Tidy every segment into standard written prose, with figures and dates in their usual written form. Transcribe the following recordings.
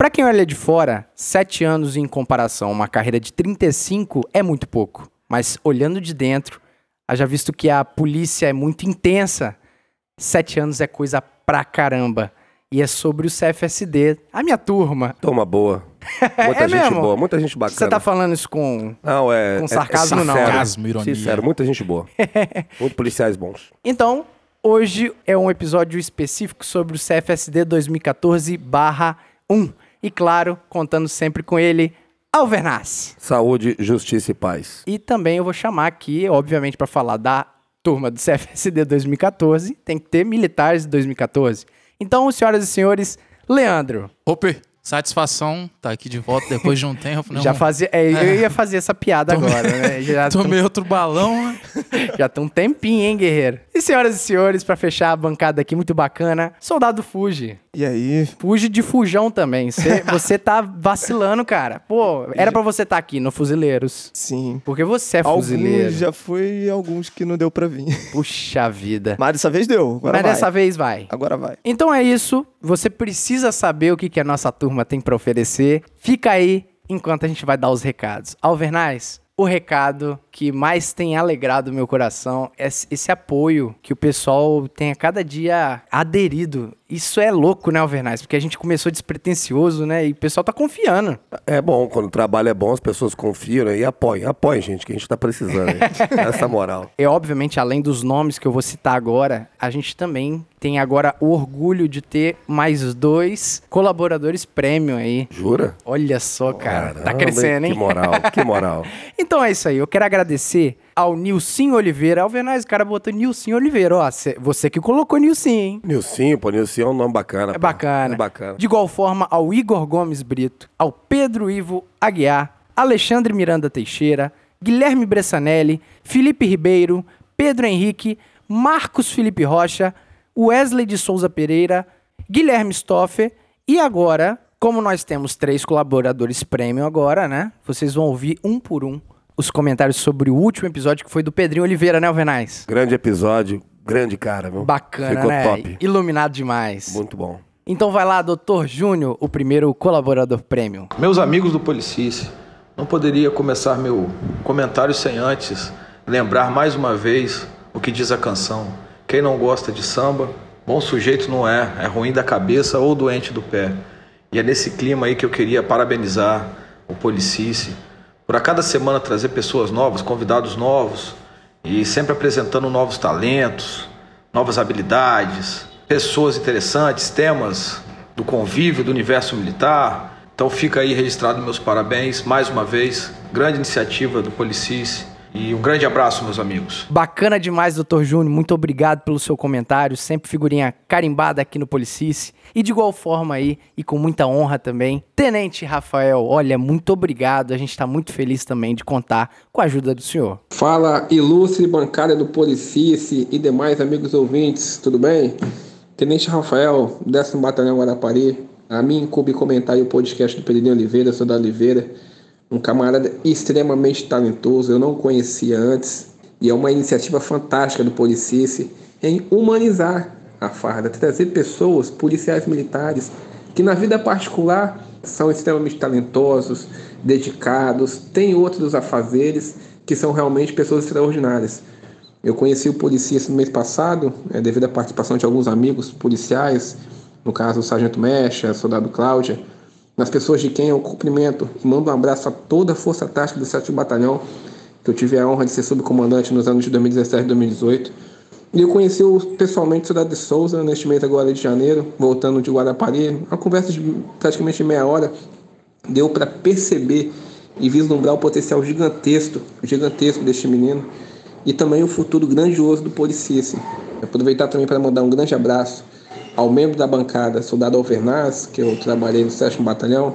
Pra quem olha de fora, 7 anos em comparação a uma carreira de 35 é muito pouco. Mas olhando de dentro, haja visto que a polícia é muito intensa, 7 anos é coisa pra caramba. E é sobre o CFSD, a minha turma. Toma boa. Muita gente mesmo? boa, muita gente bacana. Você tá falando isso com sarcasmo, não? Sarcasmo, ironia. Sincero, muita gente boa. Muitos policiais bons. Então, hoje é um episódio específico sobre o CFSD 2014/1. E claro, contando sempre com ele, Alvernaz. Saúde, justiça e paz. E também eu vou chamar aqui, obviamente, para falar da turma do CFSD 2014, tem que ter militares de 2014. Então, senhoras e senhores, Leandro. Opa, satisfação tá aqui de volta depois de um tempo. Né, eu ia fazer essa piada agora, né? Tomei outro balão, né? Já tem um tempinho, hein, guerreiro? E senhoras e senhores, pra fechar a bancada aqui muito bacana, Soldado Fuji. E aí? Fuji de Fujão também. Você tá vacilando, cara. Pô, era pra você estar aqui no Fuzileiros. Sim. Porque você é fuzileiro. Alguns já foi e alguns que não deu pra vir. Puxa vida. Mas dessa vez deu. Agora vai. Dessa vez vai. Agora vai. Então é isso. Você precisa saber o que a nossa turma tem pra oferecer. Fica aí enquanto a gente vai dar os recados. Alvernaz, o recado que mais tem alegrado o meu coração é esse apoio que o pessoal tem a cada dia aderido. Isso é louco, né, Alvernaz? Porque a gente começou despretensioso, né? E o pessoal tá confiando. É bom, quando o trabalho é bom, as pessoas confiam, né? E apoiem, gente, que a gente tá precisando. Essa moral. E, obviamente, além dos nomes que eu vou citar agora, a gente também tem agora o orgulho de ter mais 2 colaboradores premium aí. Jura? Olha só, cara. Caramba, tá crescendo, hein? Que moral, que moral. Então é isso aí. Eu quero agradecer ao Nilcinho Oliveira. Alvernaz, o cara botou Nilcinho Oliveira. Ó, você que colocou Nilcinho, hein? Nilcinho é um nome bacana. É bacana. É bacana. De igual forma, ao Igor Gomes Brito, ao Pedro Ivo Aguiar, Alexandre Miranda Teixeira, Guilherme Bressanelli, Felipe Ribeiro, Pedro Henrique, Marcos Felipe Rocha, Wesley de Souza Pereira, Guilherme Stoffer e agora, como nós temos 3 colaboradores premium agora, né? Vocês vão ouvir um por um os comentários sobre o último episódio que foi do Pedrinho Oliveira, né, Alvernaz? Grande episódio, grande cara, viu? Bacana, ficou né? top. Iluminado demais. Muito bom. Então vai lá, Dr. Júnior, o primeiro colaborador premium. Meus amigos do Policice, não poderia começar meu comentário sem antes lembrar mais uma vez o que diz a canção. Quem não gosta de samba, bom sujeito não é ruim da cabeça ou doente do pé. E é nesse clima aí que eu queria parabenizar o Policice por a cada semana trazer pessoas novas, convidados novos e sempre apresentando novos talentos, novas habilidades, pessoas interessantes, temas do convívio, do universo militar. Então fica aí registrado meus parabéns, mais uma vez, grande iniciativa do Policice. E um grande abraço, meus amigos. Bacana demais, Dr. Júnior. Muito obrigado pelo seu comentário. Sempre figurinha carimbada aqui no Policice. E de igual forma aí, e com muita honra também, Tenente Rafael, olha, muito obrigado. A gente está muito feliz também de contar com a ajuda do senhor. Fala, ilustre bancada do Policice e demais amigos ouvintes, tudo bem? Tenente Rafael, 10º Batalhão Guarapari. A mim incumbe comentar aí o podcast do Pedrinho Oliveira, sou da Oliveira. Um camarada extremamente talentoso, eu não conhecia antes. E é uma iniciativa fantástica do Policice em humanizar a farda, trazer pessoas, policiais militares, que na vida particular são extremamente talentosos, dedicados, têm outros afazeres, que são realmente pessoas extraordinárias. Eu conheci o Policice no mês passado, devido à participação de alguns amigos policiais, no caso o Sargento Mecha, o Soldado Cláudia, nas pessoas de quem eu cumprimento e mando um abraço a toda a Força Tática do 7º Batalhão, que eu tive a honra de ser subcomandante nos anos de 2017 e 2018. E eu conheci pessoalmente o Soldado de Souza neste mês agora de janeiro, voltando de Guarapari. Uma conversa de praticamente meia hora deu para perceber e vislumbrar o potencial gigantesco deste menino e também o futuro grandioso do Policice. Aproveitar também para mandar um grande abraço ao membro da bancada, Soldado Alvernaz, que eu trabalhei no 7º Batalhão,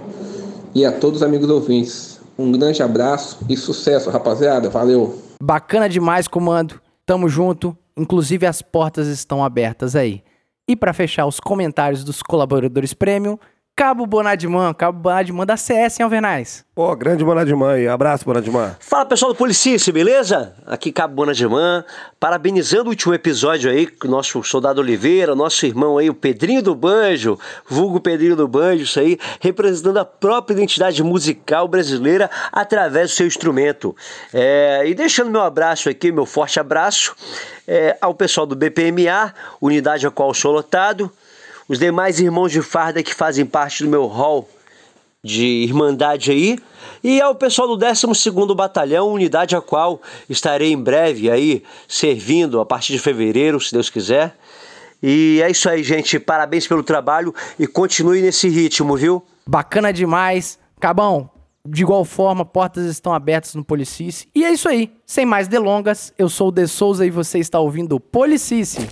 e a todos os amigos ouvintes. Um grande abraço e sucesso, rapaziada. Valeu! Bacana demais, comando. Tamo junto. Inclusive, as portas estão abertas aí. E para fechar os comentários dos colaboradores premium, Cabo Bonadiman da CS em Alvernais. Pô, grande Bonadiman aí. Abraço, Bonadiman. Fala, pessoal do Policice, beleza? Aqui Cabo Bonadiman, parabenizando o último episódio aí, com o nosso Soldado Oliveira, nosso irmão aí, o Pedrinho do Banjo, vulgo Pedrinho do Banjo, isso aí, representando a própria identidade musical brasileira através do seu instrumento. E deixando meu abraço aqui, meu forte abraço, ao pessoal do BPMA, unidade a qual eu sou lotado, os demais irmãos de farda que fazem parte do meu hall de irmandade aí, e ao pessoal do 12º Batalhão, unidade a qual estarei em breve aí servindo a partir de fevereiro, se Deus quiser. E é isso aí, gente, parabéns pelo trabalho e continue nesse ritmo, viu? Bacana demais. Cabão, de igual forma, portas estão abertas no Policice. E é isso aí, sem mais delongas, eu sou o De Souza e você está ouvindo o Policice.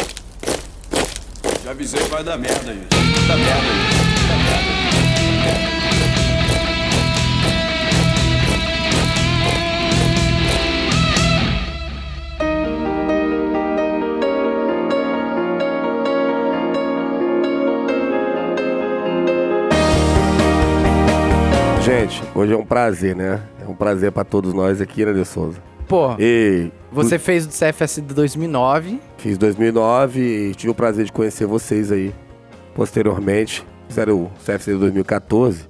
Já avisei que vai dar merda aí. Vai dar merda aí. Vai dar merda aí. Gente, hoje é um prazer, né? É um prazer pra todos nós aqui, né, De Souza? Pô, E você fez o CFS de 2009. fiz 2009 e tive o prazer de conhecer vocês aí posteriormente. Fizeram o CFC de 2014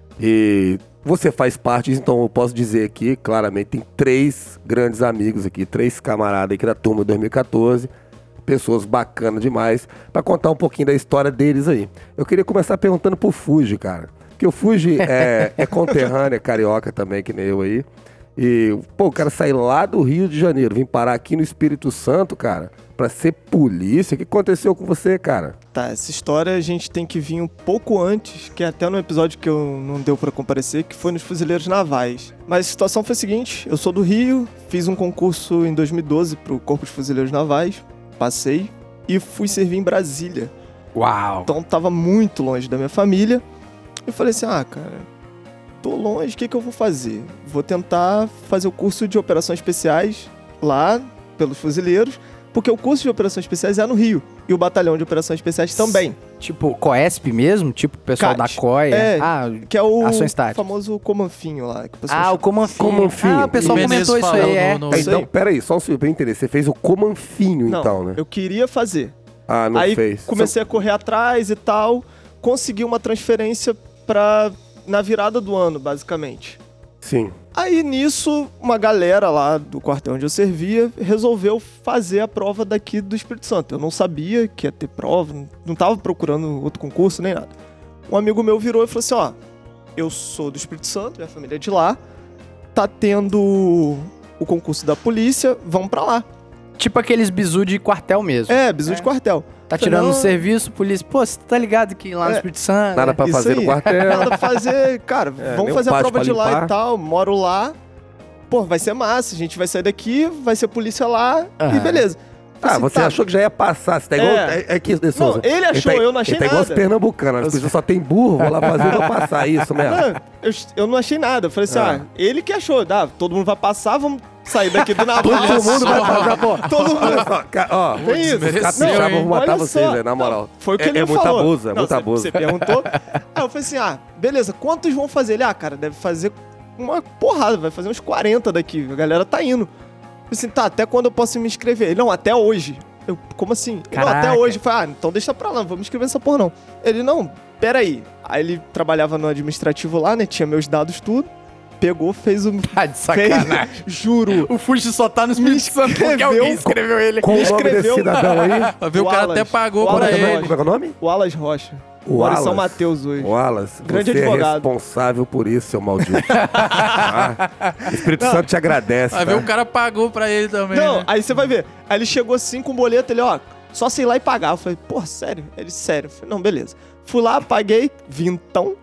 e você faz parte, então eu posso dizer aqui, claramente, tem 3 grandes amigos aqui, 3 camaradas aqui da turma de 2014, pessoas bacanas demais, pra contar um pouquinho da história deles aí. Eu queria começar perguntando pro Fuji, cara, porque o Fuji é conterrâneo, é carioca também, que nem eu aí. E, pô, o cara sair lá do Rio de Janeiro, vir parar aqui no Espírito Santo, cara, pra ser polícia. O que aconteceu com você, cara? Tá, essa história a gente tem que vir um pouco antes, que é até no episódio que eu não deu pra comparecer, que foi nos Fuzileiros Navais. Mas a situação foi a seguinte, eu sou do Rio, fiz um concurso em 2012 pro Corpo de Fuzileiros Navais, passei e fui servir em Brasília. Uau! Então tava muito longe da minha família. Eu falei assim, cara, tô longe, o que eu vou fazer? Vou tentar fazer o curso de operações especiais lá, pelos fuzileiros, porque o curso de operações especiais é no Rio. E o batalhão de operações especiais também. Tipo, COESP mesmo? Tipo, o pessoal CAT. da COIA? Que é o ações táticas. famoso Comanfinho lá. Que o pessoal O chama. Comanfinho. Ah, o pessoal E comentou isso Menezes aí, falou é. Isso Então, aí. peraí, só pra eu entender. Você fez o Comanfinho, Não, então, né? eu queria fazer. Ah, não Aí fez. comecei a correr atrás e tal, consegui uma transferência na virada do ano, basicamente. Sim. Aí nisso, uma galera lá do quartel onde eu servia resolveu fazer a prova daqui do Espírito Santo. Eu não sabia que ia ter prova, não tava procurando outro concurso nem nada. Um amigo meu virou e falou assim, eu sou do Espírito Santo, minha família é de lá, tá tendo o concurso da polícia, vamos pra lá. Tipo aqueles bizu de quartel mesmo. Bisu de quartel. Tá Falei, tirando não, o serviço, polícia. Pô, você tá ligado que lá no Espírito Santo... Nada pra Isso fazer no aí. quartel. Nada pra fazer, cara, nem vamos um fazer a pátio prova pra de lá limpar. e tal, moro lá. Pô, vai ser massa, a gente vai sair daqui, vai ser polícia lá e beleza. Falei assim, Você achou que já ia passar. Você tá igual... É que, De Souza, Não, ele achou, eu não achei Ele tá igual os nada. pernambucanos. As pessoas só tem burro, vou lá fazer e vou passar isso mesmo. Não, eu não achei nada. Eu falei assim, ele que achou. Todo mundo vai passar, vamos sair daqui do navio. Todo mundo vai passar, pô. Todo mundo. Olha só, ó, Tem isso. os capixabas vão matar olha vocês, só. velho, na moral. Não, foi o que ele é me muita falou. abuso, é Não, muita abuso. Você perguntou. Aí eu falei assim, beleza, quantos vão fazer? Ele, cara, deve fazer uma porrada, vai fazer uns 40 daqui. A galera tá indo. Eu falei assim, até quando eu posso me inscrever? Ele, não, até hoje. Eu, como assim? Não, Caraca. até hoje. Eu falei, então deixa pra lá, não vou me inscrever nessa porra não. Ele, não, peraí. Aí ele trabalhava no administrativo lá, né, tinha meus dados tudo. Pegou, fez o... Tá de sacanagem. Juro. O Fuji só tá no Espírito Santo porque escreveu. alguém escreveu ele. Qual o nome desse escreveu. cidadão aí? Vai ver, o cara Wallace. até pagou Wallace pra Rocha. ele. Como é que é o nome? O Wallace Rocha. O Mora em São Wallace. Mateus hoje. Wallace, Grande você é advogado. responsável por isso, seu maldito. O Espírito Santo te agradece, Vai tá? ver, o cara pagou pra ele também, Não, né? aí você vai ver. Aí ele chegou assim com o boleto, ele, só sei ir lá e pagar. Eu falei, pô, sério? Ele, sério. Eu falei, não, beleza. Fui lá, paguei, vintão.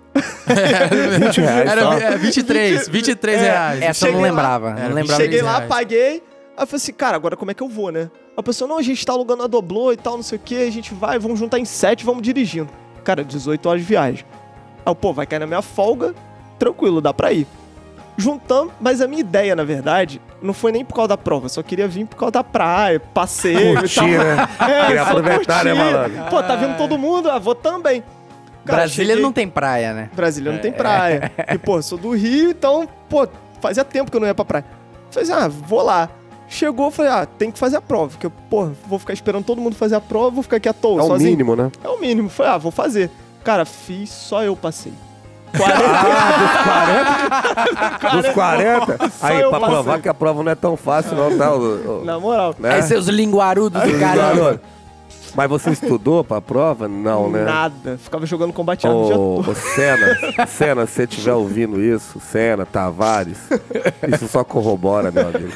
20 reais só. Era 23 reais. Essa eu não Cheguei lá. lembrava. Não lembrava Cheguei disso. lá, reais. paguei. Aí eu falei assim, cara, agora como é que eu vou, né? A pessoa, não, a gente tá alugando a doblô e tal, não sei o que, a gente vai, vamos juntar em 7, vamos dirigindo. Cara, 18 horas de viagem. Aí, vai cair na minha folga, tranquilo, dá pra ir. Juntamos, mas a minha ideia, na verdade, não foi nem por causa da prova, eu só queria vir por causa da praia, passeio e tal. Curtir, né? Queria só aproveitar, né, curtir. malandro? Pô, tá vindo todo mundo, vou também. Cara, Brasília cheguei- não tem praia, né? Brasília não tem praia. E, pô, sou do Rio, então, pô, fazia tempo que eu não ia pra praia. Falei assim, vou lá. Chegou, falei, tem que fazer a prova. Porque, pô, vou ficar esperando todo mundo fazer a prova, vou ficar aqui à toa, É o sozinho. mínimo, né? É o mínimo. Falei, vou fazer. Cara, fiz, só eu passei. 40. Dos 40? Só Aí, eu pra passei. provar que a prova não é tão fácil, não, tá? Na moral. Né? Aí seus linguarudos do caramba. Garoto, mas você estudou pra prova? Não, né? Nada. Ficava jogando combate arma o dia todo. Ô, Senna, se você estiver ouvindo isso, Senna, Tavares, isso só corrobora, meu amigo.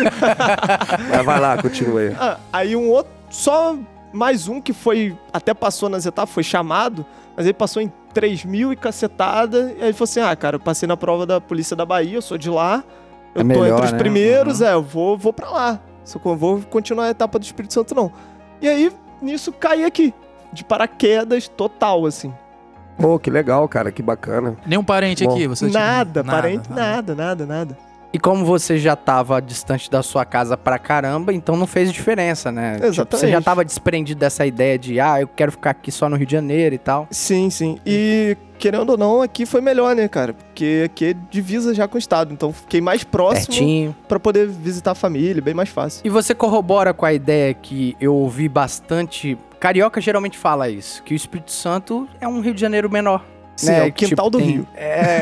Mas vai lá, continua aí. Aí um outro, só mais um que foi, até passou nas etapas, foi chamado, mas ele passou em 3.000 e cacetada, e aí ele falou assim, cara, eu passei na prova da Polícia da Bahia, eu sou de lá, eu tô melhor, entre os né? primeiros, eu vou pra lá, só que eu vou continuar a etapa do Espírito Santo, não. E aí, nisso, caí aqui, de paraquedas total, assim. Pô, que legal, cara, que bacana. Nenhum parente Bom, aqui? Você Nada, tinha... parente, nada. E como você já tava distante da sua casa pra caramba, então não fez diferença, né? Tipo, você Exatamente. já tava desprendido dessa ideia de, eu quero ficar aqui só no Rio de Janeiro e tal. Sim. E, querendo ou não, aqui foi melhor, né, cara? Porque aqui é divisa já com o estado, então fiquei mais próximo Pertinho. pra poder visitar a família, bem mais fácil. E você corrobora com a ideia que eu ouvi bastante... Carioca geralmente fala isso, que o Espírito Santo é um Rio de Janeiro menor. Sim, né? é o quintal do Rio.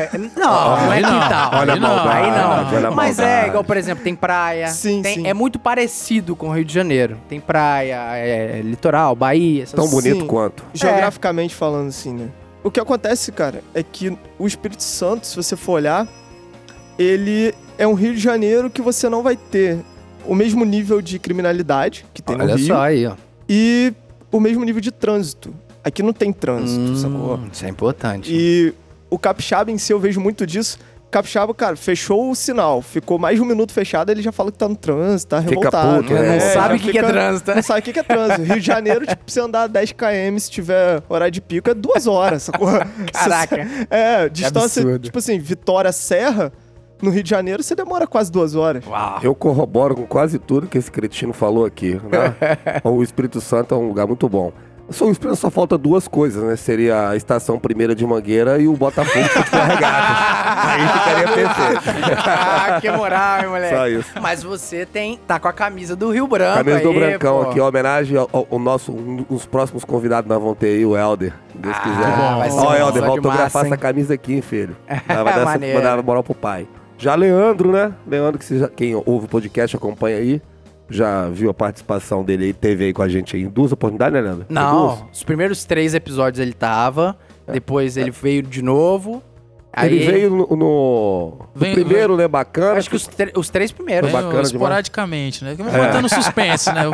Não é Aí não. quintal. Olha a Aí não. maldade, Aí olha não. a Mas maldade. igual, por exemplo, tem praia. Sim. É muito parecido com o Rio de Janeiro. Tem praia, litoral, Bahia, essas Tão bonito Sim. quanto. Geograficamente falando assim, né? O que acontece, cara, é que o Espírito Santo, se você for olhar, ele é um Rio de Janeiro que você não vai ter o mesmo nível de criminalidade que tem no Olha Rio só aí, ó. e o mesmo nível de trânsito. Aqui não tem trânsito, sacou? Isso é importante. E o capixaba em si, eu vejo muito disso. Capixaba, cara, fechou o sinal, ficou mais de um minuto fechado, ele já fala que tá no trânsito, tá Fica revoltado. puto, né? Não sabe o já que é trânsito. Não sabe o que é trânsito. Rio de Janeiro, tipo, pra você andar 10 km, se tiver horário de pico, é 2 horas, sacou? Caraca. Distância, absurdo. tipo assim, Vitória-Serra, no Rio de Janeiro, você demora quase 2 horas. Uau. Eu corroboro com quase tudo que esse cretino falou aqui, né? O Espírito Santo é um lugar muito bom. O Espírito só falta 2 coisas, né? Seria a Estação Primeira de Mangueira e o Botafogo Futebol Regatas. Aí ficaria perfeito. Que moral, hein, moleque. Só isso. Mas você tá com a camisa do Rio Branco Camisa do aí, Brancão pô. aqui, homenagem ao nosso, um dos próximos convidados nós vamos ter aí, o Helder. Se Deus quiser. vai ser Ó, bom, Helder, só vai de autografar massa, essa hein? camisa aqui, hein, filho. Vai dar Maneiro. essa moral pro pai. Já Leandro, né? Leandro, quem ouve o podcast acompanha aí, já viu a participação dele aí, teve aí com a gente aí em 2 oportunidades, né, Leandro? Foi 2? Não, os primeiros 3 episódios ele tava, depois ele veio de novo. Aí, Ele veio no primeiro, né? Bacana. acho que os 3 primeiros. Foi bacana esporadicamente, né? Mantendo suspense, né? Eu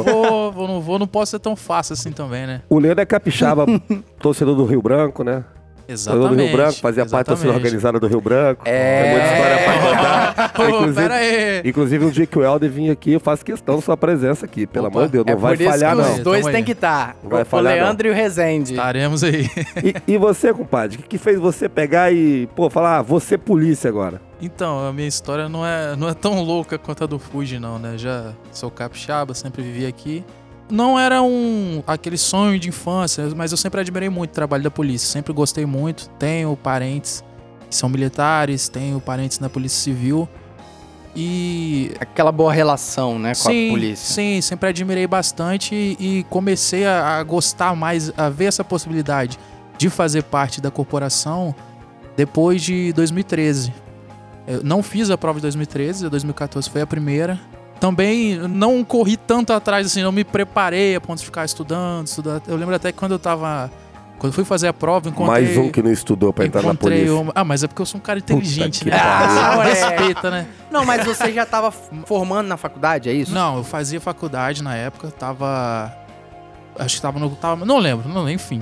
não vou, não posso ser tão fácil assim também, né? O Leandro é capixaba, torcedor do Rio Branco, né? Torcedor do Rio Branco, fazia parte da torcida organizada do Rio Branco. Tem muita história pra contar. Pera aí. Inclusive, um dia que o Helder vir aqui, eu faço questão da sua presença aqui. Pelo Opa. amor de Deus, não vai por isso falhar, que não. os dois Tamo tem aí. que estar. Não vai O falhar, Leandro e o Rezende. Estaremos aí. E você, compadre, o que fez você pegar e, falar, você polícia agora? Então, a minha história não é tão louca quanto a do Fuji, não, né? Já sou capixaba, sempre vivi aqui. Não era aquele sonho de infância, mas eu sempre admirei muito o trabalho da polícia. Sempre gostei muito. Tenho parentes que são militares, tenho parentes na Polícia Civil. E Aquela boa relação, né, com a polícia. Sim, sempre admirei bastante e comecei a gostar mais, a ver essa possibilidade de fazer parte da corporação depois de 2013. Eu não fiz a prova de 2013, a 2014 foi a primeira. Também não corri tanto atrás, assim, não me preparei a ponto de ficar estudando. Eu lembro até que quando eu fui fazer a prova, encontrei... Mais um que não estudou pra entrar na polícia. mas é porque eu sou um cara inteligente, que né? pariu. Respeita, né? Não, mas você já tava formando na faculdade, é isso? Não, eu fazia faculdade na época, acho que tava não lembro, enfim.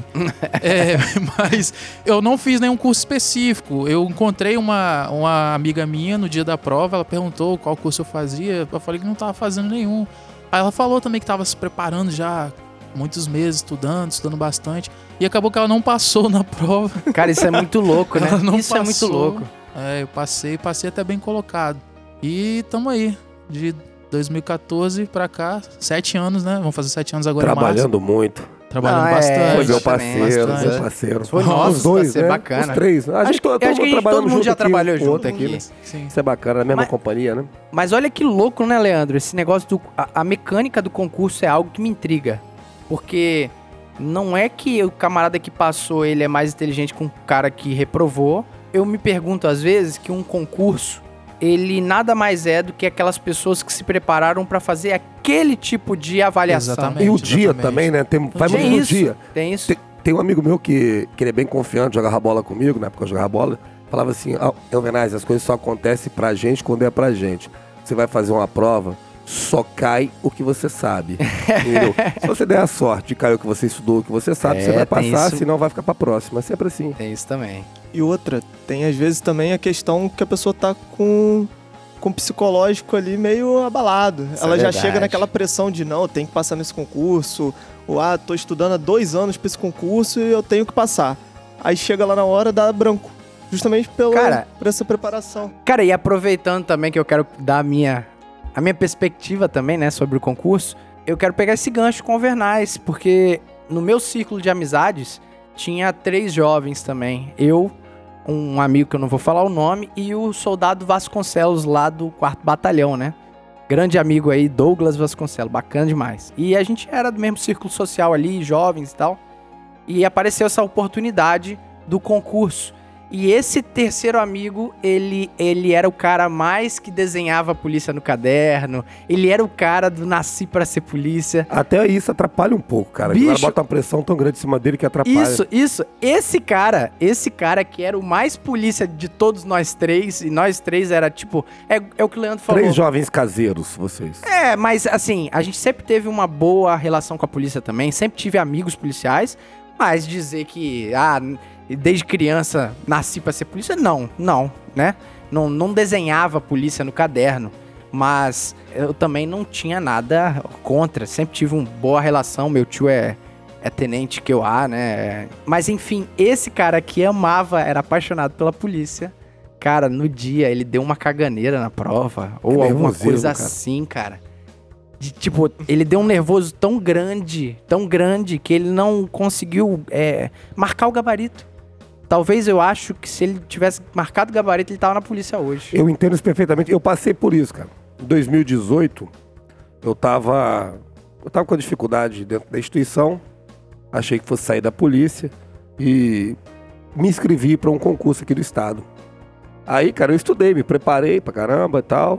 Mas eu não fiz nenhum curso específico. Eu encontrei uma amiga minha no dia da prova, ela perguntou qual curso eu fazia, eu falei que não tava fazendo nenhum. Aí ela falou também que tava se preparando já muitos meses, estudando bastante, e acabou que ela não passou na prova. Cara, isso é muito louco, né? Ela não Isso é muito passou. louco. Eu passei até bem colocado. E tamo aí, de 2014 pra cá, 7 anos, né? Vamos fazer 7 anos agora em março. Trabalhando muito. trabalhando Não, bastante. Foi meu exatamente. parceiro, Bastante. meu parceiro. Foi nosso, Os dois, parceiro, né? bacana. Os três. A gente acho que a gente, todo mundo já trabalhou junto aqui, né? Sim. Isso é bacana, na mesma Mas- companhia, né? Mas olha que louco, né, Leandro? Esse negócio a mecânica do concurso é algo que me intriga. Porque não é que o camarada que passou, ele é mais inteligente que um cara que reprovou. Eu me pergunto, às vezes, que um concurso, ele nada mais é do que aquelas pessoas que se prepararam pra fazer aquele tipo de avaliação. Exatamente. E o dia exatamente. também, né? Vai muito Tem no isso, dia. tem isso. Tem um amigo meu que ele é bem confiante, jogava bola comigo, na época eu jogava bola, falava assim, Elvenaz, as coisas só acontecem pra gente quando é pra gente. Você vai fazer uma prova, só cai o que você sabe. Entendeu? Se você der a sorte de cair o que você estudou, o que você sabe, você vai tem passar, isso. senão vai ficar pra próxima. É sempre assim. Tem isso também. E outra, tem às vezes também a questão que a pessoa tá com o psicológico ali meio abalado. Isso Ela é já verdade. chega naquela pressão de não, eu tenho que passar nesse concurso, ou tô estudando há 2 anos pra esse concurso e eu tenho que passar. Aí chega lá na hora, dá branco. Justamente por essa preparação. Cara, e aproveitando também que eu quero dar a minha perspectiva também, né, sobre o concurso, eu quero pegar esse gancho com o Vernais, porque no meu círculo de amizades tinha 3 jovens também. Eu, um amigo que eu não vou falar o nome, e o soldado Vasconcelos lá do 4º Batalhão, né? Grande amigo aí, Douglas Vasconcelos, bacana demais. E a gente era do mesmo círculo social ali, jovens e tal. E apareceu essa oportunidade do concurso. E esse terceiro amigo, ele era o cara mais que desenhava a polícia no caderno. Ele era o cara do nasci pra ser polícia. Até isso atrapalha um pouco, cara. Bicho. O cara bota uma pressão tão grande em cima dele que atrapalha. Isso. Esse cara que era o mais polícia de todos nós 3, e nós 3 era tipo... É o que o Leandro falou. 3 jovens caseiros, vocês. Mas assim, a gente sempre teve uma boa relação com a polícia também. Sempre tive amigos policiais. Mas dizer que... desde criança nasci pra ser polícia, não, né? Não desenhava polícia no caderno, mas eu também não tinha nada contra, sempre tive uma boa relação, meu tio é tenente QA, né? Mas enfim, esse cara que era apaixonado pela polícia, cara, no dia ele deu uma caganeira na prova, ou alguma nervosismo, coisa cara. assim, cara. Tipo, ele deu um nervoso tão grande, que ele não conseguiu marcar o gabarito. Talvez eu acho que se ele tivesse marcado o gabarito, ele tava na polícia hoje. Eu entendo isso perfeitamente. Eu passei por isso, cara. Em 2018, eu tava com dificuldade dentro da instituição. Achei que fosse sair da polícia. E me inscrevi para um concurso aqui do estado. Aí, cara, eu estudei, me preparei pra caramba e tal.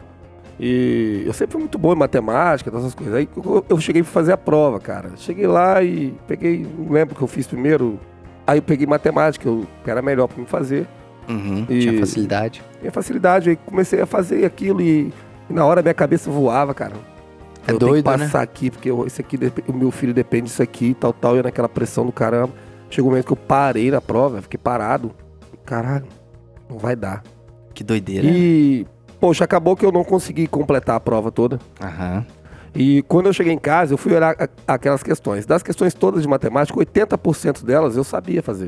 E eu sempre fui muito bom em matemática, todas essas coisas. Aí eu cheguei pra fazer a prova, cara. Cheguei lá e peguei, não lembro o que eu fiz primeiro. Aí eu peguei matemática, que era melhor pra me fazer. Tinha facilidade. Tinha facilidade, aí comecei a fazer aquilo e na hora minha cabeça voava, cara. Eu doido, tenho que passar né? aqui, porque isso aqui, o meu filho depende disso aqui e tal, e naquela pressão do caramba. Chegou um momento que eu parei na prova, fiquei parado. Caralho, não vai dar. Que doideira. E, poxa, acabou que eu não consegui completar a prova toda. Aham. E quando eu cheguei em casa, eu fui olhar aquelas questões. Das questões todas de matemática, 80% delas eu sabia fazer.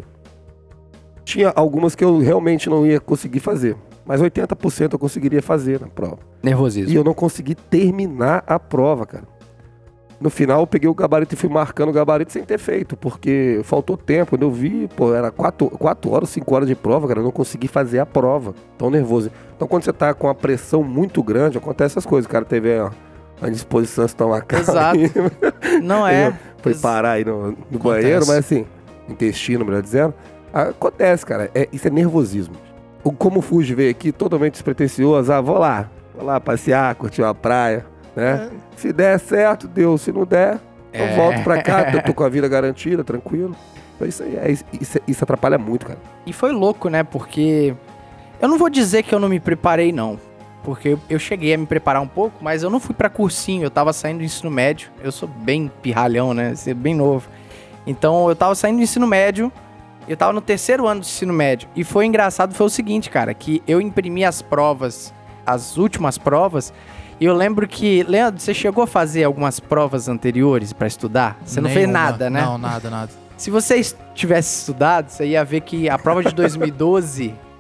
Tinha algumas que eu realmente não ia conseguir fazer. Mas 80% eu conseguiria fazer na prova. Nervosismo. E eu não consegui terminar a prova, cara. No final, eu peguei o gabarito e fui marcando o gabarito sem ter feito. Porque faltou tempo. Quando eu vi, era 4 horas, 5 horas de prova, cara. Eu não consegui fazer a prova. Tão nervoso. Então, quando você tá com uma pressão muito grande, acontece essas coisas. O cara teve a disposição de tomar calma. Exato. Não é. Foi parar aí no banheiro, mas assim, intestino, melhor dizendo. Acontece, cara. Isso é nervosismo. Como o Fuji veio aqui, totalmente despretensioso. Vou lá passear, curtir uma praia, né? Se der certo, deu. Se não der, eu volto pra cá, eu tô com a vida garantida, tranquilo. Então isso aí, isso atrapalha muito, cara. E foi louco, né? Porque eu não vou dizer que eu não me preparei, não. Porque eu cheguei a me preparar um pouco, mas eu não fui pra cursinho, eu tava saindo do ensino médio. Eu sou bem pirralhão, né? Bem novo. Então eu tava saindo do ensino médio, eu tava no 3º ano do ensino médio. E foi engraçado, foi o seguinte, cara, que eu imprimi as provas, as últimas provas, e eu lembro que, Leandro, você chegou a fazer algumas provas anteriores pra estudar? Você não fez nada, né? Não, nada. Se você tivesse estudado, você ia ver que a prova de 2012...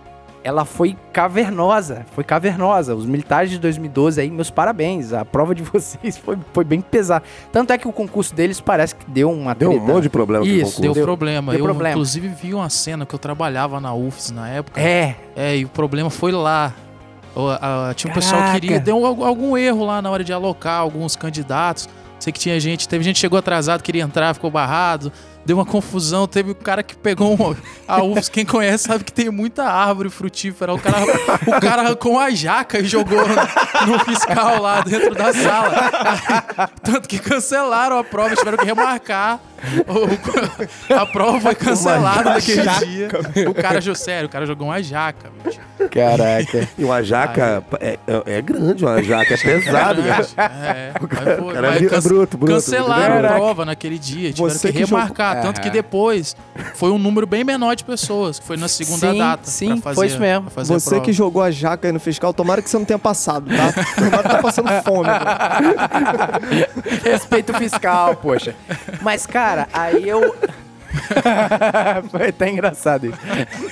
ela foi cavernosa. Os militares de 2012 aí, meus parabéns. A prova de vocês foi bem pesada. Tanto é que o concurso deles parece que deu uma Deu um monte de problema com o Isso, concurso. Deu problema. Deu Eu, problema. inclusive, vi uma cena que eu trabalhava na UFES na época. É. E o problema foi lá. Tinha um pessoal que Caraca. deu algum erro lá na hora de alocar alguns candidatos. Sei que teve gente que chegou atrasado, queria entrar, ficou barrado. Deu uma confusão, teve um cara que pegou a UFS, quem conhece sabe que tem muita árvore frutífera. O cara arrancou uma jaca e jogou no fiscal lá dentro da sala. Aí, tanto que cancelaram a prova, tiveram que remarcar. A prova foi cancelada naquele dia. O cara jogou uma jaca, bicho. Caraca. E uma jaca é grande, uma jaca é pesada, né? Bruto. Cancelaram a prova naquele dia, tiveram Você que que remarcar. Tanto que depois foi um número bem menor de pessoas. Foi na segunda data. Sim, pra fazer, foi isso mesmo. pra fazer a Você prova. que jogou a jaca aí no fiscal, tomara que você não tenha passado, tá? Tomara que tá passando fome. Respeito fiscal, poxa. Mas, cara, aí eu... Foi até engraçado isso.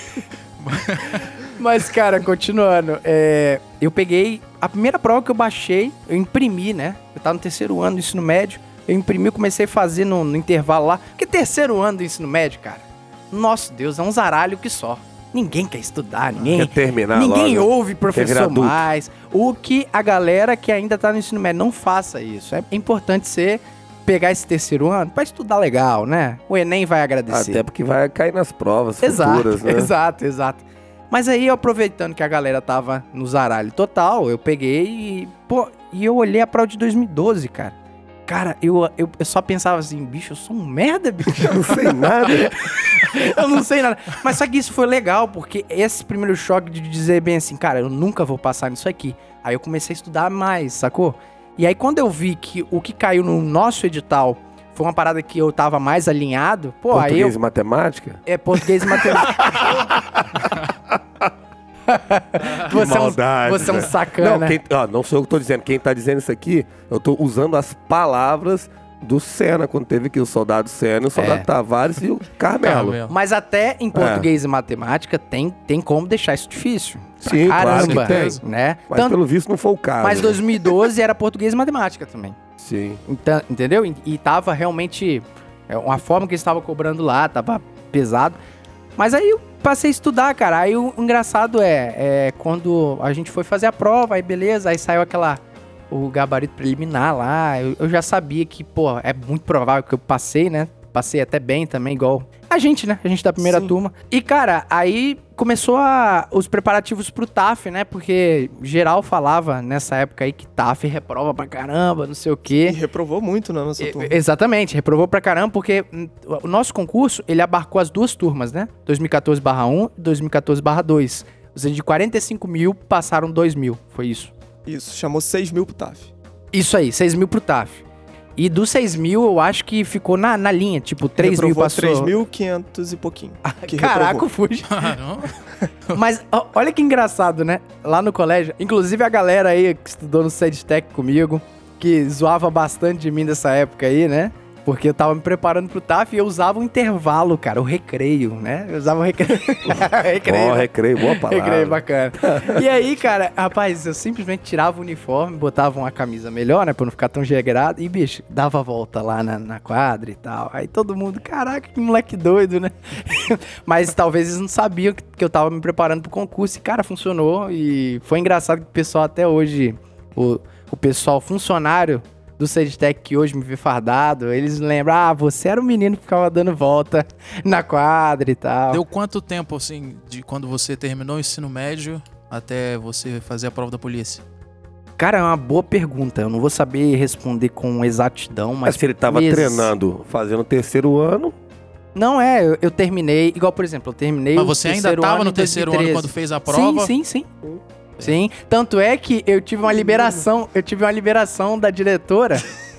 Mas, cara, continuando. Eu peguei... A primeira prova que eu baixei, eu imprimi, né? Eu tava no terceiro ano do ensino médio. Eu imprimi, comecei a fazer no intervalo lá. Porque terceiro ano do ensino médio, cara, nosso Deus, é um zaralho que só. Ninguém quer estudar, Quer terminar ninguém logo, ouve professor adulto. mais. O que a galera que ainda tá no ensino médio não faça isso. É importante você pegar esse terceiro ano pra estudar legal, né? O Enem vai agradecer. Até porque vai cair nas provas Exato, futuras, né? exato. Mas aí, aproveitando que a galera tava no zaralho total, eu peguei e eu olhei a prova de 2012, cara. Cara, eu só pensava assim, bicho, eu sou um merda, bicho. Eu não sei nada. Eu não sei nada. Mas só que isso foi legal, porque esse primeiro choque de dizer bem assim, cara, eu nunca vou passar nisso aqui. Aí eu comecei a estudar mais, sacou? E aí quando eu vi que o que caiu no nosso edital foi uma parada que eu tava mais alinhado, aí eu... Português e matemática? Português e matemática. Você é um sacana. Não sou eu que tô dizendo. Quem tá dizendo isso aqui, eu tô usando as palavras do Senna, quando teve aqui o soldado Senna, o soldado Tavares e o Carmelo. Mas até em português e matemática tem como deixar isso difícil. Sim, claro que tem. Né? Mas pelo visto não foi o caso. Mas 2012 era português e matemática também. Sim. Então, entendeu? E tava realmente... Uma forma que eles estavam cobrando lá, tava pesado. Mas aí eu passei a estudar, cara. Aí o engraçado é quando a gente foi fazer a prova, aí beleza, aí saiu o gabarito preliminar lá. Eu já sabia que, é muito provável que eu passei, né? Passei até bem também, igual a gente, né? A gente da primeira turma. E, cara, aí começou os preparativos pro TAF, né? Porque geral falava nessa época aí que TAF reprova pra caramba, não sei o quê. E reprovou muito na nossa turma. Exatamente, reprovou pra caramba, porque o nosso concurso, ele abarcou as duas turmas, né? 2014/1 e 2014/2. Ou seja, de 45 mil, passaram 2 mil, foi isso. Isso, chamou 6 mil pro TAF. Isso aí, 6 mil pro TAF. E dos 6 mil, eu acho que ficou na linha, tipo, 3 mil passou. 3.500 e pouquinho. Caraca, Fuji. Mas olha que engraçado, né? Lá no colégio, inclusive a galera aí que estudou no SEDTEC comigo, que zoava bastante de mim dessa época aí, né? Porque eu tava me preparando pro TAF e eu usava o intervalo, cara, o recreio, né? Eu usava o recreio. Recreio, boa palavra. Recreio, bacana. E aí, cara, rapaz, eu simplesmente tirava o uniforme, botava uma camisa melhor, né? Pra não ficar tão gegrado. E, bicho, dava a volta lá na quadra e tal. Aí todo mundo, caraca, que moleque doido, né? Mas talvez eles não sabiam que eu tava me preparando pro concurso. E, cara, funcionou. E foi engraçado que o pessoal até hoje, o pessoal funcionário do SEDTEC que hoje me vê fardado, eles lembram, você era o menino que ficava dando volta na quadra e tal. Deu quanto tempo, assim, de quando você terminou o ensino médio até você fazer a prova da polícia? Cara, é uma boa pergunta. Eu não vou saber responder com exatidão, mas... se ele tava treinando, fazendo o terceiro ano... Não, eu terminei... Igual, por exemplo, eu terminei Mas você ainda tava no terceiro ano quando fez a prova? Sim, tanto é que eu tive uma liberação, da diretora.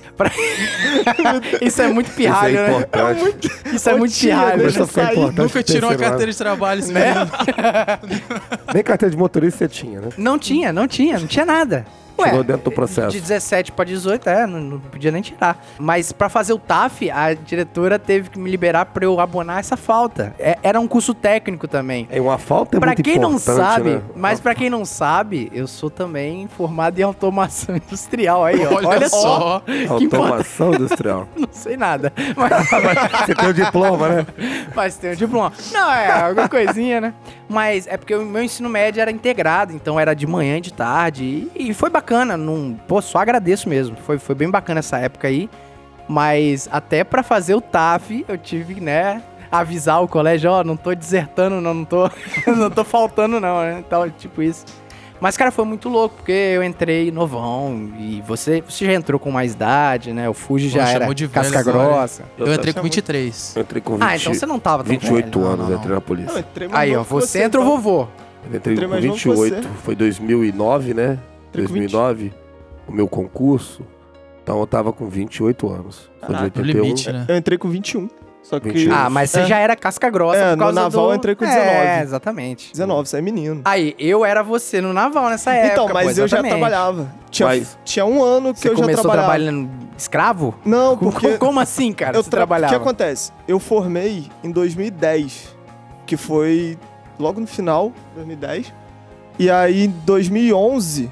Isso é muito pirralho, isso é né? importante. Isso é muito pirralho. Nunca tirou a carteira de trabalho, né? Nem carteira de motorista você tinha, né? Não tinha nada. Tirou dentro do processo. De 17 pra 18, não podia nem tirar. Mas pra fazer o TAF, a diretora teve que me liberar pra eu abonar essa falta. Era um curso técnico também. Uma falta é Pra muito quem não importante, sabe, né? mas pra quem não sabe, eu sou também formado em automação industrial aí, ó. Olha só. Que importante. Automação industrial. Não sei nada. Mas, Você tem o diploma, né? mas tem o diploma. Não, alguma coisinha, né? Mas é porque o meu ensino médio era integrado, então era de manhã e de tarde. E foi bacana. Pô, só agradeço mesmo. Foi bem bacana essa época aí. Mas até pra fazer o TAF, eu tive, né, avisar o colégio, ó, não tô desertando, não tô não tô faltando não, né? Então, tipo isso. Mas, cara, foi muito louco, porque eu entrei novão e você já entrou com mais idade, né? O Fuji já era de velho casca agora. grossa. Eu entrei com 23. Eu entrei com 20, Então você não tava tão 28 velho. anos, não. entrei na polícia. Não, entrei mais Aí, ó, novo que você entrou então. vovô. Eu entrei Entrei com mais novo que 28, você. foi 2009, né? Entrei com 2009, o meu concurso. Então eu tava com 28 anos. Sou de Caraca, 81. limite, né? Eu entrei com 21. Só que... 21. Mas você já era casca grossa É, por causa no naval do... eu entrei com 19. Exatamente. 19, você é menino. Aí, eu era você no naval nessa época. Então, mas pô, eu já exatamente. trabalhava. Mas- Tinha um ano que Você eu já começou trabalhava. trabalhando escravo? Não, porque... Como assim, cara? eu Você O trabalhava? que acontece? Eu formei em 2010, que foi logo no final, 2010. E aí, em 2011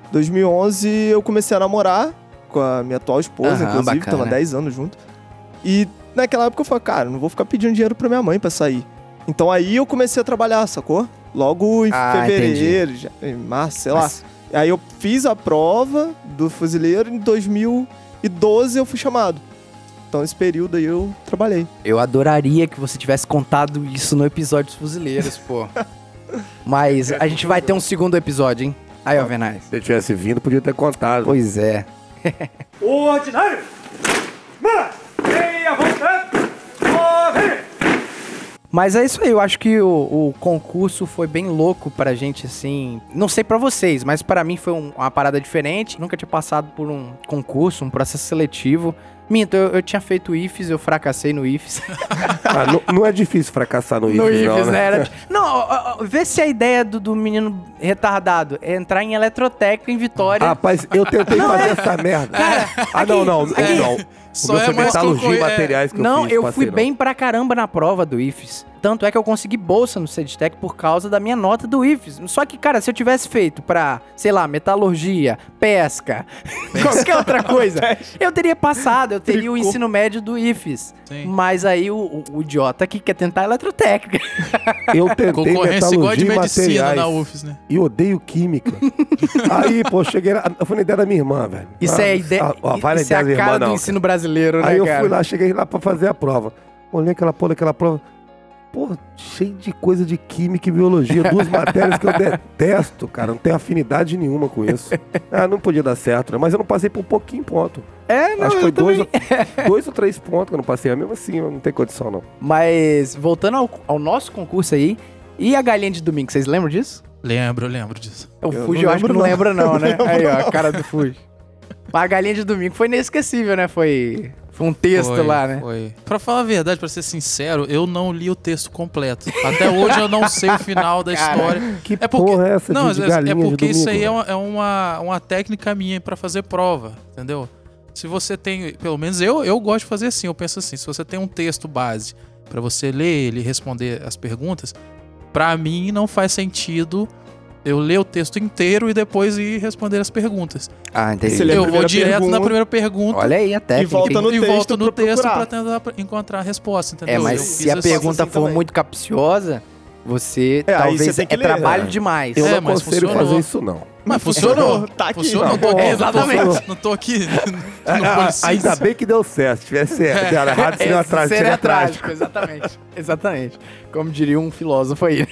eu comecei a namorar com a minha atual esposa, Aham, inclusive, bacana. tava 10 anos junto. E naquela época eu falei, cara, não vou ficar pedindo dinheiro pra minha mãe pra sair. Então aí eu comecei a trabalhar, sacou? Logo em fevereiro, em março, sei lá. Aí eu fiz a prova do fuzileiro, em 2012 eu fui chamado. Então nesse período aí eu trabalhei. Eu adoraria que você tivesse contado isso no episódio dos Fuzileiros, pô. Mas a gente vai ter um segundo episódio, hein? Aí, ó, Venaz. Se eu tivesse vindo, podia ter contado. Pois é. O ordinário! Mano! Meia vontade! Mas é isso aí, eu acho que o concurso foi bem louco pra gente, assim. Não sei pra vocês, mas pra mim foi uma parada diferente. Nunca tinha passado por um concurso, um processo seletivo. Minto, eu tinha feito o IFES, eu fracassei no IFES. Não é difícil fracassar no IFES, No IFES, não, né? Não, vê se a ideia do menino retardado é entrar em eletrotécnica em Vitória. Rapaz, eu tentei fazer essa merda. Não. Só O meu é foi mais metalurgia e concorrer- materiais que eu Não, fiz. eu passei, fui bem pra caramba na prova do IFES. Tanto é que eu consegui bolsa no CEDTEC por causa da minha nota do IFES. Só que, cara, se eu tivesse feito pra, sei lá, metalurgia, pesca, qualquer outra coisa, eu teria passado, eu teria o ensino médio do IFES. Sim. Mas aí o idiota que quer tentar eletrotécnica. Eu tentei Concorrência igual a de metalurgia e medicina materiais. na UFES, né? E odeio química. Aí, pô, cheguei lá, eu fui na ideia da minha irmã, velho. Isso é a ideia, vai na isso é ideia a da minha cara irmã, do não. ensino brasileiro, né, Aí eu cara? fui lá, cheguei lá pra fazer a prova. Olhei aquela prova. Porra, cheio de coisa de química e biologia. Duas matérias que eu detesto, cara. Não tenho afinidade nenhuma com isso. Não podia dar certo, né? Mas eu não passei por um pouquinho ponto. Não, Acho que foi eu também. 2 ou 3 pontos que eu não passei. Mesmo assim, eu não tenho condição, não. Mas, voltando ao nosso concurso aí, e a galinha de domingo, vocês lembram disso? Lembro disso. O Eu Fuji não eu acho que não lembro, lembra não, né? Aí, ó, a cara do Fuji. Mas a galinha de domingo foi inesquecível, né? Foi um texto lá, né? Foi. Pra falar a verdade, pra ser sincero, eu não li o texto completo. Até hoje eu não sei o final da história. Que É porque, porra é essa não, de é galinha de porque isso aí domingo? é uma técnica minha pra fazer prova, entendeu? Se você tem, pelo menos eu gosto de fazer assim, eu penso assim, se você tem um texto base pra você ler ele e responder as perguntas, pra mim não faz sentido eu ler o texto inteiro e depois ir responder as perguntas. Ah, entendi. Você lê a Eu vou primeira direto na pergunta. primeira pergunta Olha aí a técnica. E volta hein? no e texto volto no pra texto procurar. pra tentar encontrar a resposta, entendeu? É, mas Eu se fiz a assim. pergunta assim for também. muito capciosa, você É, aí talvez você tem que ler, trabalho né? demais. Eu É, não mas aconselho funcionou. fazer isso, não. Mas funcionou. Tá aqui. Funcionou. Não tô Tá aqui, bom, exatamente. Não tô aqui no Policista. Ainda bem que deu certo. Se tivesse dado errado, seria Esse atrás. seria trágico, exatamente. Exatamente. Como diria um filósofo aí.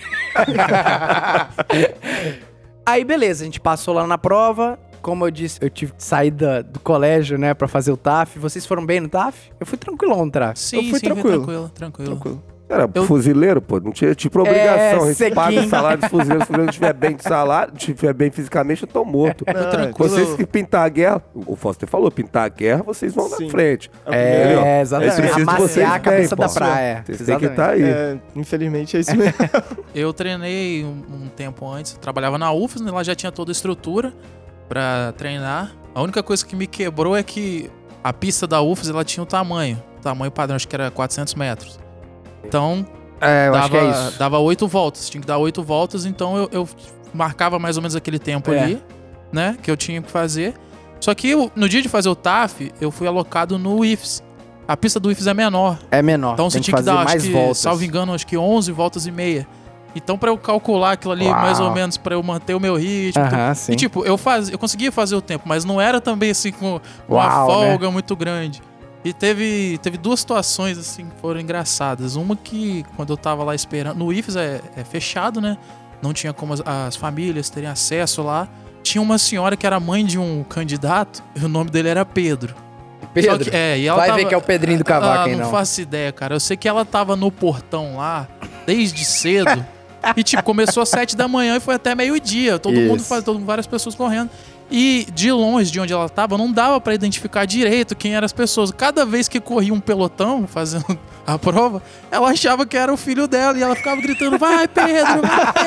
Aí, beleza, a gente passou lá na prova. Como eu disse, eu tive que sair do colégio, né, pra fazer o TAF. Vocês foram bem no TAF? Eu fui tranquilão no TAF. Sim, Eu fui sim, tranquilo. tranquilo. Era Eu- fuzileiro, pô. Não tinha tipo obrigação. A gente sequinho. paga o salário dos fuzileiros. Se o fuzileiro não estiver bem de salário, não estiver bem fisicamente, eu tô morto. Tranquilo. Vocês que pintar a guerra, o Foster falou, pintar a guerra, vocês vão na Sim. frente. É, Eles exatamente. precisam de vocês Amaciar a cabeça bem, da pô. praia. Vocês têm que estar aí. É, infelizmente é isso mesmo. Eu treinei um tempo antes, eu trabalhava na UFES, né, lá já tinha toda a estrutura. pra treinar. A única coisa que me quebrou é que a pista da UFES, ela tinha o tamanho padrão, acho que era 400 metros. Então, eu acho que é isso. dava 8 voltas, tinha que dar 8 voltas, então eu marcava mais ou menos aquele tempo ali, né, que eu tinha que fazer. Só que no dia de fazer o TAF, eu fui alocado no IFES. A pista do IFES é menor. É menor. Então você tinha que dar, acho que, salvo engano, acho que 11 voltas e meia. Então, pra eu calcular aquilo ali, mais ou menos, pra eu manter o meu ritmo. Sim. E, tipo, eu conseguia fazer o tempo, mas não era também, assim, com uma folga muito grande. E teve 2 situações, assim, que foram engraçadas. Uma que, quando eu tava lá esperando... No IFES é fechado, né? Não tinha como as famílias terem acesso lá. Tinha uma senhora que era mãe de um candidato, e o nome dele era Pedro. Pedro? E ela ver que é o Pedrinho do Cavaco, hein, não faço ideia, cara. Eu sei que ela tava no portão lá, desde cedo. E, tipo, começou às 7 da manhã e foi até meio-dia. Várias pessoas correndo. E de longe de onde ela tava, não dava pra identificar direito quem eram as pessoas. Cada vez que corria um pelotão fazendo a prova, ela achava que era o filho dela. E ela ficava gritando, vai Pedro,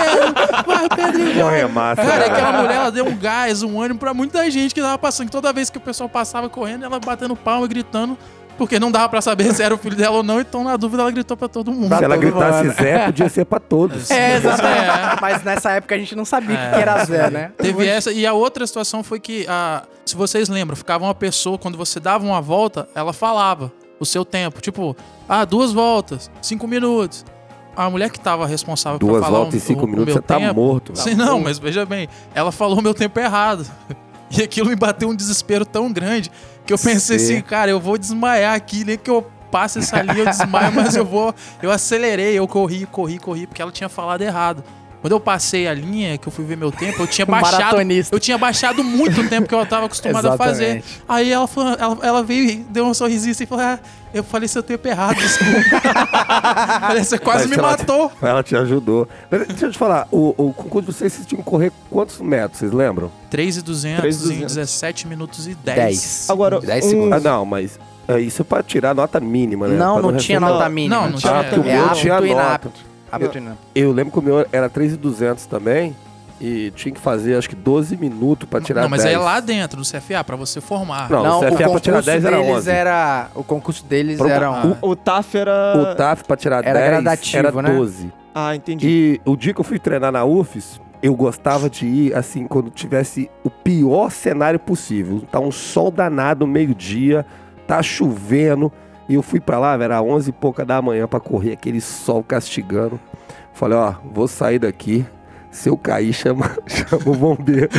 vai Pedro. Cara, aquela mulher, ela deu um gás, um ânimo pra muita gente que tava passando. Toda vez que o pessoal passava correndo, ela batendo palma e gritando. Porque não dava pra saber se era o filho dela ou não, então na dúvida ela gritou pra todo mundo. Se ela gritasse Zé, podia ser pra todos. Exatamente. Mas nessa época a gente não sabia o que era Zé, né? Teve essa, e a outra situação foi que, se vocês lembram, ficava uma pessoa, quando você dava uma volta, ela falava o seu tempo. Tipo, 2 voltas, 5 minutos. A mulher que tava responsável por falar 2 voltas em 5 minutos, você tá morto. Sim, não, mas veja bem, ela falou o meu tempo errado. E aquilo me bateu um desespero tão grande que eu pensei assim, cara, eu vou desmaiar aqui, nem que eu passe essa linha, eu desmaio, mas eu acelerei, eu corri, porque ela tinha falado errado. Quando eu passei a linha, que eu fui ver meu tempo, eu tinha baixado muito o tempo que eu tava acostumado a fazer. Aí ela veio e deu um sorrisinho assim e falou, eu falei seu tempo errado, desculpa. Você quase me matou. Ela te ajudou. Mas, deixa eu te falar, o concurso de vocês tinham que correr quantos metros, vocês lembram? 3.200 em 17 minutos e 10. Agora, 10 segundos. Não, mas isso é pra tirar nota mínima, né? Não tinha nota mínima. Não tinha. O meu tinha nota. Apto. Eu lembro que o meu era 3.200 também. E tinha que fazer, acho que 12 minutos pra tirar 10. Não, mas é lá dentro do CFA, pra você formar. Não, o CFA pra tirar 10 era 11. O concurso deles era... O TAF era... O TAF pra tirar 10 gradativo, era né? 12. Entendi. E o dia que eu fui treinar na UFES, eu gostava de ir, assim, quando tivesse o pior cenário possível. Tá um sol danado, meio-dia, tá chovendo. E eu fui pra lá, era 11 e pouca da manhã pra correr, aquele sol castigando. Falei, vou sair daqui. Se eu cair, chama o bombeiro.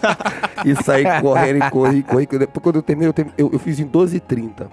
E saí correndo e corri. Depois, quando eu terminei, eu fiz em 12h30.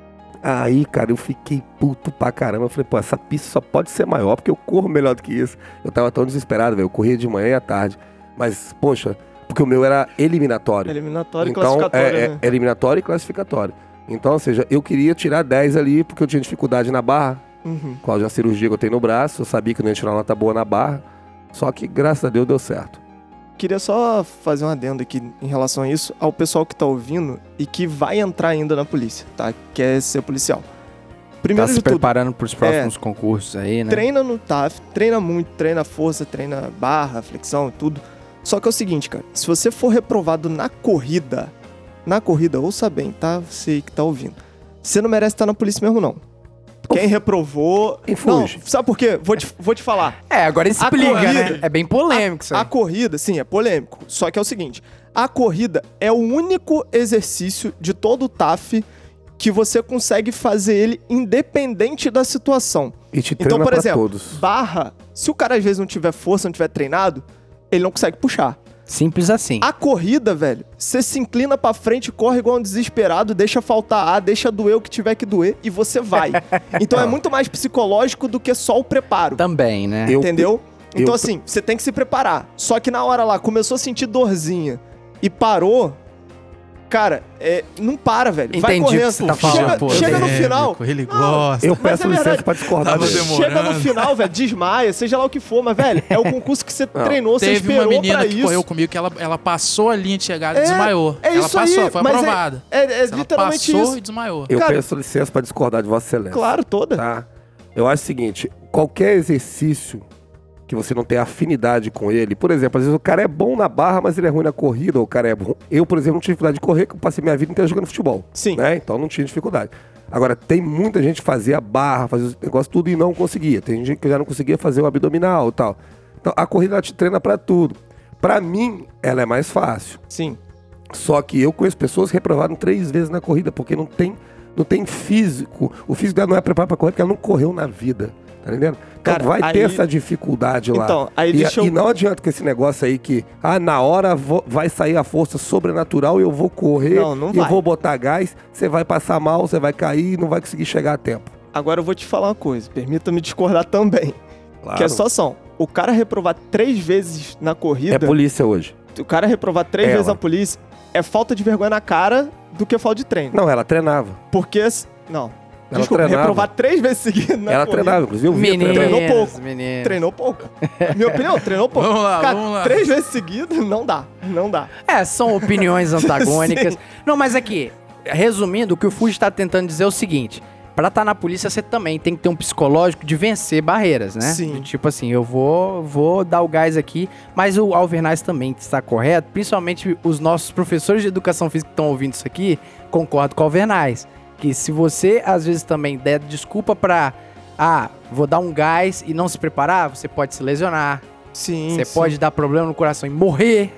Aí, cara, eu fiquei puto pra caramba. Eu falei, pô, essa pista só pode ser maior, porque eu corro melhor do que isso. Eu tava tão desesperado, velho. Eu corria de manhã e à tarde. Mas, poxa, porque o meu era eliminatório. Eliminatório e classificatório, né? Eliminatório e classificatório. Então, ou seja, eu queria tirar 10 ali, porque eu tinha dificuldade na barra. Com causa de uma cirurgia que eu tenho no braço. Eu sabia que não ia tirar uma nota boa na barra. Só que, graças a Deus, deu certo. Queria só fazer um adendo aqui em relação a isso, ao pessoal que tá ouvindo e que vai entrar ainda na polícia, tá? Quer ser policial. Primeiro tá se preparando pros próximos concursos aí, né? Treina no TAF, treina muito, treina força, treina barra, flexão e tudo. Só que é o seguinte, cara, se você for reprovado na corrida, ouça bem, tá? Você que tá ouvindo. Você não merece estar na polícia mesmo, não. Quem reprovou... Não, sabe por quê? Vou te falar. Agora explica, né? É bem polêmico isso aí. A corrida, sim, é polêmico. Só que é o seguinte, a corrida é o único exercício de todo o TAF que você consegue fazer ele independente da situação. E te treina por exemplo, todos. Barra, se o cara às vezes não tiver força, não tiver treinado, ele não consegue puxar. Simples assim. A corrida, velho, você se inclina pra frente, corre igual um desesperado, deixa faltar ar, deixa doer o que tiver que doer e você vai. Então é muito mais psicológico do que só o preparo. Também, né? Entendeu? Então assim, você tem que se preparar. Só que na hora lá, começou a sentir dorzinha e parou... Cara, não para, velho. Entendi vai correndo. O que você tá falando. Chega no final. Ele gosta. Eu peço licença pra discordar. Chega no final, velho, desmaia, seja lá o que for, mas, velho, é o concurso que você treinou, você esperou pra isso. Teve uma menina que correu comigo que ela passou a linha de chegada e desmaiou. Ela passou, aí, foi aprovada. Literalmente ela passou isso. E desmaiou. Eu peço licença pra discordar de Vossa Excelência. Claro, toda. Tá? Eu acho o seguinte, qualquer exercício que você não tem afinidade com ele. Por exemplo, às vezes o cara é bom na barra, mas ele é ruim na corrida, ou o cara é bom... Eu, por exemplo, não tive dificuldade de correr, porque eu passei minha vida inteira jogando futebol. Sim. Né? Então não tinha dificuldade. Agora, tem muita gente que fazia barra, fazia os negócios tudo e não conseguia. Tem gente que já não conseguia fazer o abdominal e tal. Então a corrida ela te treina pra tudo. Pra mim, ela é mais fácil. Sim. Só que eu conheço pessoas que reprovaram 3 vezes na corrida, porque não tem físico. O físico dela não é preparado pra correr, porque ela não correu na vida. Tá entendendo? Então Cara, vai ter aí- essa dificuldade lá. Então, aí deixa eu- E não adianta com esse negócio aí que, na hora vai sair a força sobrenatural e eu vou correr, Não e eu vai. vou botar gás, você vai passar mal, você vai cair e não vai conseguir chegar a tempo. Agora eu vou te falar uma coisa, permita-me discordar também. Claro. Que é a situação. O cara reprovar 3 vezes na corrida, É polícia hoje. o cara reprovar 3 Ela. vezes na polícia, é falta de vergonha na cara do que falta de treino. Não, ela treinava. Porque... Não. Ela Desculpa, treinava. reprovar 3 vezes seguidas na Ela corrida. treinava, inclusive eu vi Meninos, Treinou pouco. meninos. Treinou pouco. Minha opinião, treinou pouco. Vamos lá, Cara, vamos lá. 3 vezes seguidas, não dá. Não dá. São opiniões antagônicas. Sim. Não, mas aqui, resumindo, o que o Fuji está tentando dizer é o seguinte: pra estar na polícia, você também tem que ter um psicológico de vencer barreiras, né? Sim. De tipo assim, eu vou dar o gás aqui, mas o Alvernaz também está correto, principalmente os nossos professores de educação física que estão ouvindo isso aqui, concordo com o Alvernaz. Que se você, às vezes, também der desculpa pra, vou dar um gás e não se preparar, você pode se lesionar. Sim, Você sim. pode dar problema no coração e morrer,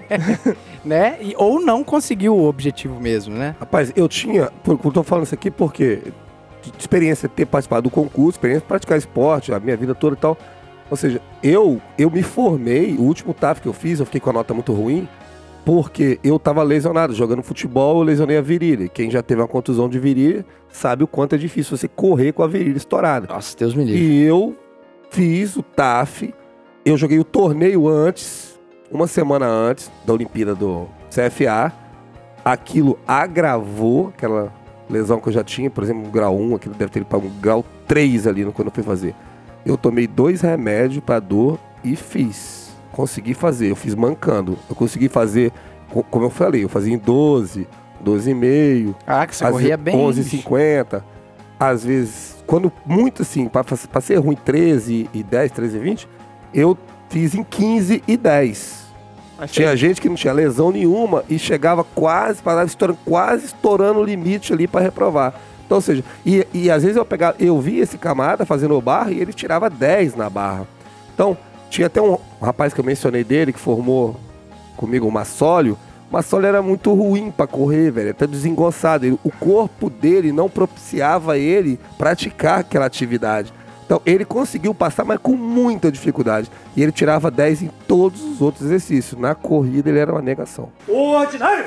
né? Ou não conseguir o objetivo mesmo, né? Rapaz, eu tô falando isso aqui porque de experiência ter participado do concurso, experiência de praticar esporte, a minha vida toda e tal. Ou seja, eu me formei, o último TAF que eu fiz, eu fiquei com a nota muito ruim, porque eu tava lesionado, jogando futebol, eu lesionei a virilha. Quem já teve uma contusão de virilha sabe o quanto é difícil você correr com a virilha estourada. Nossa, Deus me livre. E eu fiz o TAF, eu joguei o torneio antes, uma semana antes da Olimpíada do CFA. Aquilo agravou aquela lesão que eu já tinha, por exemplo, um grau 1, aquilo deve ter ido para um grau 3 ali quando eu fui fazer. Eu tomei 2 remédios para dor e fiz. Consegui fazer, eu fiz mancando. Eu consegui fazer, como eu falei, eu fazia em 12, 12,5. Caraca, você às corria vezes bem. 11,50. Às vezes, quando muito assim, pra ser ruim 13 e 10, 13 e 20, eu fiz em 15 e 10. Tinha gente que não tinha lesão nenhuma e chegava quase estourando o limite ali pra reprovar. Então, ou seja, e às vezes eu via esse camarada fazendo barra e ele tirava 10 na barra. Então, tinha até um rapaz que eu mencionei dele, que formou comigo o Massólio. O Massólio era muito ruim pra correr, velho, até desengonçado. O corpo dele não propiciava ele praticar aquela atividade. Então, ele conseguiu passar, mas com muita dificuldade. E ele tirava 10 em todos os outros exercícios. Na corrida, ele era uma negação. Ordinário!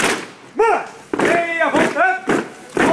Meia volta!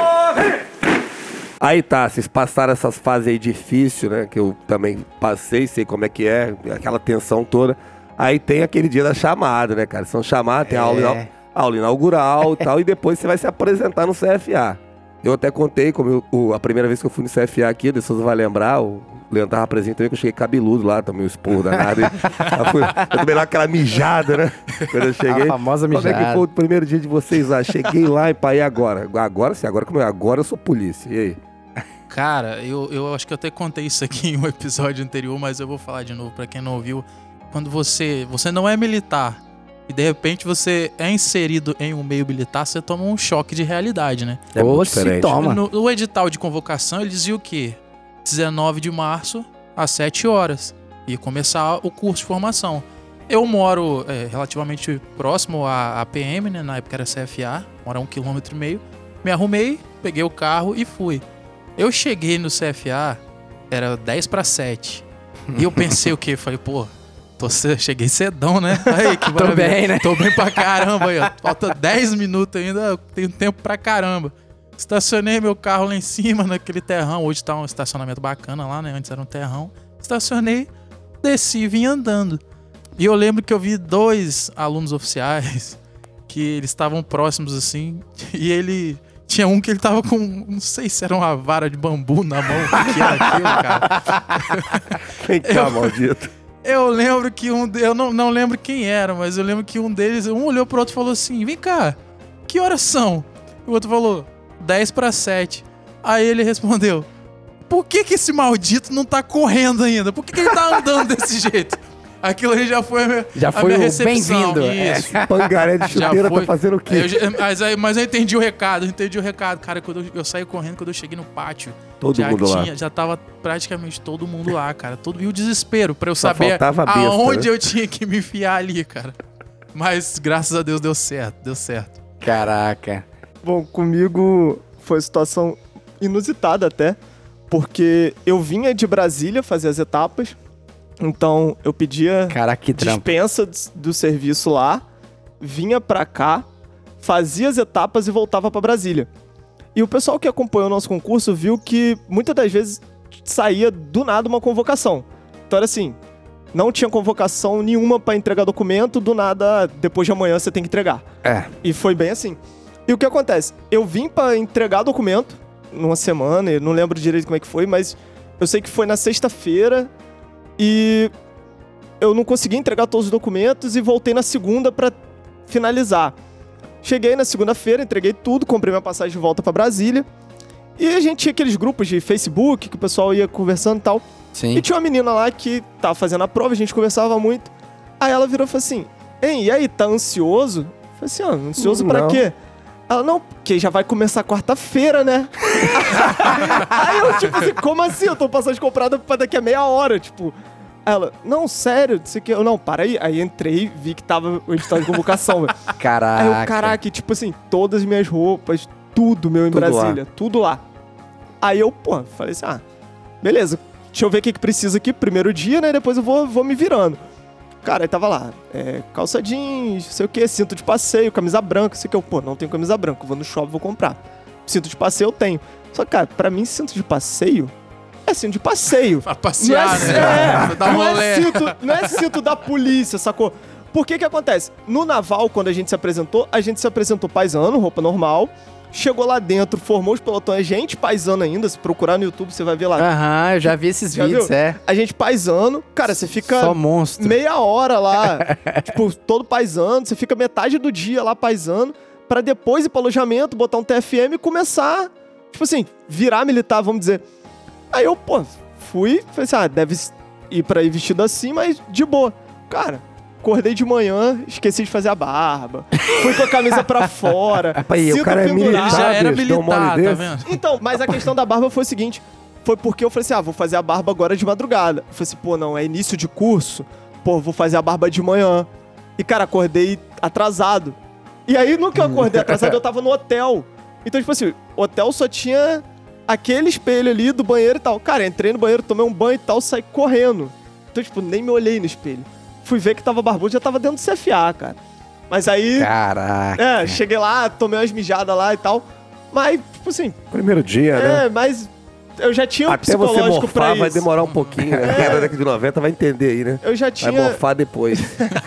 Aí tá, vocês passaram essas fases aí difíceis, né? Que eu também passei, sei como é que é, aquela tensão toda. Aí tem aquele dia da chamada, né, cara? São chamadas, tem a aula inaugural e tal, e depois você vai se apresentar no CFA. Eu até contei como a primeira vez que eu fui no CFA aqui, o De Souza vai lembrar, o Leandro tava presente também, que eu cheguei cabeludo lá, também o esporro danado. Eu tomei lá aquela mijada, né? Quando eu cheguei. A famosa mijada. Como é que foi o primeiro dia de vocês lá? Cheguei lá e pai, agora? Agora sim, agora eu sou polícia. E aí? Cara, eu acho que eu até contei isso aqui em um episódio anterior, mas eu vou falar de novo pra quem não ouviu. Quando você não é militar e de repente você é inserido em um meio militar, você toma um choque de realidade, né? É muito Ou diferente. se toma. No edital de convocação, ele dizia o quê? 19 de março, às 7 horas. Ia começar o curso de formação. Eu moro relativamente próximo à PM, né? Na época era CFA, moro a 1,5 km. Me arrumei, peguei o carro e fui. Eu cheguei no CFA, era 10 para 7. E eu pensei o quê? Falei, pô, cheguei cedão, né? Aí, que Tô bem, né? Tô bem pra caramba aí, ó. Falta 10 minutos ainda, tenho tempo pra caramba. Estacionei meu carro lá em cima, naquele terrão. Hoje tá um estacionamento bacana lá, né? Antes era um terrão. Estacionei, desci e vim andando. E eu lembro que eu vi 2 alunos oficiais que eles estavam próximos assim. E ele... Tinha um que ele tava com... Não sei se era uma vara de bambu na mão. O que era aquilo, cara? Vem cá, maldito. Eu lembro que eu não lembro quem era, mas eu lembro que um deles... Um olhou pro outro e falou assim... Vem cá, que horas são? O outro falou... 10 para 7. Aí ele respondeu... por que esse maldito não tá correndo ainda? Por que ele tá andando desse jeito? Aquilo aí já foi a minha, minha recepção. Bem-vindo. Esse pangaré de chuteira tá fazendo o quê? Mas eu entendi o recado, Cara, quando eu saí correndo, quando eu cheguei no pátio, Todo mundo lá. Já tava praticamente todo mundo lá, cara. E o desespero pra eu Só saber faltava a besta, aonde né? eu tinha que me enfiar ali, cara. Mas graças a Deus deu certo. Caraca. Bom, comigo foi situação inusitada até, porque eu vinha de Brasília fazer as etapas, então eu pedia Caraca, que trampo. dispensa do serviço lá, vinha pra cá, fazia as etapas e voltava pra Brasília. E o pessoal que acompanhou o nosso concurso viu que muitas das vezes saía do nada uma convocação. Então era assim, não tinha convocação nenhuma pra entregar documento, do nada, depois de amanhã você tem que entregar. E foi bem assim. E o que acontece? Eu vim pra entregar documento numa semana, eu não lembro direito como é que foi, mas eu sei que foi na sexta-feira e eu não consegui entregar todos os documentos e voltei na segunda pra finalizar. Cheguei na segunda-feira, entreguei tudo, comprei minha passagem de volta pra Brasília. E a gente tinha aqueles grupos de Facebook que o pessoal ia conversando e tal. Sim. E tinha uma menina lá que tava fazendo a prova, a gente conversava muito. Aí ela virou e falou assim, hein, e aí, tá ansioso? Eu falei assim, ansioso pra Não. quê? Ela, não, porque já vai começar quarta-feira, né? Aí eu, tipo assim, como assim? Eu tô com passagem comprada pra daqui a meia hora, tipo... Ela, não, sério, disse que eu, não, para aí. Aí entrei, vi que tava o edital de convocação, velho. Caraca. Aí eu, caraca, tipo assim, todas as minhas roupas, tudo meu em Tudo Brasília, tudo lá. Aí eu, pô, falei assim, beleza, deixa eu ver o que precisa aqui, primeiro dia, né, depois eu vou me virando. Cara, aí tava lá, calça jeans, sei o que, cinto de passeio, camisa branca, sei o que, eu, pô, não tenho camisa branca, vou no shopping, vou comprar. Cinto de passeio eu tenho. Só que, cara, pra mim, cinto de passeio é cinto de passeio. Pra passear, né? Dar um rolê. Não é cinto da polícia, sacou? Por que acontece? No naval, quando a gente se apresentou paisano, roupa normal. Chegou lá dentro, formou os pelotões, gente paisano ainda. Se procurar no YouTube, você vai ver lá. Aham, eu já vi esses vídeos, viu? A gente paisano, cara, você fica Só monstro. meia hora lá, tipo, todo paisano. Você fica metade do dia lá paisano, pra depois ir pro alojamento, botar um TFM e começar, tipo assim, virar militar, vamos dizer. Aí eu, pô, fui, falei assim, deve ir pra ir vestido assim, mas de boa. Cara, acordei de manhã, esqueci de fazer a barba. Fui com a camisa pra fora. Aí, o cara é militar, Já era bicho, deu um militar, mole tá desse. vendo? Então, mas a questão da barba foi o seguinte. Foi porque eu falei assim, vou fazer a barba agora de madrugada. Eu falei assim, pô, não, é início de curso. Pô, vou fazer a barba de manhã. E, cara, acordei atrasado. E aí, no que eu acordei atrasado, eu tava no hotel. Então, tipo assim, o hotel só tinha aquele espelho ali do banheiro e tal. Cara, entrei no banheiro, tomei um banho e tal, saí correndo. Então, tipo, nem me olhei no espelho. Fui ver que tava barbudo, já tava dentro do CFA, cara. Mas aí... Caraca. cheguei lá, tomei umas mijadas lá e tal. Mas, tipo assim... Primeiro dia, né? mas eu já tinha um Até você psicológico pra morfar isso. vai demorar um pouquinho, né? Quem é da década de 90 vai entender aí, né? Eu já tinha... Vai morfar depois.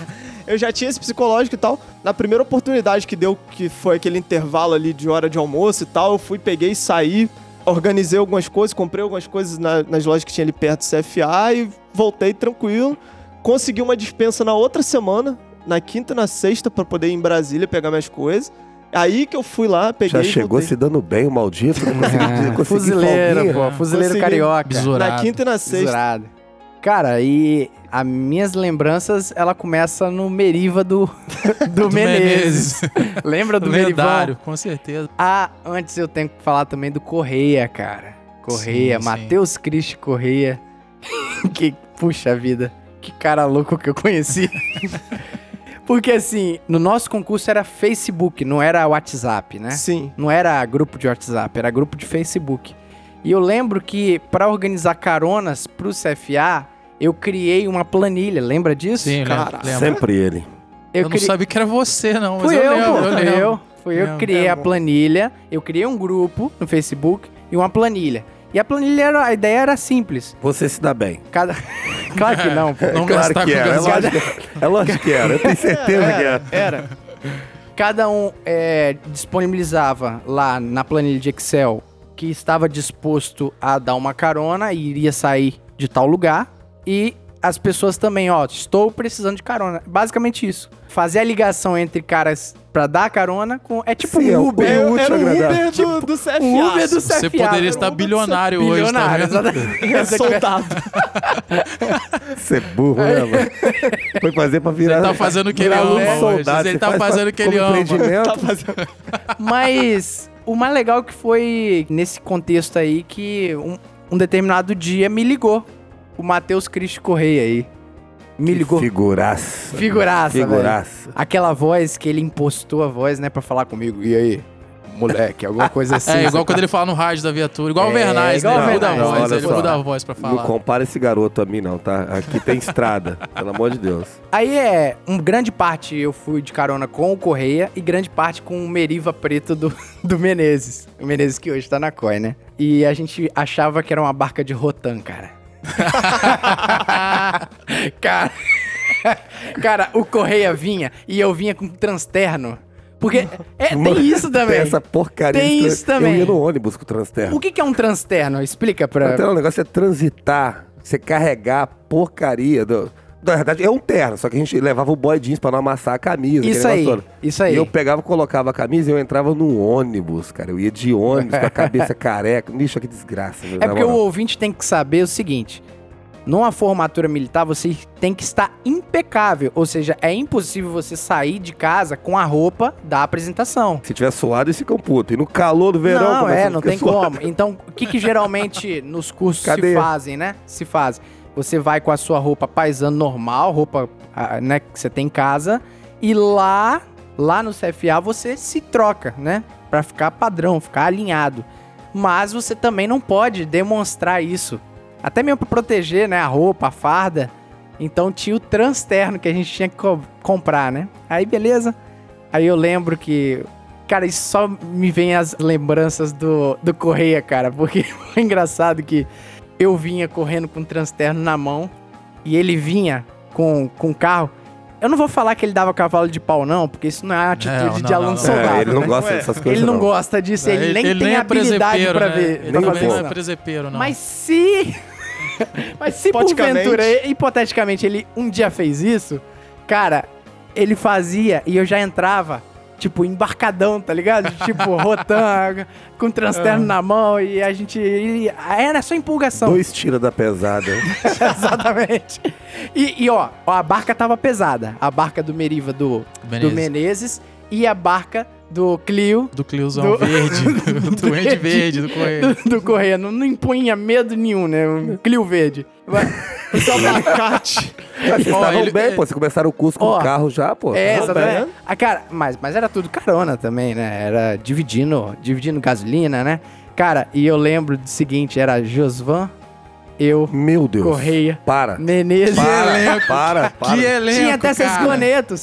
Eu já tinha esse psicológico e tal. Na primeira oportunidade que deu, que foi aquele intervalo ali de hora de almoço e tal, eu fui, peguei, saí, organizei algumas coisas, comprei algumas coisas nas lojas que tinha ali perto do CFA e voltei tranquilo. Consegui uma dispensa na outra semana, na quinta e na sexta, pra poder ir em Brasília pegar minhas coisas. Aí que eu fui lá, peguei Já e chegou voltei. se dando bem, o maldito. Consegui Fuzileiro, folguinha. pô. Fuzileiro Consegui. carioca. Besourado. Na quinta e na sexta. Besourado. Cara, e as minhas lembranças, ela começa no Meriva do Menezes. Lembra do Lendário, Merivão? com certeza. Antes eu tenho que falar também do Correia, cara. Correia, Sim, sim. Matheus Cristi Correia. Que, puxa vida, que cara louco que eu conheci. Porque assim, no nosso concurso era Facebook, não era WhatsApp, né? Sim. Não era grupo de WhatsApp, era grupo de Facebook. E eu lembro que para organizar caronas pro CFA, eu criei uma planilha, lembra disso? Sim, Cara, lembro. Sempre ele. Eu não sabia que era você, não. Mas Fui eu eu, lembro, pô. eu lembro. Fui eu que criei a planilha. Eu criei um grupo no Facebook e uma planilha. E a planilha, a ideia era simples. Você se dá bem. Claro que não, pô. Não Claro gastar que com era. gasolina. É lógico que era. Eu tenho certeza que era. Era. Cada um disponibilizava lá na planilha de Excel que estava disposto a dar uma carona e iria sair de tal lugar. E as pessoas também, ó, estou precisando de carona. Basicamente isso. Fazer a ligação entre caras pra dar carona com... É tipo Sim, um Uber. é útil, Era o agradável. Uber do CFA. O Uber do Você CFA. poderia estar bilionário hoje, tá Bilionário, vendo? exatamente. É soldado. Você é burro, né, mano? Foi fazer pra virar... Ele tá fazendo o que ele virar ama aluno hoje. soldado. Ele Você tá faz fazendo o que ele como ama. empreendimento. Tá fazendo... Mas o mais legal que foi nesse contexto aí que um determinado dia me ligou. O Matheus Cristo Correia aí. Me ligou. Figuraça. Figuraça, Figuraça. Aquela voz que ele impostou a voz, né, pra falar comigo. E aí, moleque, alguma coisa assim. É, igual quando ele fala no rádio da viatura. Igual o Vernais, igual né? o Ele muda a Vernais. voz, Olha ele só. muda a voz pra Não falar. compara esse garoto a mim, não, tá? Aqui tem estrada, pelo amor de Deus. Aí grande parte eu fui de carona com o Correia e grande parte com o Meriva Preto do Menezes. O Menezes que hoje tá na COI, né? E a gente achava que era uma barca de Rotan, cara. Cara, o Correia vinha e eu vinha com transterno. Porque tem isso também. Tem essa porcaria. Tem de isso também. Eu ia no ônibus com o transterno. O que é um transterno? Explica pra... Então, o negócio é transitar, você carregar a porcaria Na verdade, é um terno, só que a gente levava o boy jeans pra não amassar a camisa. Isso aquele aí, negócio todo. isso aí. E eu pegava, colocava a camisa e eu entrava no ônibus, cara. Eu ia de ônibus com a cabeça careca. Bicho, que desgraça. Meu, É porque o ouvinte tem que saber o seguinte. Numa formatura militar, você tem que estar impecável. Ou seja, é impossível você sair de casa com a roupa da apresentação. Se tiver suado, eles ficam putos. E no calor do verão... Não tem como. Então, o que geralmente nos cursos se fazem, né? Se faz. Você vai com a sua roupa paisano normal, roupa né, que você tem em casa. E lá no CFA, você se troca, né? Pra ficar padrão, ficar alinhado. Mas você também não pode demonstrar isso. Até mesmo pra proteger, né, a roupa, a farda. Então tinha o transterno que a gente tinha que comprar, né? Aí beleza. Aí eu lembro que... Cara, isso só me vem as lembranças do Correia, cara. Porque foi engraçado que eu vinha correndo com o transterno na mão. E ele vinha com o carro. Eu não vou falar que ele dava cavalo de pau, não. Porque isso não é a atitude de aluno soldado. Ele não né? gosta dessas coisas, Ele não gosta disso. Ele nem tem habilidade pra ver. Ele pra também fazer não isso, é não. presepeiro, não. Mas se porventura, hipoteticamente, ele um dia fez isso, cara, ele fazia e eu já entrava, tipo, embarcadão, tá ligado? Tipo, Rotan, com transterno na mão e a gente... Era só empolgação. 2 tiras da pesada. Exatamente. E ó, a barca tava pesada. A barca do Meriva do Menezes e a barca do Clio. Do Cliozão verde. Do Ende verde, do Correia. Do Correia. Não impunha medo nenhum, né? O Clio verde. Esse abacate. Vocês estavam bem, pô. Vocês começaram o curso com o carro já, pô. É, exatamente. Cara, mas era tudo carona também, né? Era dividindo gasolina, né? Cara, e eu lembro do seguinte, era Josvan, eu, meu Deus, Correia, para, Menezes. Para. Que elenco, tinha até Sesconeto.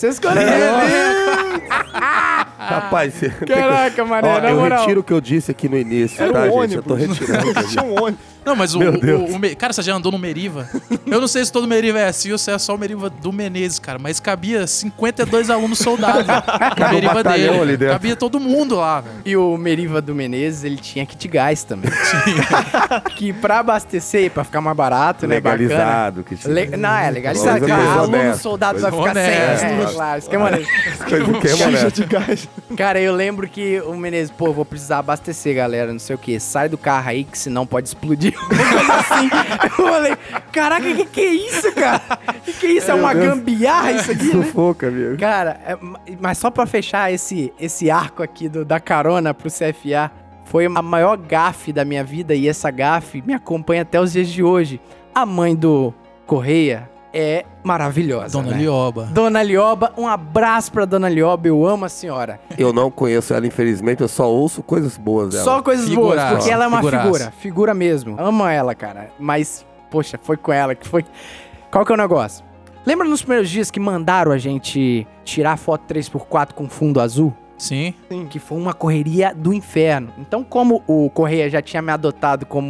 Rapaz, caraca, mané, na eu moral. retiro o que eu disse aqui no início, era tá, um gente? ônibus. Eu tô retirando. Tinha um ônibus. Não, mas Cara, você já andou no Meriva? Eu não sei se todo Meriva é assim ou se é só o Meriva do Menezes, cara. Mas cabia 52 alunos soldados no Meriva dele. Ali dentro. Cabia todo mundo lá, velho. E o Meriva do Menezes, ele tinha kit gás também. Que pra abastecer, pra ficar mais barato, legalizado, né? que tinha. Não, é legalizado. Coisa Aluno honesta, soldado vai coisa ficar sem. honesta. É, claro, isso que é maneiro. Coisa que é Caixa de gás. Cara, eu lembro que o Menezes, pô, vou precisar abastecer, galera, não sei o que. Sai do carro aí, que senão pode explodir. Assim, eu falei, caraca, que é isso, cara? Que é isso? É uma gambiarra isso aqui, né? Sufoca, amigo. Cara, mas só pra fechar esse arco aqui da carona pro CFA, foi a maior gafe da minha vida e essa gafe me acompanha até os dias de hoje. A mãe do Correia é maravilhosa, Dona né? Lioba. Dona Lioba, um abraço pra Dona Lioba, eu amo a senhora. Eu não conheço ela, infelizmente, eu só ouço coisas boas dela. Só coisas boas, porque ela é uma Figuraça. figura mesmo. Amo ela, cara. Mas, poxa, foi com ela que foi... Qual que é o negócio? Lembra nos primeiros dias que mandaram a gente tirar foto 3x4 com fundo azul? Sim. Que foi uma correria do inferno. Então, como o Correia já tinha me adotado como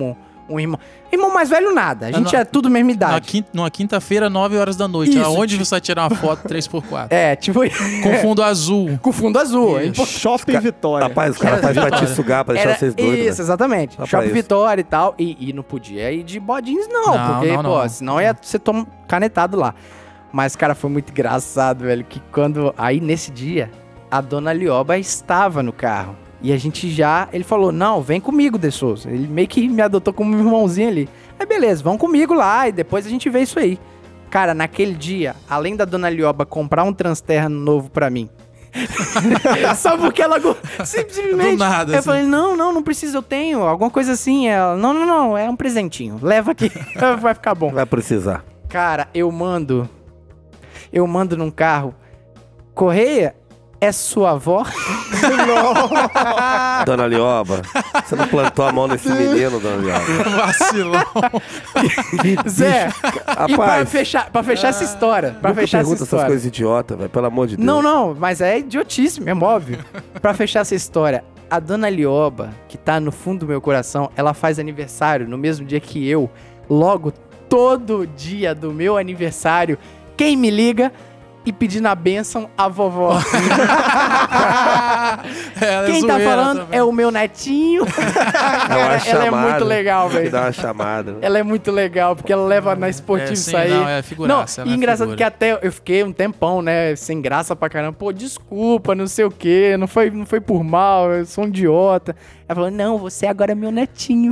um irmão. Irmão mais velho, nada. A gente é tudo mesma idade. Numa quinta-feira, 9 horas da noite. Isso, Aonde você vai tirar uma foto 3x4? É, tipo... Com fundo azul. Com fundo azul. Isso. Shopping Vitória. Rapaz, os caras fazem pra te sugar, pra deixar vocês doidos. Isso, né? exatamente. Só pra Shopping isso. Vitória e tal. E não podia ir de bodins, não. Não, porque, não, pô, não. senão ia ser canetado lá. Mas, cara, foi muito engraçado, velho, que quando... Aí, nesse dia, a dona Lioba estava no carro. E a gente ele falou, não, vem comigo, De Souza. Ele meio que me adotou como um irmãozinho ali. Aí, beleza, vão comigo lá e depois a gente vê isso aí. Cara, naquele dia, além da dona Lioba comprar um Transterra novo pra mim... Só porque ela... Simplesmente... Do nada, Eu assim. falei, não precisa, eu tenho. Alguma coisa assim. Ela, não, é um presentinho. Leva aqui, vai ficar bom. Vai precisar. Cara, eu mando num carro. Correia, é sua avó? Dona Lioba, você não plantou a mão nesse menino, Dona Lioba. Vacilão. Zé, e Rapaz, pra fechar essa história. Pra nunca fechar essa pergunta essas história. coisas idiotas, velho, pelo amor de Deus. Não, mas é idiotice mesmo, óbvio. Pra fechar essa história, a dona Lioba, que tá no fundo do meu coração, ela faz aniversário no mesmo dia que eu. Logo, todo dia do meu aniversário, quem me liga e pedindo a bênção, a vovó. Quem tá falando é o meu netinho. Cara, ela é muito legal, velho. Dá uma chamada. Né? Ela é muito legal, porque ela leva na esportiva sim, isso aí. não, é figuraça, Não, ela e é engraçado figura. que até eu fiquei um tempão, né, sem graça pra caramba. Pô, desculpa, não sei o quê, não foi por mal, eu sou um idiota. Ela falou, não, você agora é meu netinho.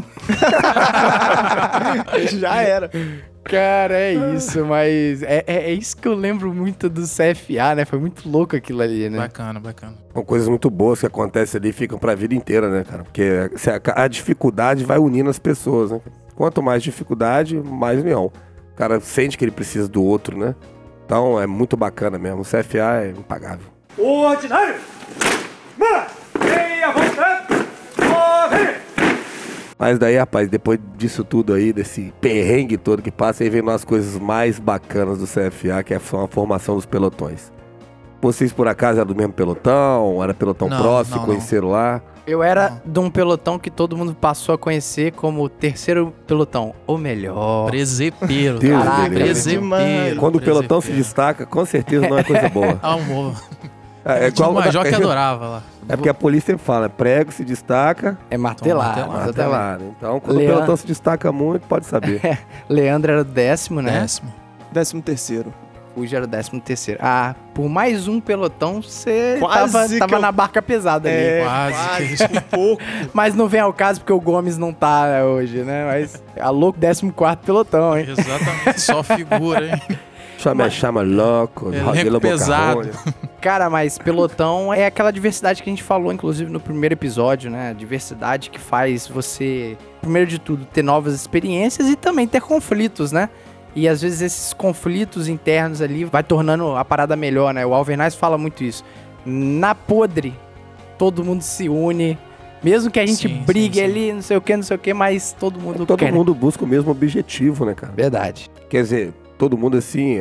Já era. Cara, é isso, mas é isso que eu lembro muito do CFA, né? Foi muito louco aquilo ali, né? Bacana. São coisas muito boas que acontecem ali e ficam pra vida inteira, né, cara? Porque a dificuldade vai unindo as pessoas, né? Quanto mais dificuldade, mais união. O cara sente que ele precisa do outro, né? Então é muito bacana mesmo. O CFA é impagável. Ordinário! Meia vontade! Corre! Mas daí, rapaz, depois disso tudo aí, desse perrengue todo que passa, aí vem umas coisas mais bacanas do CFA, que é a formação dos pelotões. Vocês, por acaso, eram do mesmo pelotão? Era pelotão Não, próximo, não. conheceram lá? Eu era de um pelotão que todo mundo passou a conhecer como o terceiro pelotão, ou melhor. Presepeiro. Deus Caraca, me livre. presepeiro. Quando o pelotão se destaca, com certeza não é coisa boa. Amor. É Tinha um igual- major que adorava lá. É porque a polícia sempre fala, prego se destaca, É martelar. Martelar. exatamente. martelar. Então, quando Leandro- o pelotão se destaca muito, pode saber. Leandro era o 10º, né? 10º. 13º. Fuji era o 13º. Ah, por mais um pelotão, você Quase tava que eu- na barca pesada ali. Quase. um pouco. Mas não vem ao caso porque o Gomes não tá hoje, né? Mas alô, 14º pelotão, hein? Exatamente. Só figura, hein? Chama louco, Elenco pesado. Cara, mas pelotão é aquela diversidade que a gente falou, inclusive, no primeiro episódio, né? A diversidade que faz você, primeiro de tudo, ter novas experiências e também ter conflitos, né? E às vezes esses conflitos internos ali vai tornando a parada melhor, né? O Alvernaz fala muito isso. Na podre, todo mundo se une. Mesmo que a gente Sim, brigue sim, sim. ali, não sei o que, mas todo mundo Todo quer. mundo busca o mesmo objetivo, né, cara? Verdade. Quer dizer, todo mundo assim,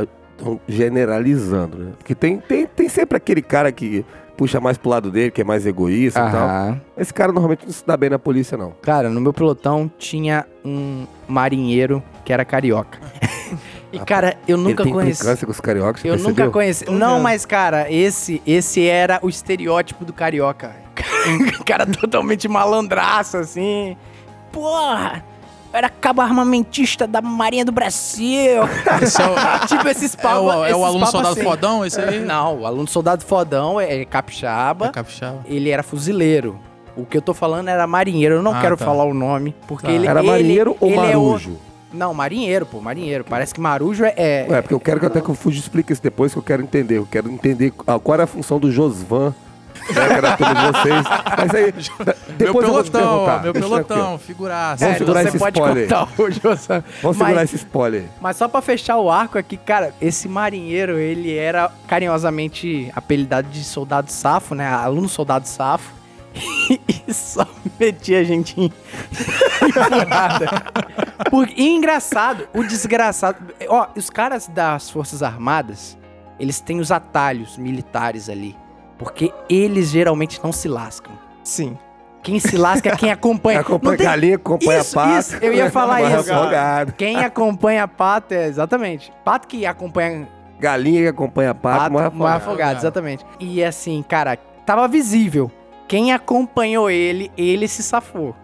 generalizando, né? Porque tem sempre aquele cara que puxa mais pro lado dele, que é mais egoísta e tal. Aham. Esse cara normalmente não se dá bem na polícia, não. Cara, no meu pelotão tinha um marinheiro que era carioca. E, cara, eu nunca Ele tem conheci. implicância com os cariocas, você Eu percebeu? nunca conheci. Não, mas, cara, esse era o estereótipo do carioca. Cara totalmente malandraço, assim. Porra! Era cabo armamentista da Marinha do Brasil. Esse é o, Tipo, esses é papos. o, é o aluno soldado fodão, esse aí? Não, o aluno soldado fodão é capixaba. É capixaba. Ele era fuzileiro. O que eu tô falando era marinheiro. Eu não Ah, quero tá. falar o nome. Porque Tá. ele. Era marinheiro ou ele marujo? Não, marinheiro, pô, marinheiro. Parece que marujo é. É, porque eu quero que até que o Fuji explique isso depois, que eu quero entender. Eu quero entender qual era a função do Josvan, né, que era turma de vocês. Mas aí, depois eu vou te perguntar. Meu Deixa aqui, ó. pelotão, figuraça. Vamos segurar você esse pode spoiler. contar o José. Vamos segurar esse spoiler. Mas só pra fechar o arco aqui, cara, esse marinheiro, ele era carinhosamente apelidado de soldado safo, né? Aluno soldado safo. E só metia a gente em furada. E engraçado, o desgraçado... Ó, os caras das Forças Armadas, eles têm os atalhos militares ali. Porque eles geralmente não se lascam. Sim. Quem se lasca é quem acompanha. Acompanha galinha, acompanha pato. Isso, eu ia falar Morre isso. afogado. Quem acompanha pato é exatamente. Pato que acompanha Galinha que acompanha pato, morre morre afogado. afogado, exatamente. E assim, cara, tava visível. Quem acompanhou ele se safou.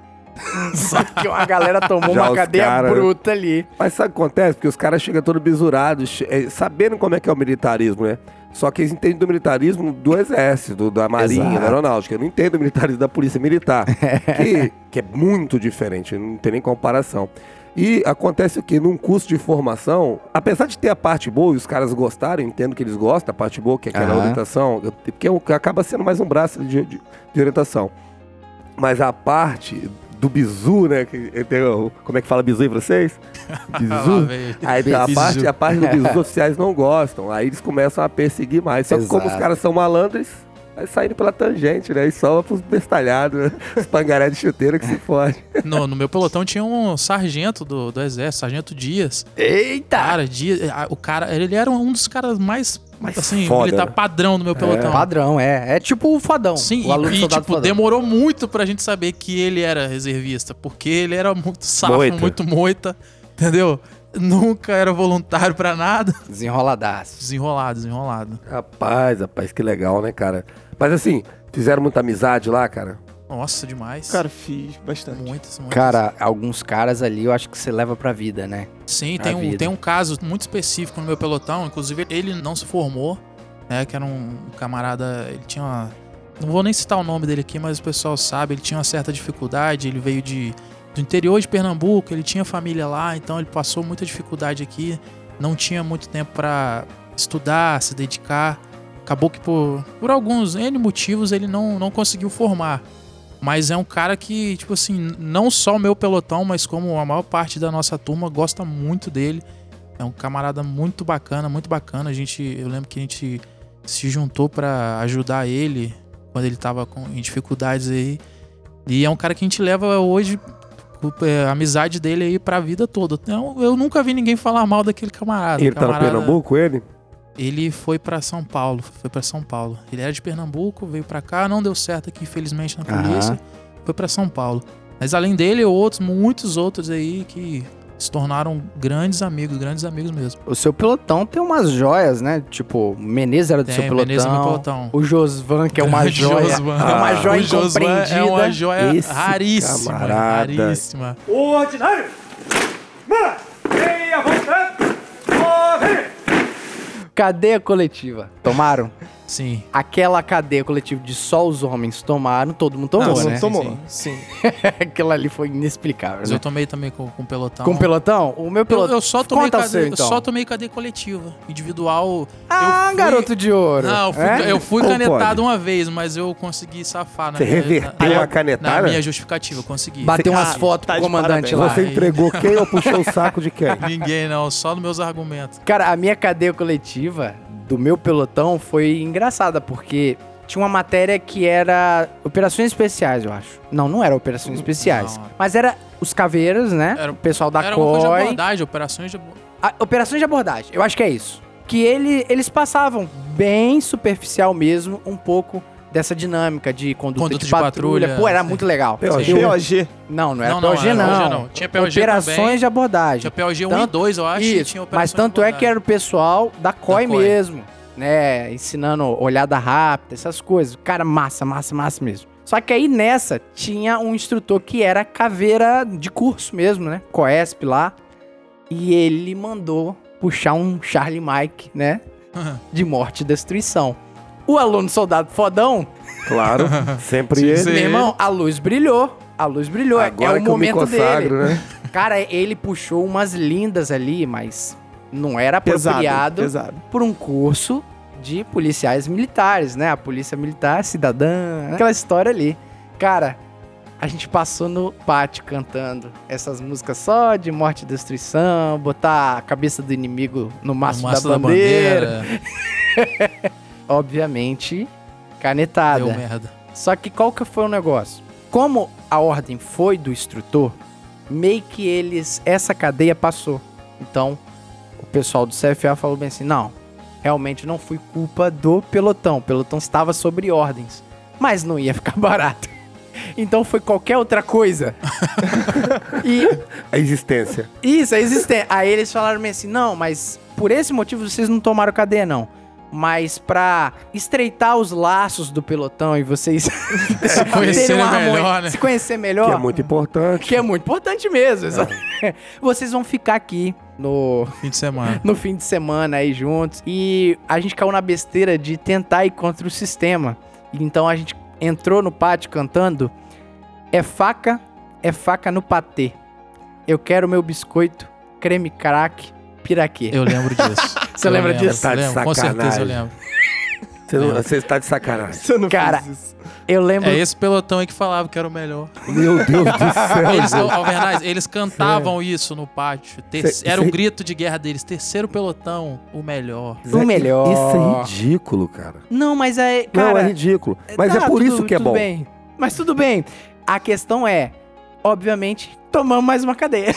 Só que uma galera tomou Já uma os cadeia cara, bruta ali. Mas sabe o que acontece? Porque os caras chegam todos bisurados, sabendo como é que é o militarismo, né? Só que eles entendem do militarismo do exército, da marinha, Exato. da aeronáutica. Eu não entendo o militarismo da polícia militar, que é muito diferente, não tem nem comparação. E acontece o quê? Num curso de formação, apesar de ter a parte boa e os caras gostarem, entendo que eles gostam da parte boa, que é aquela orientação, porque acaba sendo mais um braço de orientação. Mas a parte do bizu, né? Como é que fala bizu em vocês? Bizu. Aí a parte do bizu os oficiais não gostam. Aí eles começam a perseguir mais. Só que como os caras são malandros, vai saindo pela tangente, né? E só pros bestalhados, né? Os pangaré de chuteira que se fode. No meu pelotão tinha um sargento do exército, sargento Dias. Eita! Cara, Dias, o cara, ele era um dos caras mais assim, foda, militar né? padrão do meu pelotão. Padrão, é tipo o fodão. Sim, o aluno e soldado tipo, fodão. demorou muito pra gente saber que ele era reservista, porque ele era muito safo, Moita. muito moita, entendeu? Nunca era voluntário pra nada. Desenroladaço. Desenrolado. Rapaz, que legal, né, cara? Mas assim, fizeram muita amizade lá, cara? Nossa, demais. Cara, fiz bastante. Muitas. Cara, alguns caras ali eu acho que você leva pra vida, né? Sim, A vida. tem um caso muito específico no meu pelotão, inclusive ele não se formou, né, que era um camarada, ele tinha uma... Não vou nem citar o nome dele aqui, mas o pessoal sabe, ele tinha uma certa dificuldade, ele veio do interior de Pernambuco, ele tinha família lá, então ele passou muita dificuldade aqui, não tinha muito tempo pra estudar, se dedicar, acabou que por alguns N motivos ele não conseguiu formar. Mas é um cara que, tipo assim, não só o meu pelotão, mas como a maior parte da nossa turma gosta muito dele. É um camarada muito bacana. Eu lembro que a gente se juntou pra ajudar ele quando ele tava em dificuldades aí. E é um cara que a gente leva hoje, a amizade dele aí pra vida toda. Então, eu nunca vi ninguém falar mal daquele camarada. Ele tá no Pernambuco, ele? Ele foi pra São Paulo. Ele era de Pernambuco, veio pra cá, não deu certo aqui, infelizmente, na polícia. Foi pra São Paulo. Mas além dele, muitos outros aí que se tornaram grandes amigos mesmo. O seu pelotão tem umas joias, né? Tipo, o Menezes era do seu pelotão. Menezes é meu pelotão. O Josvan, que é uma joia. Josvan. É uma joia O Josvan incompreendida. é uma joia Esse raríssima. camarada. Raríssima. Ordinário! Mano! Meia volta! Morre! Cadeia coletiva. Tomaram? Sim. Aquela cadeia coletiva de só os homens tomaram, todo mundo tomou, Não, né? Tomou, sim. Aquilo ali foi inexplicável, Mas né? eu tomei também com o pelotão. Com o pelotão? O meu pelotão... Eu só tomei Conta o cadeia, seu, então. eu só tomei cadeia coletiva. Individual. Ah, eu fui- garoto de ouro. Não, É? eu fui Como canetado pode? uma vez, mas eu consegui safar. Você reverteu a canetada? Na minha justificativa, eu consegui. Bateu umas Ah, fotos tá pro de comandante parabéns. lá. Você entregou quem ou puxou o saco de quem? Ninguém não, só nos meus argumentos. Cara, a minha cadeia coletiva do meu pelotão foi engraçada, porque tinha uma matéria que era Operações Especiais, eu acho. Não era Operações Especiais. Não. Mas era os caveiras, né? Era- o pessoal da Era uma coisa de COI. abordagem, operações de abordagem. Operações de abordagem, eu acho que é isso. Que eles passavam bem superficial mesmo, um pouco dessa dinâmica de conduta de patrulha. Pô, era sim. muito legal. POG. POG. Não era Não, POG, era não. POG não. Tinha POG Operações também. de abordagem. Tinha POG 1 e Tanto- 2, eu acho. e Isso, tinha mas operações de tanto é que abordagem. era o pessoal da COI Da COI. mesmo, né? Ensinando olhada rápida, essas coisas. Cara, massa mesmo. Só que aí nessa tinha um instrutor que era caveira de curso mesmo, né? COESP lá. E ele mandou puxar um Charlie Mike, né? De morte e destruição. O aluno soldado fodão, Claro, sempre Sim, ele. sim. meu irmão, a luz brilhou. A luz brilhou. Agora é o que eu me momento consagro, dele. né? Cara, ele puxou umas lindas ali, mas não era Pesado, apropriado pesado. por um curso de policiais militares, né? A polícia militar cidadã, aquela história ali. Cara, a gente passou no pátio cantando essas músicas só de morte e destruição, botar a cabeça do inimigo no mastro Mastro da bandeira. Obviamente, canetada. Deu merda. Só que qual que foi o negócio? Como a ordem foi do instrutor, meio que essa cadeia passou. Então, o pessoal do CFA falou bem assim, não, realmente não foi culpa do pelotão. O pelotão estava sobre ordens, mas não ia ficar barato. Então foi qualquer outra coisa. E A existência. isso, é existente. Aí eles falaram assim, não, mas por esse motivo vocês não tomaram cadeia, não. Mas pra estreitar os laços do pelotão e vocês Se conhecerem terem uma melhor, harmonia, né? se conhecer melhor, Que é muito importante. que é muito importante mesmo. Vocês vão ficar aqui Fim de semana. no fim de semana aí juntos. E a gente caiu na besteira de tentar ir contra o sistema. Então a gente entrou no pátio cantando é faca no patê. Eu quero meu biscoito, creme crack, piraquê. Eu lembro disso. Você Eu lembra lembro, disso? Tá de lembro, com certeza eu sacanagem. lembro. Você está de sacanagem. Você não Cara, fez isso. Eu lembro... É esse pelotão aí que falava que era o melhor. Meu Deus do céu. Eles, Alvernaz, eles cantavam isso no pátio. Era o grito de guerra deles. Terceiro pelotão, o melhor. O melhor. Isso é ridículo, cara. Não, mas é... Não, Cara, é ridículo. Mas tá, é por tudo- isso que é tudo bom. Bem. Mas tudo bem. A questão é, obviamente, tomamos mais uma cadeia.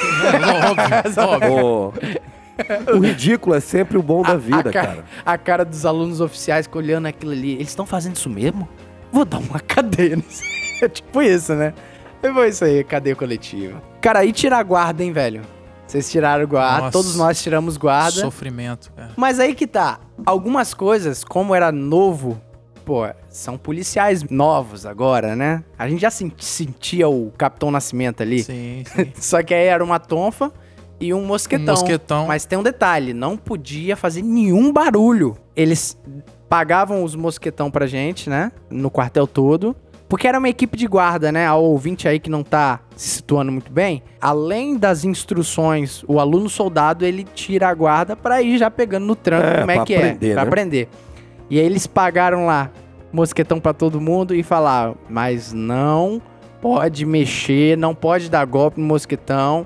Óbvio. O ridículo é sempre o bom da vida, cara. A cara dos alunos oficiais olhando aquilo ali. Eles estão fazendo isso mesmo? Vou dar uma cadeia nisso. É tipo isso, né? Foi isso aí, cadeia coletiva. Cara, aí tirar guarda, hein, velho? Vocês tiraram guarda, Nossa. todos nós tiramos guarda. Sofrimento, cara. Mas aí que tá. Algumas coisas, como era novo, pô, são policiais novos agora, né? A gente já sentia o Capitão Nascimento ali. Sim, sim. Só que aí era uma tonfa e um mosquetão. Um mosquetão. Mas tem um detalhe, não podia fazer nenhum barulho. Eles pagavam os mosquetão pra gente, né? No quartel todo. Porque era uma equipe de guarda, né? Ao ouvinte aí que não tá se situando muito bem. Além das instruções, o aluno soldado, ele tira a guarda pra ir já pegando no tranco como é pra que aprender, é. Pra né? aprender. E aí eles pagaram lá mosquetão pra todo mundo e falaram, mas não pode mexer, não pode dar golpe no mosquetão.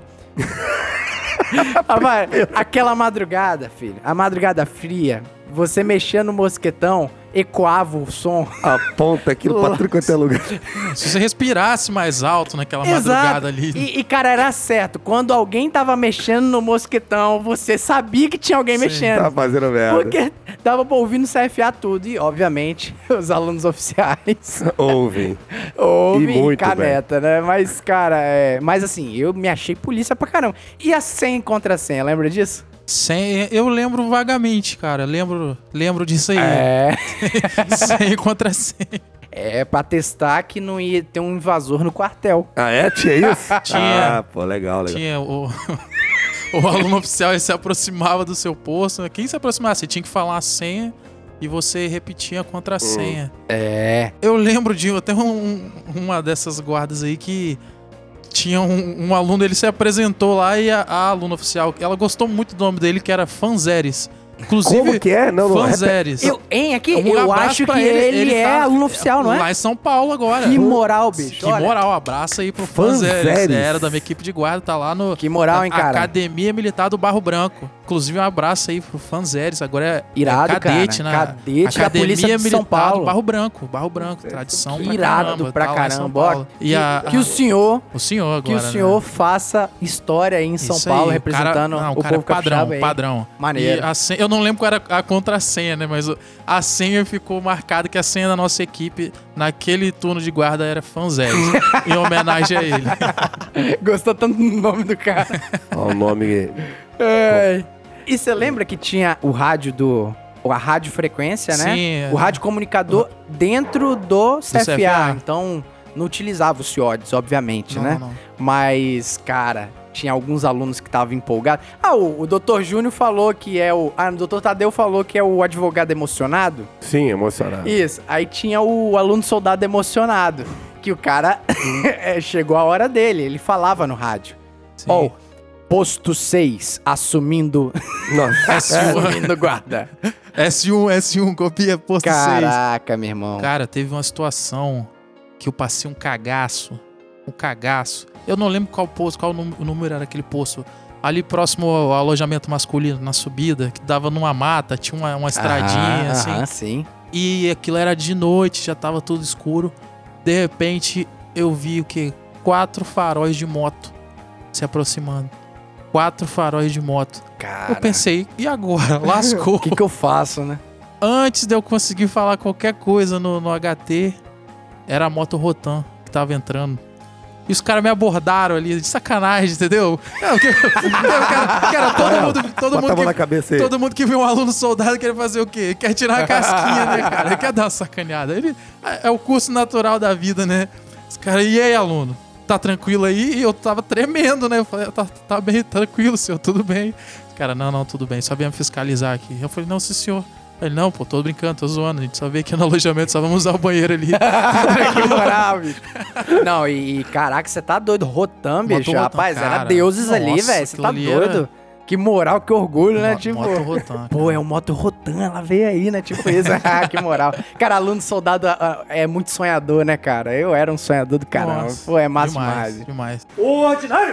Rapaz, aquela madrugada, filho, a madrugada fria, você mexia no mosquetão, ecoava o som. Aponta aquilo pra tudo quanto é lugar. Se você respirasse mais alto naquela madrugada ali. E, cara, era certo. Quando alguém tava mexendo no mosquetão, você sabia que tinha alguém mexendo. Tá fazendo merda. Porque dava pra ouvir no CFA tudo. E, obviamente, os alunos oficiais Ouvem. ouvem E muito, caneta, né? Mas, cara, mas assim, eu me achei polícia pra caramba. E a senha contra a senha, lembra disso? Eu lembro vagamente, cara. Lembro disso aí. É. Senha contra senha. É, pra testar que não ia ter um invasor no quartel. Ah, é? Tinha isso? Tinha. Ah, pô, legal. Tinha o aluno oficial, ele se aproximava do seu posto. Quem se aproximasse, você tinha que falar a senha e você repetia a contrassenha. É. Eu lembro de até uma dessas guardas aí que tinha um aluno, ele se apresentou lá e a aluna oficial, ela gostou muito do nome dele, que era Fanzeres. Inclusive, Como que é? Não, Fanzeres. Eu abraço acho pra que ele é tá aluno oficial, não é? Lá em São Paulo agora. Que moral, bicho. Que olha. moral, abraço aí pro Fanzeres. Fanzeres. Era da minha equipe de guarda, tá lá no Que moral, hein, cara? Academia Militar do Barro Branco. Inclusive, um abraço aí pro Fanzeres. Agora é Irado, cadete, cara. né? Cadete da Polícia de São Militar Paulo. do Barro Branco, tradição Que irado pra tá lá em São caramba. Paulo. Ó, E que o senhor o senhor agora, Que o senhor né? faça história aí em São Isso Paulo, aí, representando o o cara povo capixaba aí. padrão. Maneiro. E a senha, eu não lembro qual era a contrassenha, né? Mas a senha ficou marcada que a senha da nossa equipe naquele turno de guarda era Fanzeres, em homenagem a ele. Gostou tanto do nome do cara. Ó, o nome... É. E você lembra que tinha o rádio a radiofrequência, né? Sim, O rádio comunicador dentro do CFA. CFA. Então, não utilizava os CIODs, obviamente, Não, né? não. Mas, cara, tinha alguns alunos que estavam empolgados. Ah, o Dr. Júnior falou que é o... Ah, o Dr. Tadeu falou que é o advogado emocionado. Sim, emocionado. Isso. Aí tinha o aluno soldado emocionado. Que o cara chegou a hora dele. Ele falava no rádio. Sim. Ó, posto 6, assumindo Nossa. assumindo guarda. S1, copia posto 6. Caraca, meu irmão. Cara, teve uma situação que eu passei um cagaço. Eu não lembro qual posto, qual o número era aquele posto. Ali próximo ao alojamento masculino, na subida, que dava numa mata, tinha uma estradinha, assim. Aham, sim. E aquilo era de noite, já tava tudo escuro. De repente, eu vi o quê? 4 faróis de moto se aproximando. 4 faróis de moto. Cara, Eu pensei, e agora? Lascou. o que eu faço, né? Antes de eu conseguir falar qualquer coisa no HT, era a moto Rotan. que tava entrando. E os caras me abordaram ali, de sacanagem, entendeu? Todo mundo que viu um aluno soldado quer fazer o quê? Quer tirar a casquinha, né, cara? Quer dar uma sacaneada. É o curso natural da vida, né? Os caras, e aí, aluno? Tá tranquilo aí? E eu tava tremendo, né? Eu falei, tá bem, tranquilo, senhor, tudo bem. Os caras, não, tudo bem, só viemos fiscalizar aqui. Eu falei, não, sim, senhor. Ele, não, pô, tô brincando, tô zoando. A gente só veio aqui no alojamento, só vamos usar o banheiro ali. Que moral, bicho. Não, e caraca, você tá doido. Rotam, bicho. Rapaz, era deuses ali, velho. Você tá doido. Que moral, que orgulho, né? Tipo, Moto Rotam. Pô, é o Moto Rotam, ela veio aí, né? Tipo isso. Que moral. Cara, aluno soldado é muito sonhador, né, cara? Eu era um sonhador do caramba. Nossa, pô, é massa demais. Ordinário!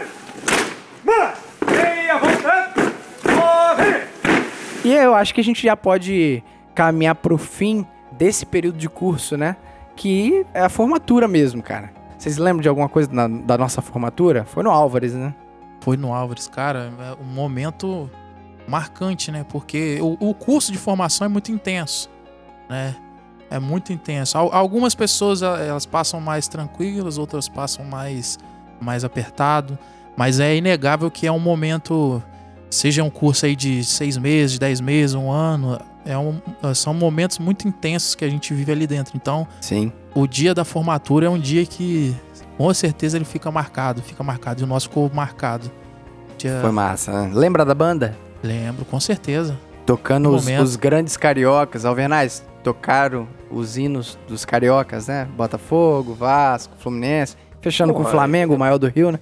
Meia vontade! Ordem! E eu acho que a gente já pode caminhar pro fim desse período de curso, né? Que é a formatura mesmo, cara. Vocês lembram de alguma coisa da nossa formatura? Foi no Álvares, né? Foi no Álvares, cara. É um momento marcante, né? Porque o curso de formação é muito intenso, né? É muito intenso. Algumas pessoas, elas passam mais tranquilas, outras passam mais apertado. Mas é inegável que é um momento... Seja um curso aí de 6 meses, de 10 meses, 1 ano, são momentos muito intensos que a gente vive ali dentro. Então, sim, o dia da formatura é um dia que, com certeza, ele fica marcado. E o nosso ficou marcado. Foi massa, né? Lembra da banda? Lembro, com certeza. Tocando os grandes cariocas. Alvernais, tocaram os hinos dos cariocas, né? Botafogo, Vasco, Fluminense. Fechando com o Flamengo, o maior do Rio, né?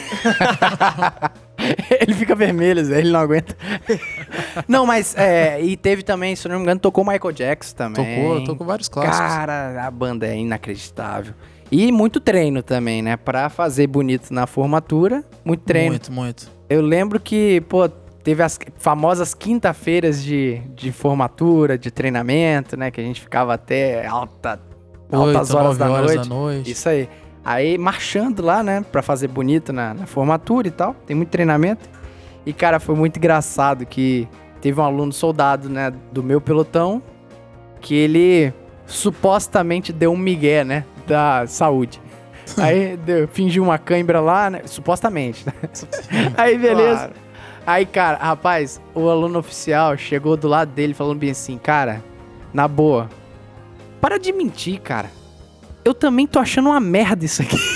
Ele fica vermelho, Zé, ele não aguenta. Não, mas, e teve também, se eu não me engano, tocou o Michael Jackson também. Tocou vários clássicos. Cara, a banda é inacreditável. E muito treino também, né? Pra fazer bonito na formatura, muito treino. Muito. Eu lembro que, pô, teve as famosas quinta-feiras de formatura, de treinamento, né? Que a gente ficava até altas horas da noite. Isso aí. Aí, marchando lá, né, pra fazer bonito na formatura e tal. Tem muito treinamento. E, cara, foi muito engraçado que teve um aluno soldado, né, do meu pelotão, que ele supostamente deu um migué, né, da saúde. Aí, fingiu uma cãibra lá, né, supostamente. Né? Aí, beleza. Claro. Aí, cara, rapaz, o aluno oficial chegou do lado dele falando bem assim, cara, na boa, para de mentir, cara. Eu também tô achando uma merda isso aqui.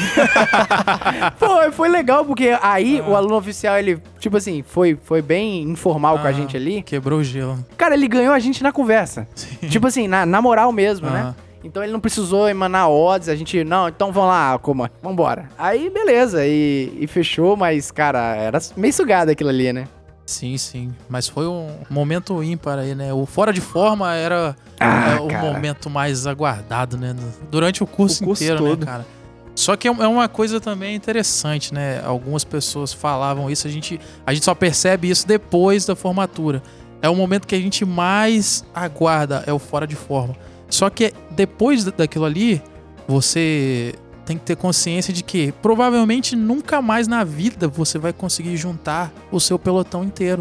Pô, foi legal, porque aí o aluno oficial, ele, tipo assim, foi bem informal com a gente ali. Quebrou o gelo. Cara, ele ganhou a gente na conversa. Sim. Tipo assim, na moral mesmo, né? Então ele não precisou emanar odds, a gente, não, então vamos lá, comando, vambora. Aí, beleza, e fechou, mas, cara, era meio sugado aquilo ali, né? Sim, mas foi um momento ímpar aí, né? O fora de forma era o momento mais aguardado, né? Durante o curso inteiro, todo. Né, cara? Só que é uma coisa também interessante, né? Algumas pessoas falavam isso, a gente só percebe isso depois da formatura. É o momento que a gente mais aguarda, é o fora de forma. Só que depois daquilo ali, você tem que ter consciência de que provavelmente nunca mais na vida você vai conseguir juntar o seu pelotão inteiro.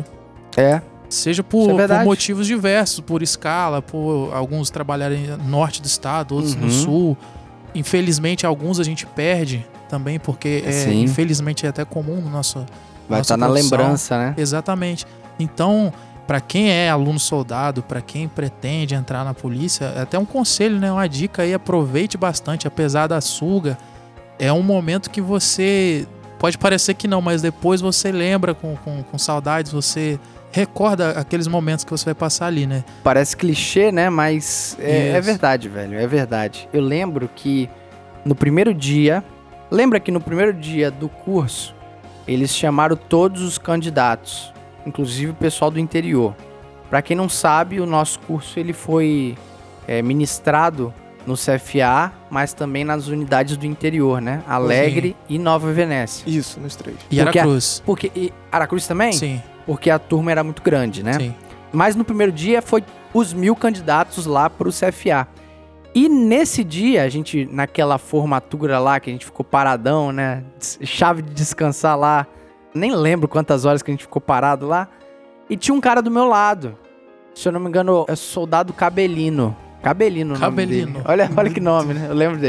Seja por motivos diversos, por escala, por alguns trabalharem no norte do estado, outros no sul. Infelizmente, alguns a gente perde também, porque infelizmente é até comum no nosso vai estar na lembrança, né? Exatamente. Então, para quem é aluno soldado, para quem pretende entrar na polícia, é até um conselho, né? Uma dica aí, aproveite bastante, apesar da suga. É um momento que você... Pode parecer que não, mas depois você lembra com saudades, você recorda aqueles momentos que você vai passar ali, né? Parece clichê, né? Mas é verdade, velho, é verdade. Eu lembro que no primeiro dia... Lembra que no primeiro dia do curso, eles chamaram todos os candidatos, inclusive o pessoal do interior. Pra quem não sabe, o nosso curso ele foi ministrado no CFA, mas também nas unidades do interior, né? Alegre e Nova Venécia. Isso, nos 3. E Aracruz. E Aracruz também? Sim. Porque a turma era muito grande, né? Sim. Mas no primeiro dia foi os 1000 candidatos lá pro CFA. E nesse dia, a gente, naquela formatura lá, que a gente ficou paradão, né? Chave de descansar lá. Nem lembro quantas horas que a gente ficou parado lá. E tinha um cara do meu lado. Se eu não me engano, é Soldado Cabelino. Cabelino o nome dele. Olha que nome, né? Eu lembro dele.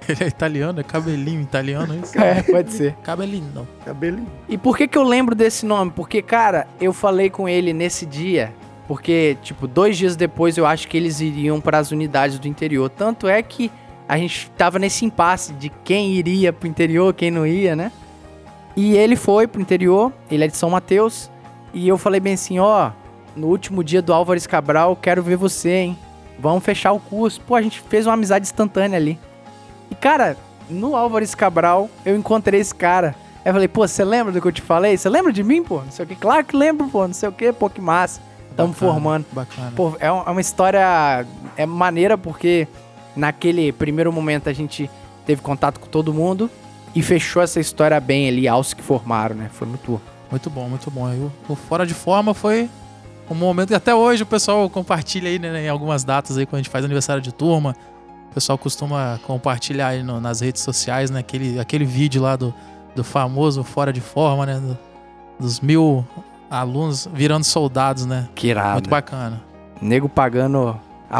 Ele é italiano, é cabelinho italiano, é isso? É, pode ser. Cabelinho. Cabelinho. E por que eu lembro desse nome? Porque, cara, eu falei com ele nesse dia, porque, tipo, 2 dias depois eu acho que eles iriam para as unidades do interior. Tanto é que a gente tava nesse impasse de quem iria pro interior, quem não ia, né? E ele foi pro interior, ele é de São Mateus, e eu falei bem assim, ó, no último dia do Álvares Cabral, quero ver você, hein? Vamos fechar o curso. Pô, a gente fez uma amizade instantânea ali. E, cara, no Álvares Cabral, eu encontrei esse cara. Aí eu falei, pô, você lembra do que eu te falei? Você lembra de mim, pô? Não sei o quê. Claro que lembro, pô. Não sei o quê. Pô, que massa. Tamo formando. Bacana. Pô, é uma história... É maneira porque naquele primeiro momento a gente teve contato com todo mundo e fechou essa história bem ali, aos que formaram, né? Foi muito... Muito bom, muito bom. E o Fora de Forma foi um momento que até hoje o pessoal compartilha aí, né, em algumas datas aí, quando a gente faz aniversário de turma. O pessoal costuma compartilhar aí nas redes sociais, né? Aquele vídeo lá do famoso Fora de Forma, né? Dos 1000 alunos virando soldados, né? Que irado. Muito bacana. Nego pagando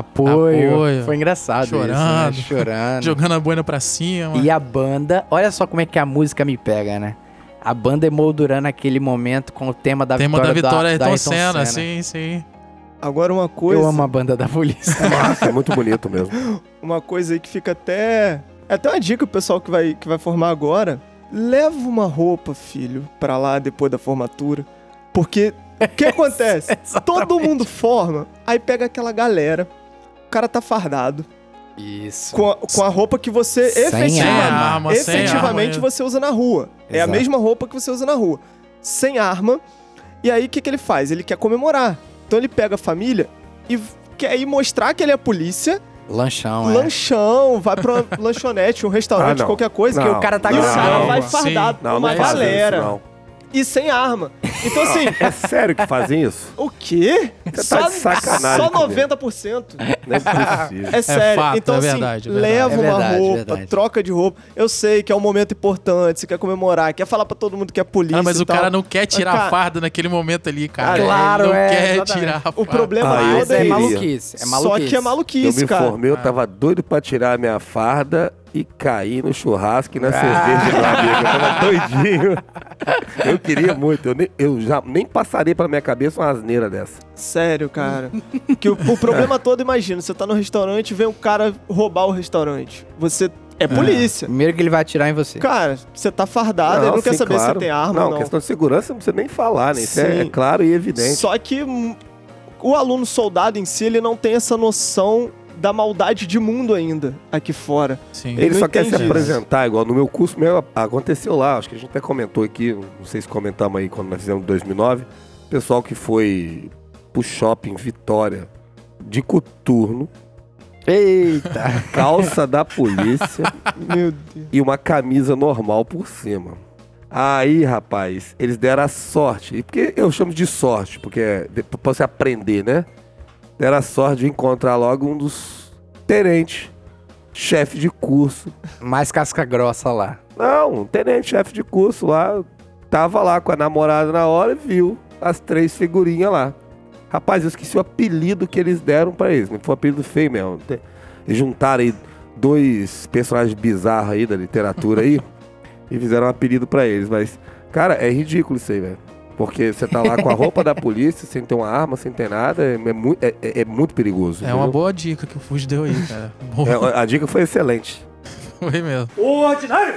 apoio. Foi engraçado Chorando. isso, né? Chorando. Jogando a boina pra cima. E a banda... Olha só como é que a música me pega, né? A banda emoldurando aquele momento com o tema da vitória da Ayrton Senna. Sim, sim. Agora uma coisa... Eu amo a banda da polícia. Nossa, é muito bonito mesmo. Uma coisa aí que fica até... É até uma dica pro pessoal que vai formar agora. Leva uma roupa, filho, pra lá depois da formatura. Porque o que acontece? Todo mundo forma, aí pega aquela galera, o cara tá fardado. Isso. Com a roupa que você Sem arma, efetivamente você usa na rua. É a Exato. mesma roupa que você usa na rua. Sem arma. E aí o que ele faz? Ele quer comemorar. Então ele pega a família e quer ir mostrar que ele é polícia. Lanchão, vai pra uma lanchonete, um restaurante, qualquer coisa. Porque o cara tá E o cara gravando. vai fardado com uma galera. E sem arma. Então assim... É sério que fazem isso? O quê? Você tá de sacanagem Só comigo. 90%. Não é possível. É sério. fato, então, é assim, verdade, é verdade. leva É uma verdade, roupa, verdade. troca de roupa. Eu sei que é um momento importante, você quer comemorar, quer falar pra todo mundo que é polícia. Ah, mas e o tal. cara não quer tirar Mas, a farda naquele momento ali, cara. Claro, Ele não é, quer exatamente. tirar a farda. O problema Ah, eu todo É queria. maluquice. É maluquice. Só que é Eu maluquice, me cara. formei, eu tava doido pra tirar a minha farda e cair no churrasco e na cerveja do amigo. Eu tava doidinho. Eu queria muito. Eu já nem passaria pela minha cabeça uma asneira dessa. Sério, cara. Que o problema todo, imagina, você tá no restaurante e vem um cara roubar o restaurante. Você é polícia. Primeiro que ele vai atirar em você. Cara, você tá fardado, ele não quer sim, saber claro. se tem arma ou não. Questão de segurança não precisa nem falar, né? Isso é Sim. claro e evidente. Só que o aluno soldado em si, ele não tem essa noção da maldade de mundo ainda aqui fora. Sim. Ele não só quer se entende isso. apresentar, igual no meu curso mesmo aconteceu lá, acho que a gente até comentou aqui, não sei se comentamos aí quando nós fizemos em 2009, pessoal que foi pro shopping Vitória de coturno, Eita. calça da polícia Meu Deus. e uma camisa normal por cima. Aí, rapaz, eles deram a sorte, e porque eu chamo de sorte, porque é pra você aprender, né? Deram a sorte de encontrar logo um dos tenentes, chefe de curso. Mais casca grossa lá. Não, um tenente, chefe de curso lá, tava lá com a namorada na hora e viu as 3 figurinhas lá. Rapaz, eu esqueci o apelido que eles deram pra eles, mas foi um apelido feio mesmo. Eles juntaram aí 2 personagens bizarros aí da literatura aí e fizeram um apelido pra eles, mas, cara, é ridículo isso aí, velho. Porque você tá lá com a roupa da polícia, sem ter uma arma, sem ter nada, é muito perigoso. É uma boa dica que o Fuji deu aí, cara. Boa. A dica foi excelente. Foi mesmo. Ordinário!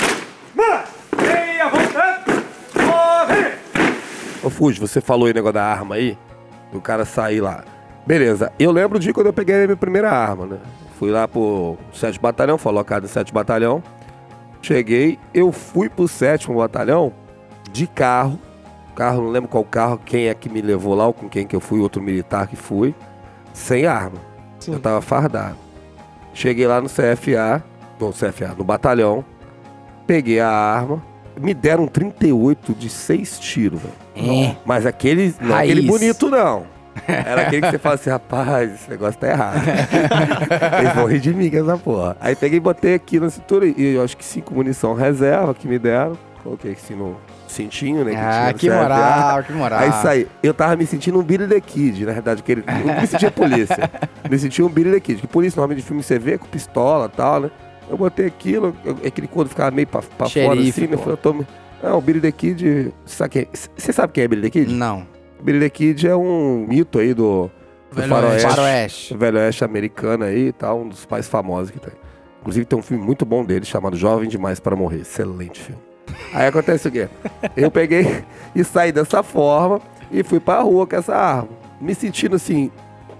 Meia volta! Corre! Ô Fuji, você falou aí negócio da arma aí, do cara sair lá. Beleza, eu lembro o dia quando eu peguei a minha primeira arma, né? Fui lá pro 7º Batalhão, foi alocado em 7º Batalhão. Cheguei, eu fui pro 7º Batalhão de carro, não lembro qual carro, quem é que me levou lá, ou com quem que eu fui, outro militar que fui, sem arma. Sim. Eu tava fardado. Cheguei lá no no batalhão, peguei a arma, me deram um 38 de 6 tiros, velho. Mas aquele, não Raiz. aquele bonito não. Era aquele que você fala assim, rapaz, esse negócio tá errado. Eles vão rir de mim com essa porra. Aí peguei e botei aqui na cintura, e eu acho que 5 munição reserva que me deram. Coloquei assim no cintinho, né? Que moral, que moral. Aí saí. Eu tava me sentindo um Billy the Kid, na verdade, que ele não me sentia polícia. Me sentia um Billy the Kid. Que polícia, no nome de filme você vê, com pistola e tal, né? Eu botei aquilo, aquele couro ficava meio pra fora Xerife, assim, né? Eu pô. falei, eu tomo... Não, o Billy the Kid... Você sabe quem é Billy the Kid? Não. Billy the Kid é um mito aí do Velho Faroeste. o Velho Oeste americano aí e tal, um dos mais famosos que tem. Inclusive tem um filme muito bom dele chamado Jovem Demais para Morrer. Excelente filme. Aí acontece o quê? Eu peguei e saí dessa forma e fui pra rua com essa arma. Me sentindo assim,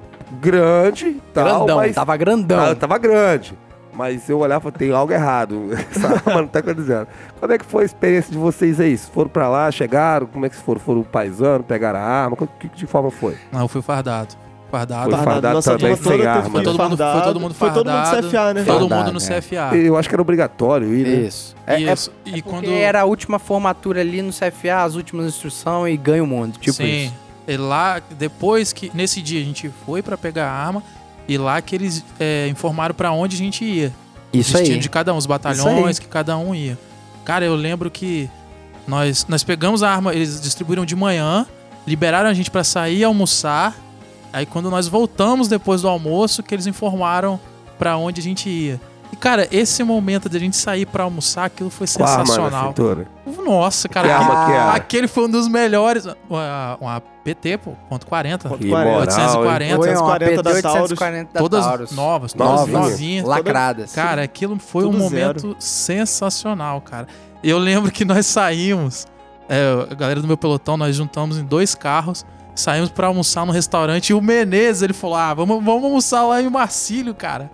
grande e tal, Grandão, mas... tava grandão. Ah, eu tava grande. Mas eu olhava e falei, tem algo errado. Essa arma não tá acontecendo. Como é que foi a experiência de vocês aí? Foram pra lá, chegaram? Como é que foram? Foram paisano, pegaram a arma? Que de forma foi? Não, eu fui fardado. Fardado. Foi fardado Nossa também, turma sem toda arma. teve Foi que todo ir mundo, fardado. foi todo mundo Foi todo mundo fardado. CFA, né? Todo Fardado, mundo no né? CFA. Eu acho que era obrigatório ir, né? Isso. Isso. E Porque quando... era a última formatura ali no CFA, as últimas instruções e ganha o mundo. Tipo Sim. isso. E lá, depois que... Nesse dia a gente foi pra pegar a arma e lá que eles informaram pra onde a gente ia. Isso O destino aí. de cada um, os batalhões que cada um ia. Cara, eu lembro que nós pegamos a arma, eles distribuíram de manhã, liberaram a gente pra sair e almoçar. Aí quando nós voltamos depois do almoço, que eles informaram pra onde a gente ia. E cara, esse momento de a gente sair pra almoçar, aquilo foi Com a arma na sensacional. cintura. Nossa, cara, Que arma que era? aquele foi um dos melhores. Uma PT, pô, .40. Ponto Que 40. moral, 840. Foi uma 840 da PT Taurus. 840 da Todas Taurus. novas, Novinhas. todas novinhas. Lacradas. Cara, aquilo foi um Tudo momento sensacional, cara. Eu lembro que nós saímos, a galera do meu pelotão, nós juntamos em 2 carros, saímos pra almoçar no restaurante e o Menezes, ele falou, vamos almoçar lá em Marcílio, cara.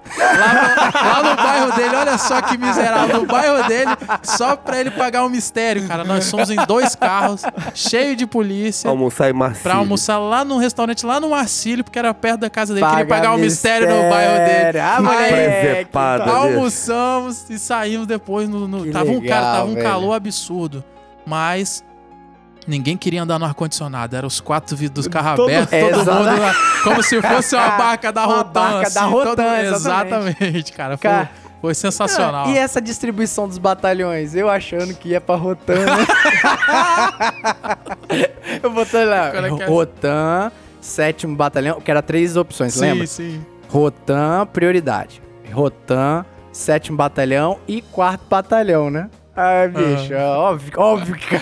Lá no bairro dele, olha só que miserável, no bairro dele, só pra ele pagar um mistério, cara. Nós fomos em 2 carros, cheio de polícia. Almoçar em Marcílio. Pra almoçar lá no restaurante, lá no Marcílio, porque era perto da casa dele. Queria Paga pagar um mistério no bairro dele. Ah, Que moleque. presepada desse. Almoçamos e saímos depois. Que Tava legal, um velho. calor absurdo. Mas ninguém queria andar no ar-condicionado. Eram os 4 vidros dos carros Todo- abertos, todo Exato. mundo lá, como se fosse uma barca da Uma Rotan. barca da Rotan, exatamente, cara. Cara, Foi sensacional. E essa distribuição dos batalhões? Eu achando que ia pra Rotan, né? Eu botei lá, Cara, que- Rotan, 7º batalhão, que era 3 opções, lembra? Sim. Rotan, prioridade. Rotan, 7º batalhão e 4º batalhão, né? Ai, bicho, óbvio que...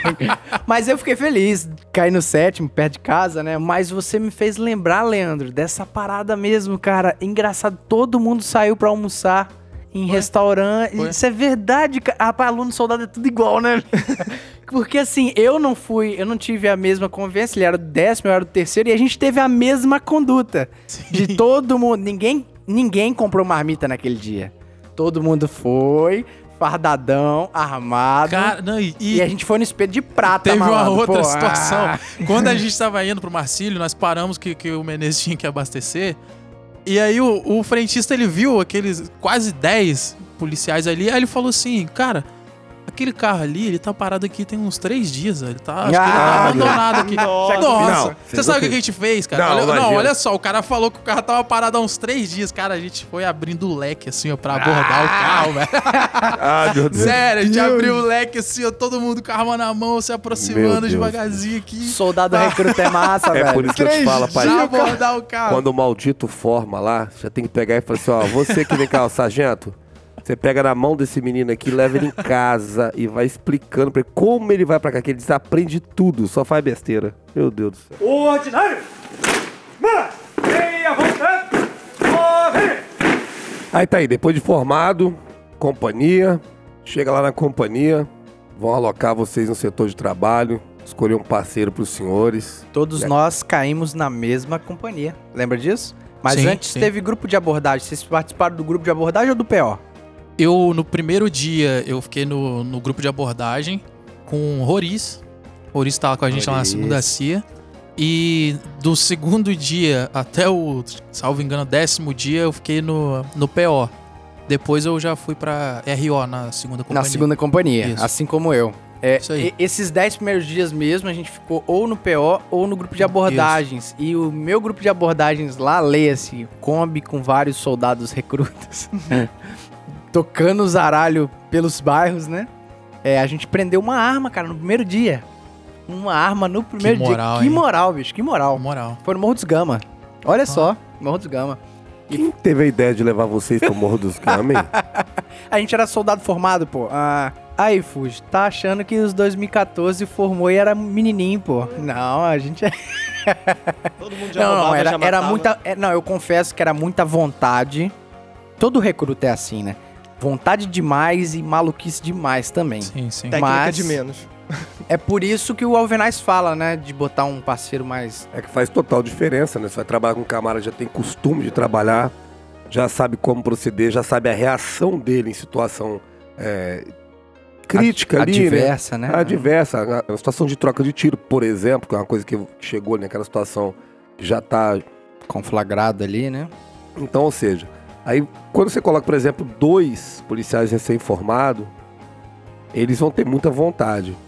Mas eu fiquei feliz, caí no 7º, perto de casa, né? Mas você me fez lembrar, Leandro, dessa parada mesmo, cara. Engraçado, todo mundo saiu pra almoçar em restaurante. Foi. Isso é verdade, cara. Rapaz, aluno soldado é tudo igual, né? Porque assim, eu não tive a mesma convivência, ele era do 10º, eu era do 3º, e a gente teve a mesma conduta. De todo mundo. Ninguém comprou marmita naquele dia. Todo mundo foi, fardadão, armado. Cara, não, e a gente foi no espelho de prata, Teve uma malandro. outra Pô, situação. ah. Quando a gente tava indo pro Marcílio, nós paramos que o Menezes tinha que abastecer. E aí o frentista, ele viu aqueles quase 10 policiais ali. Aí ele falou assim, cara, aquele carro ali, ele tá parado aqui tem uns 3 dias. Ele tá, acho que ele tá abandonado aqui. Nossa. Não, Você sabe o que a gente fez, cara? Não, Olha, imagina. olha só, o cara falou que o carro tava parado há uns 3 dias. Cara, a gente foi abrindo o leque assim, ó, pra abordar o carro, velho. Ah, meu Deus. Sério, a gente abriu o leque assim, ó, todo mundo com a arma na mão, se Meu aproximando Deus. devagarzinho aqui. Soldado recruta é massa, velho. É por isso que eu te falo, pai. Já abordar o carro. Quando o maldito forma lá, já tem que pegar e falar assim, ó, você que vem cá, ó, sargento, você pega na mão desse menino aqui, leva ele em casa e vai explicando pra ele como ele vai pra cá, que ele desaprende tudo, só faz besteira. Meu Deus do céu. Ordinário! Mara! Meia vontade! Morre! Aí tá aí, depois de formado, companhia, chega lá na companhia, vão alocar vocês no setor de trabalho, escolher um parceiro pros senhores. Todos nós caímos na mesma companhia. Lembra disso? Mas Sim, antes sim. teve grupo de abordagem. Vocês participaram do grupo de abordagem ou do PO? Eu, no primeiro dia, eu fiquei no grupo de abordagem com o Roriz. O Roriz tava com a gente lá na Roriz. segunda CIA. E do segundo dia até o, salvo engano, 10º dia, eu fiquei no PO. Depois eu já fui pra RO na segunda companhia. Na segunda companhia, Isso. assim como eu. Isso aí. Esses 10 primeiros dias mesmo, a gente ficou ou no PO ou no grupo de abordagens. E o meu grupo de abordagens lá, leia-se, Kombi com vários soldados recrutas, tocando o zaralho pelos bairros, né? A gente prendeu uma arma, cara, no primeiro dia. Uma arma no primeiro moral, dia. Que hein? moral, bicho, que moral. Moral. Foi no Morro dos Gama. Olha só, Morro dos Gama. Quem teve a ideia de levar vocês pro Morro dos Gama, hein? A gente era soldado formado, pô. Aí, Fuji, tá achando que os 2014 formou e era menininho, pô. Não, a gente... Todo mundo já roubava, já era matava. muita... Não, eu confesso que era muita vontade. Todo recruta é assim, né? Vontade demais e maluquice demais também. Sim, sim. Técnica Mas- de menos. É por isso que o Alvenaz fala, né? De botar um parceiro mais... É que faz total diferença, né? Você vai trabalhar com um camarada que já tem costume de trabalhar, já sabe como proceder, já sabe a reação dele em situação crítica ali, adversa, né? Adversa. A situação de troca de tiro, por exemplo, que é uma coisa que chegou ali naquela situação que já tá... Conflagrado ali, né? Então, ou seja, aí quando você coloca, por exemplo, 2 policiais recém-formados, eles vão ter muita vontade.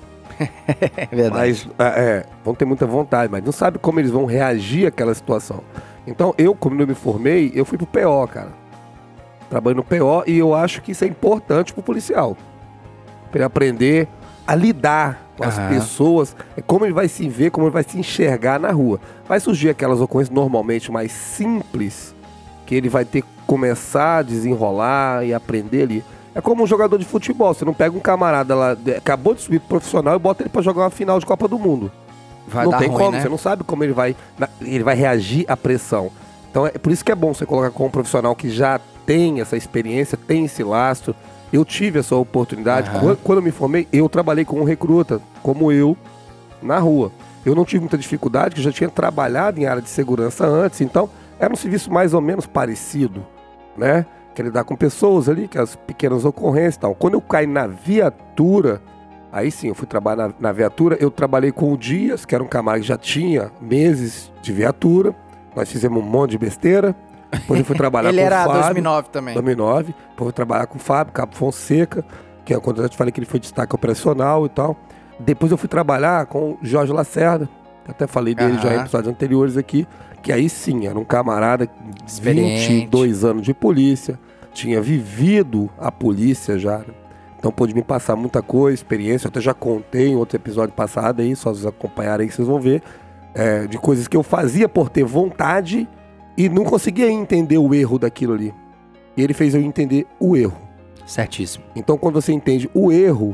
É verdade. Mas, vão ter muita vontade, mas não sabe como eles vão reagir àquela situação. Então, eu, como eu me formei, eu fui pro PO, cara. Trabalhei no PO e eu acho que isso é importante pro policial. Pra ele aprender a lidar com as pessoas, como ele vai se ver, como ele vai se enxergar na rua. Vai surgir aquelas ocorrências normalmente mais simples, que ele vai ter que começar a desenrolar e aprender ali. É como um jogador de futebol, você não pega um camarada lá, acabou de subir pro profissional e bota ele pra jogar uma final de Copa do Mundo. Vai Não dar tem ruim, como, né? você não sabe como ele vai reagir à pressão. Então é por isso que é bom você colocar com um profissional que já tem essa experiência, tem esse lastro. Eu tive essa oportunidade. Quando eu me formei, eu trabalhei com um recruta, como eu, na rua. Eu não tive muita dificuldade, porque eu já tinha trabalhado em área de segurança antes, então era um serviço mais ou menos parecido, né? Que lidar com pessoas ali, que as pequenas ocorrências e tal. Quando eu caí na viatura, aí sim, eu fui trabalhar na viatura, eu trabalhei com o Dias, que era um camarada que já tinha meses de viatura, nós fizemos um monte de besteira, depois eu fui trabalhar Ele com o era Fábio. 2009 também. 2009, depois eu fui trabalhar com o Fábio, Cabo Fonseca, que é quando eu te falei que ele foi destaque operacional e tal. Depois eu fui trabalhar com o Jorge Lacerda, que até falei dele já em episódios anteriores aqui, que aí sim, era um camarada de Experiente. 22 anos de polícia, tinha vivido a polícia já, né? Então pôde me passar muita coisa, experiência, eu até já contei em outro episódio passado aí, só vocês acompanharem aí que vocês vão ver, de coisas que eu fazia por ter vontade e não conseguia entender o erro daquilo ali. E ele fez eu entender o erro. Certíssimo. Então quando você entende o erro,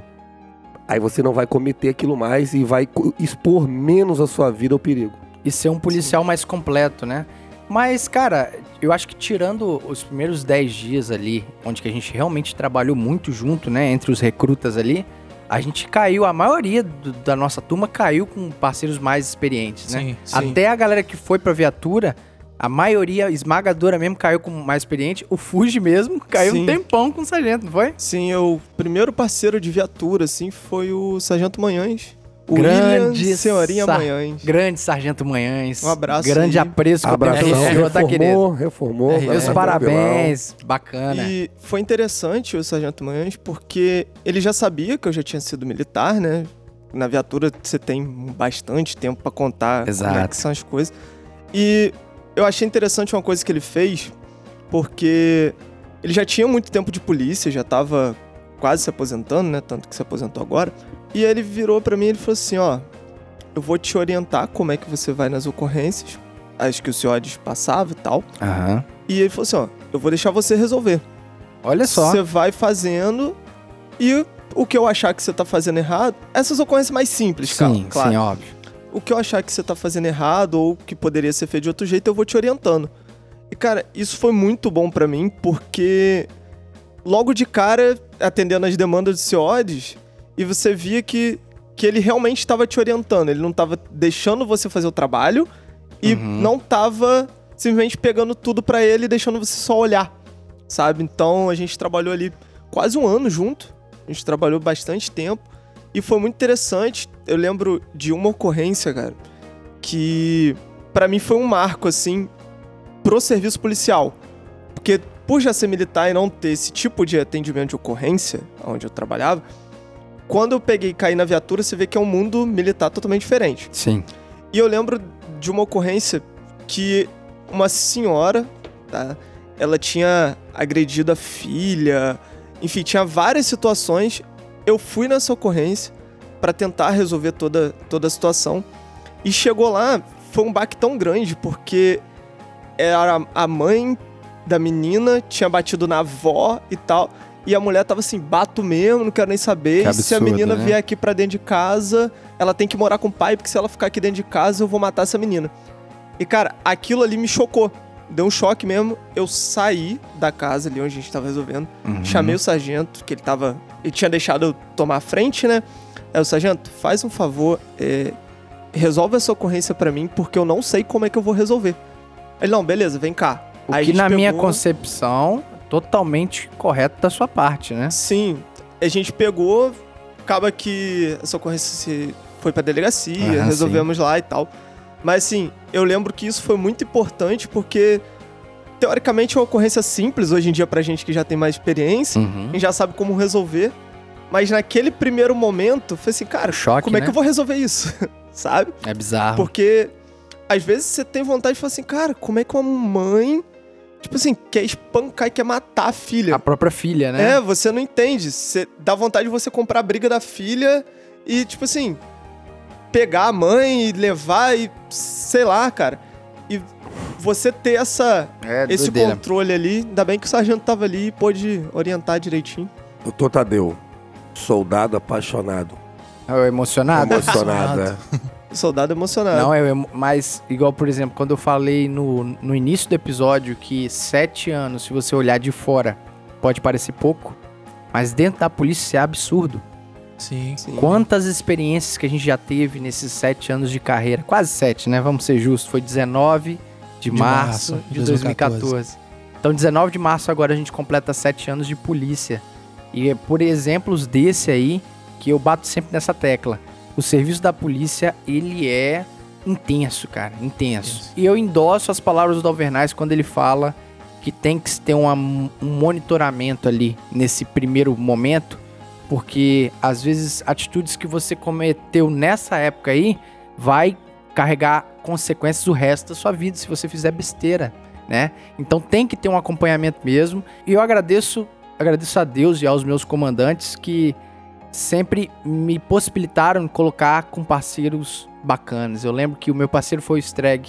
aí você não vai cometer aquilo mais e vai expor menos a sua vida ao perigo. E ser um policial mais completo, né? Mas, cara, eu acho que tirando os primeiros 10 dias ali, onde que a gente realmente trabalhou muito junto, né? Entre os recrutas ali, a gente caiu, a maioria da nossa turma caiu com parceiros mais experientes, né? Sim, sim. Até a galera que foi pra viatura, a maioria esmagadora mesmo caiu com mais experiente. O Fuji mesmo caiu um Sim. tempão com o sargento, não foi? Sim, o primeiro parceiro de viatura, assim, foi o Sargento Manhães. O Grande William Senhorinha sar- Manhães. Grande Sargento Manhães. Um abraço Grande aí. apreço que eu tenho Abração, pelo senhor, tá, querido? reformou. Meus parabéns. Bacana. E foi interessante o Sargento Manhães, porque ele já sabia que eu já tinha sido militar, né? Na viatura você tem bastante tempo pra contar como é Exato. que são as coisas. E eu achei interessante uma coisa que ele fez, porque ele já tinha muito tempo de polícia, já tava quase se aposentando, né? Tanto que se aposentou agora. E aí ele virou pra mim e ele falou assim, ó, eu vou te orientar como é que você vai nas ocorrências, as que os senhores passavam e tal. Aham. E ele falou assim, ó, eu vou deixar você resolver. Olha só. Você vai fazendo e o que eu achar que você tá fazendo errado, essas ocorrências mais simples, Sim, claro. sim, óbvio. O que eu achar que você tá fazendo errado ou que poderia ser feito de outro jeito, eu vou te orientando. E, cara, isso foi muito bom pra mim, porque logo de cara, atendendo as demandas dos senhores, e você via que ele realmente estava te orientando, ele não tava deixando você fazer o trabalho e não tava simplesmente pegando tudo pra ele e deixando você só olhar, sabe? Então a gente trabalhou ali quase um ano junto, a gente trabalhou bastante tempo e foi muito interessante. Eu lembro de uma ocorrência, cara, que pra mim foi um marco, assim, pro serviço policial. Porque por já ser militar e não ter esse tipo de atendimento de ocorrência, onde eu trabalhava, quando eu peguei e caí na viatura, você vê que é um mundo militar totalmente diferente. Sim. E eu lembro de uma ocorrência que uma senhora, tá? Ela tinha agredido a filha, enfim, tinha várias situações. Eu fui nessa ocorrência pra tentar resolver toda a situação. E chegou lá, foi um baque tão grande, porque era a mãe da menina, tinha batido na avó e tal. E a mulher tava assim, bato mesmo, não quero nem saber. Que E se a absurdo, menina né? vier aqui pra dentro de casa, ela tem que morar com o pai, porque se ela ficar aqui dentro de casa, eu vou matar essa menina. E, cara, aquilo ali me chocou. Deu um choque mesmo. Eu saí da casa ali onde a gente tava resolvendo. Chamei o sargento, que ele tinha deixado eu tomar a frente, né? Aí o sargento, faz um favor, resolve essa ocorrência pra mim, porque eu não sei como é que eu vou resolver. Ele, não, beleza, vem cá. O Aí a que gente na minha pegou- concepção, totalmente correto da sua parte, né? Sim, a gente pegou, acaba que essa ocorrência foi pra delegacia, Aham, resolvemos lá e tal. Mas assim, eu lembro que isso foi muito importante porque, teoricamente, é uma ocorrência simples hoje em dia pra gente que já tem mais experiência, a gente já sabe como resolver. Mas naquele primeiro momento, foi assim, cara, Choque, como é né? que eu vou resolver isso? Sabe? É bizarro. Porque às vezes você tem vontade de falar assim, cara, como é que uma mãe, tipo assim, quer espancar e quer matar a filha? A própria filha, né? É, você não entende. Você dá vontade de você comprar a briga da filha e, tipo assim, pegar a mãe e levar e sei lá, cara. E você ter esse doideira. controle ali. Ainda bem que o sargento tava ali e pôde orientar direitinho. Doutor Tadeu, soldado apaixonado. É emocionado? Emocionado, é. Soldado emocionado. Não, mas igual, por exemplo, quando eu falei no início do episódio que 7 anos, se você olhar de fora, pode parecer pouco, mas dentro da polícia isso é absurdo. Sim. Sim. Quantas experiências que a gente já teve nesses 7 anos de carreira, quase 7, né? Vamos ser justos, foi 19 de março de 2014. Então, 19 de março agora a gente completa 7 anos de polícia. E é por exemplos desse aí que eu bato sempre nessa tecla. O serviço da polícia, ele é intenso, cara, intenso. E eu endosso as palavras do Alvernaz quando ele fala que tem que ter um monitoramento ali nesse primeiro momento, porque às vezes atitudes que você cometeu nessa época aí vai carregar consequências o resto da sua vida se você fizer besteira, né? Então tem que ter um acompanhamento mesmo. E eu agradeço a Deus e aos meus comandantes que sempre me possibilitaram colocar com parceiros bacanas. Eu lembro que o meu parceiro foi o Streg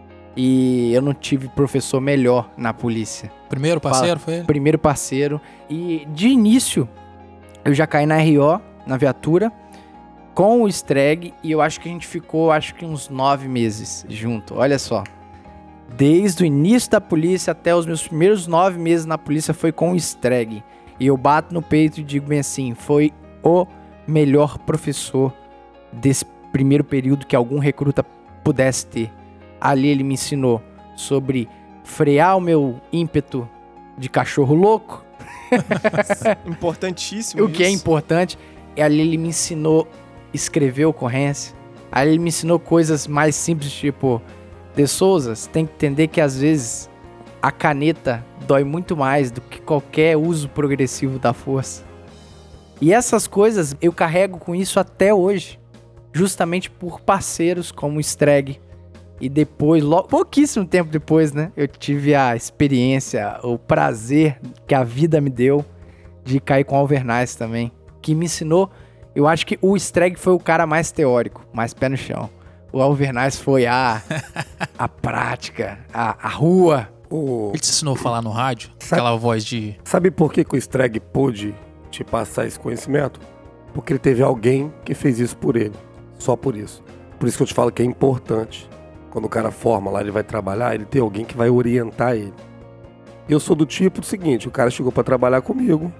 e eu não tive professor melhor na polícia. Primeiro parceiro foi ele? Primeiro parceiro. E de início eu já caí na RO, na viatura, com o Streg, e eu acho que a gente ficou uns 9 meses junto. Olha só. Desde o início da polícia até os meus primeiros 9 meses na polícia foi com o Streg. E eu bato no peito e digo bem assim, foi o melhor professor desse primeiro período que algum recruta pudesse ter. Ali ele me ensinou sobre frear o meu ímpeto de cachorro louco. Importantíssimo O que é importante. Ali ele me ensinou a escrever ocorrência. Ali ele me ensinou coisas mais simples, tipo, De Souza, você tem que entender que às vezes a caneta dói muito mais do que qualquer uso progressivo da força. E essas coisas eu carrego com isso até hoje, justamente por parceiros como o Streg. E depois, pouquíssimo tempo depois, né, eu tive a experiência, o prazer que a vida me deu de cair com o Alvernaz também, que me ensinou. Eu acho que o Streg foi o cara mais teórico, mais pé no chão. O Alvernaz foi a prática, a rua. Ele te ensinou a falar no rádio? Aquela voz de... Sabe por que o Streg pôde te passar esse conhecimento? Porque ele teve alguém que fez isso por ele. Só por isso. Por isso que eu te falo que é importante. Quando o cara forma lá, ele vai trabalhar, ele tem alguém que vai orientar ele. Eu sou do tipo do seguinte, o cara chegou pra trabalhar comigo,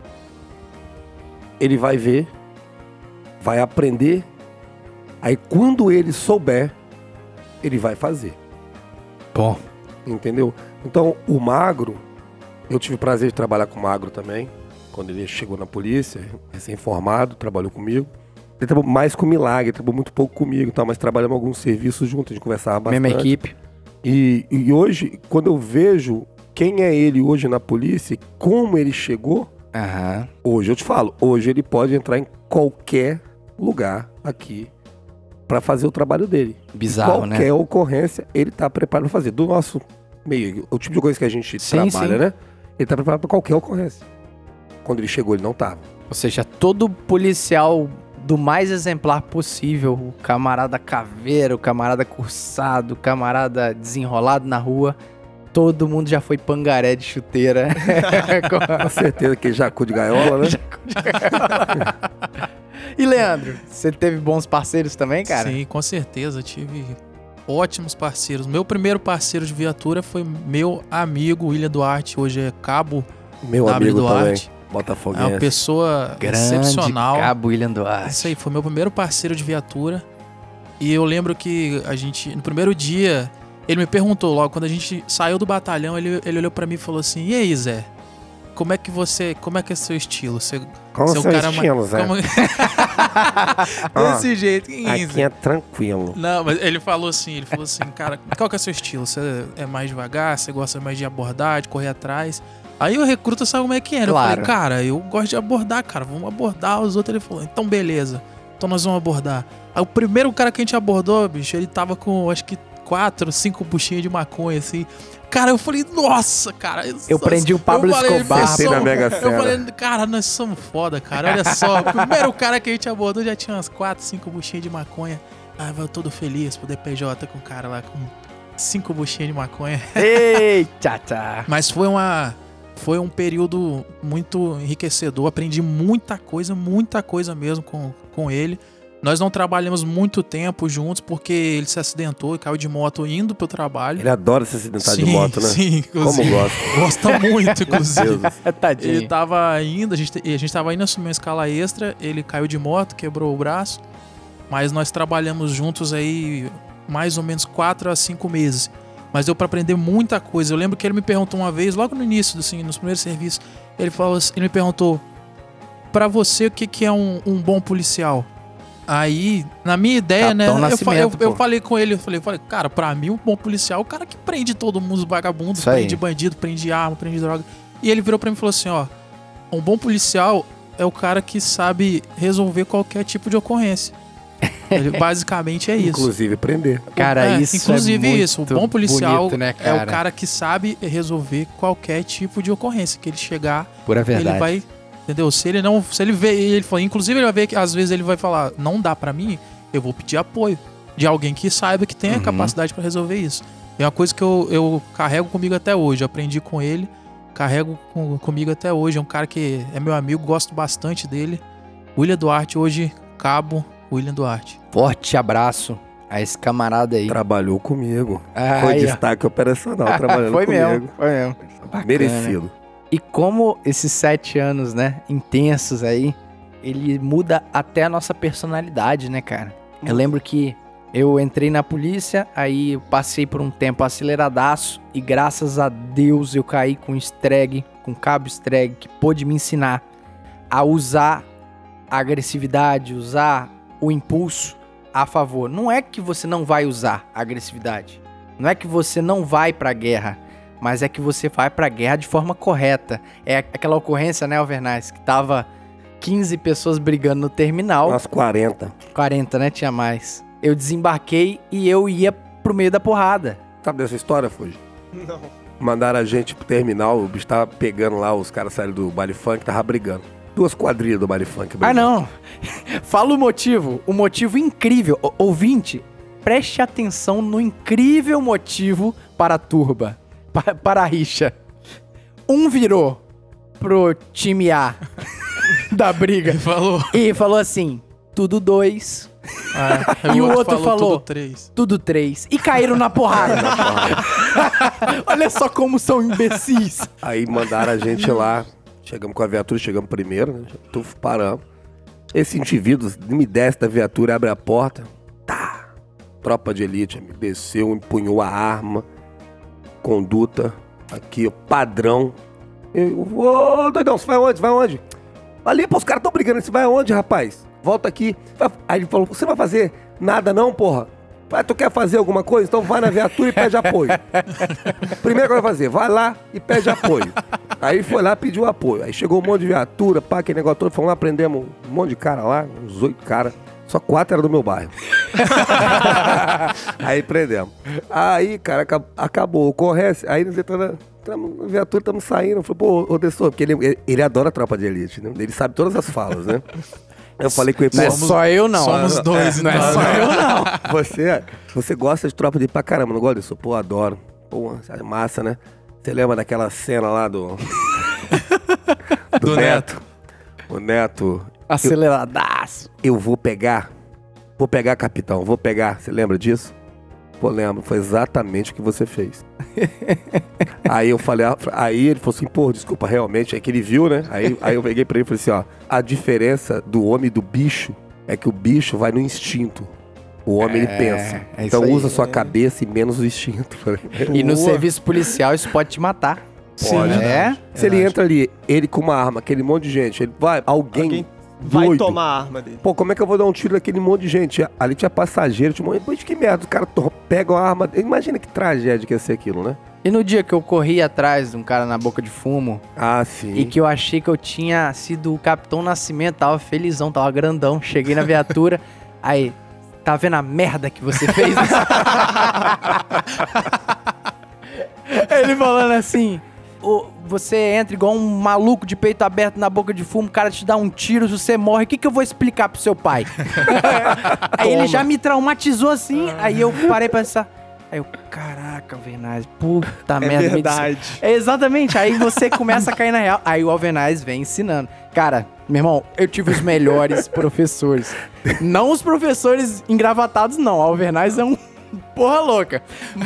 ele vai ver, vai aprender, aí quando ele souber, ele vai fazer. Bom. Entendeu? Então, o Magro, eu tive o prazer de trabalhar com o Magro também, quando ele chegou na polícia, recém-formado, trabalhou comigo. Ele trabalhou mais com Milagre, ele trabalhou muito pouco comigo, tá? Mas trabalhamos alguns serviços juntos, a gente conversava bastante. Mesma equipe. E hoje, quando eu vejo quem é ele hoje na polícia, como ele chegou, hoje eu te falo, hoje ele pode entrar em qualquer lugar aqui para fazer o trabalho dele. Bizarro, né? Qualquer ocorrência, ele tá preparado para fazer. Do nosso meio, o tipo de coisa que a gente trabalha, né? Ele tá preparado para qualquer ocorrência. Quando ele chegou, ele não tava. Ou seja, todo policial do mais exemplar possível, o camarada caveiro, o camarada cursado, o camarada desenrolado na rua, Todo mundo já foi pangaré de chuteira. Com certeza que jacu de gaiola, né? E Leandro, você teve bons parceiros também, cara? Sim, com certeza. Tive ótimos parceiros. Meu primeiro parceiro de viatura foi meu amigo William Duarte. Hoje é cabo Meu W. amigo Duarte. também, É botafoguense. uma pessoa Grande excepcional. Cabo William Duarte. Isso aí, foi meu primeiro parceiro de viatura. E eu lembro que a gente, no primeiro dia, ele me perguntou logo, quando a gente saiu do batalhão, ele olhou pra mim e falou assim: e aí, Zé? Como é que é seu estilo? Você Como é um seu cara estilo, Zé? Desse jeito, que isso? Aqui é tranquilo. Não, mas ele falou assim, cara, qual que é seu estilo? Você é mais devagar, você gosta mais de abordar, de correr atrás? Aí o recruta sabe como é que era. Claro. Eu falei, cara, eu gosto de abordar, cara, vamos abordar. Os outros, ele falou, então beleza, então nós vamos abordar. Aí o primeiro cara que a gente abordou, bicho, ele tava com, acho que 4, 5 buchinhas de maconha, assim. Cara, eu falei, nossa, cara. Eu prendi o Pablo Escobar. Acertei na Mega Eu Sena. falei, cara, nós somos foda, cara. Olha só, o primeiro cara que a gente abordou já tinha umas 4, 5 buchinhas de maconha. Ah, eu todo feliz pro DPJ com o cara lá com 5 buchinhas de maconha. Eita, tchá. Mas foi um período muito enriquecedor. Aprendi muita coisa mesmo com ele. Nós não trabalhamos muito tempo juntos porque ele se acidentou e caiu de moto indo pro trabalho. Ele adora se acidentar de moto, né? Sim, Como gosta. Gosta muito, inclusive. Tadinho. Ele tava indo, a gente tava indo assumir uma escala extra, ele caiu de moto, quebrou o braço, mas nós trabalhamos juntos aí mais ou menos 4 a 5 meses. Mas deu pra aprender muita coisa. Eu lembro que ele me perguntou uma vez, logo no início, assim, nos primeiros serviços, ele me perguntou, pra você, o que é um bom policial? Aí, na minha ideia, Capitão né, Nascimento, eu pô. falei com ele, eu falei, cara, pra mim um bom policial é o cara que prende todo mundo, vagabundo, Isso aí. prende bandido, prende arma, prende droga. E ele virou pra mim e falou assim, ó, um bom policial é o cara que sabe resolver qualquer tipo de ocorrência. Ele, basicamente é isso. Inclusive prender. Cara, isso inclusive é muito isso. O bom policial bonito, né, é o cara que sabe resolver qualquer tipo de ocorrência. Que ele chegar, Pura verdade. ele vai... Entendeu? Se ele vê, ele falou, inclusive ele vai ver que às vezes ele vai falar, não dá pra mim, eu vou pedir apoio de alguém que saiba que tem a capacidade pra resolver isso. É uma coisa que eu carrego comigo até hoje. Eu aprendi com ele, carrego comigo até hoje. É um cara que é meu amigo, gosto bastante dele. William Duarte, hoje, cabo William Duarte. Forte abraço a esse camarada aí. Trabalhou comigo. Ah, Foi aí, ó. destaque operacional trabalhando Foi comigo. mesmo, foi mesmo. Bacana. Merecido. E como esses 7 anos, né, intensos aí, ele muda até a nossa personalidade, né, cara? Eu lembro que eu entrei na polícia, aí eu passei por um tempo aceleradaço e graças a Deus eu caí com Streg, com cabo Streg, que pôde me ensinar a usar a agressividade, usar o impulso a favor. Não é que você não vai usar a agressividade, não é que você não vai pra guerra, mas é que você vai pra guerra de forma correta. É aquela ocorrência, né, Alvernaz, que tava 15 pessoas brigando no terminal. Umas 40. 40, né? Tinha mais. Eu desembarquei e eu ia pro meio da porrada. Sabe dessa história, Fuji? Não. Mandaram a gente pro terminal, o bicho tava pegando lá, os caras saíram do baile funk, tava brigando. 2 quadrilhas do baile funk brigando. Ah, não. Fala o motivo incrível. Ouvinte, preste atenção no incrível motivo para a turba, para a rixa. Um virou pro time A da briga e falou assim, tudo 2. E o outro falou tudo 3. Tudo 3. E caíram na porrada. Olha só como são imbecis. Aí mandaram a gente lá, chegamos com a viatura, chegamos primeiro, né? Paramos. Esse indivíduo me desce da viatura, abre a porta, tá. Tropa de elite, me desceu, empunhou a arma, conduta, aqui, ó, padrão. Eu, ô, doidão, você vai onde? Vai onde? Ali, pô, os caras tão brigando, você vai aonde, rapaz? Volta aqui. Aí ele falou, você não vai fazer nada não, porra? Vai, tu quer fazer alguma coisa? Então vai na viatura e pede apoio. Primeiro que vai fazer, vai lá e pede apoio. Aí foi lá, pediu apoio. Aí chegou um monte de viatura, pá, aquele negócio todo. Fomos lá, prendemos um monte de cara lá, uns 8 caras. Só 4 eram do meu bairro. Aí prendemos. Aí, cara, acabou a ocorrência. Aí nós entramos na viatura, estamos saindo. Eu falei, pô, ô Dessor, porque ele adora a tropa de elite, né? Ele sabe todas as falas, né? Eu falei com ele, Não é só eu não. Somos dois, não é então. só eu não. Você gosta de tropa de elite pra caramba, não gosta disso? Pô, adoro. Pô, é massa, né? Você lembra daquela cena lá do Neto. O Neto... Aceleradaço. Eu vou pegar, capitão, vou pegar. Você lembra disso? Pô, lembro. Foi exatamente o que você fez. Aí eu falei, aí ele falou assim, pô, desculpa, realmente. Aí que ele viu, né? Aí eu peguei pra ele e falei assim, ó, a diferença do homem e do bicho é que o bicho vai no instinto. O homem, ele pensa. Então usa sua cabeça e menos o instinto. E no serviço policial isso pode te matar. Pode. É? Se ele entra ali, ele com uma arma, aquele monte de gente, ele vai, alguém vai doido. tomar a arma dele. Pô, como é que eu vou dar um tiro naquele monte de gente? Ali tinha passageiro, tinha um monte de que merda. Os caras pegam a arma. Imagina que tragédia que ia ser aquilo, né? E no dia que eu corri atrás de um cara na boca de fumo, Ah, sim. e que eu achei que eu tinha sido o Capitão Nascimento, tava felizão, tava grandão, cheguei na viatura, aí, tá vendo a merda que você fez? Ele falando assim, você entra igual um maluco de peito aberto na boca de fumo, o cara te dá um tiro, você morre, o que eu vou explicar pro seu pai? Aí ele já me traumatizou assim, aí eu parei pra pensar, aí eu, caraca, Alvernaz, puta merda. É verdade. É exatamente, aí você começa a cair na real, aí o Alvernaz vem ensinando. Cara, meu irmão, eu tive os melhores professores. Não os professores engravatados, não, o Alvernaz é um porra louca.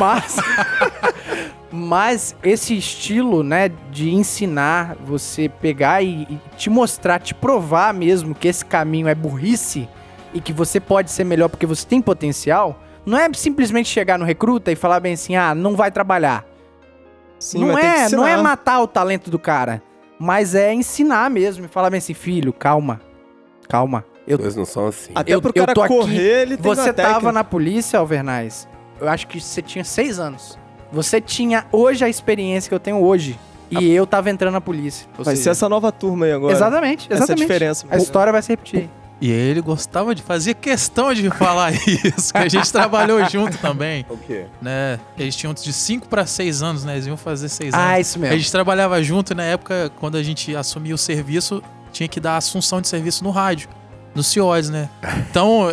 Mas esse estilo, né, de ensinar, você pegar e te mostrar, te provar mesmo que esse caminho é burrice e que você pode ser melhor porque você tem potencial, não é simplesmente chegar no recruta e falar bem assim, não vai trabalhar. Sim, Não é matar o talento do cara, mas é ensinar mesmo e falar bem assim, filho, calma. Eles não são assim. Até pro cara correr, ele tem uma Você técnica. tava na polícia, Alvernaz, eu acho que você tinha 6 anos. Você tinha hoje a experiência que eu tenho hoje. E eu tava entrando na polícia. Vai ser essa nova turma aí agora. Exatamente. Essa é a diferença. A história vai se repetir. E ele gostava de fazer questão de falar isso, que a gente trabalhou junto também. O quê? Né? Eles tinham de 5 para 6 anos, né? Eles iam fazer 6 anos. Isso mesmo. A gente trabalhava junto e na época, quando a gente assumia o serviço, tinha que dar assunção de serviço no rádio, no CIOS, né? Então,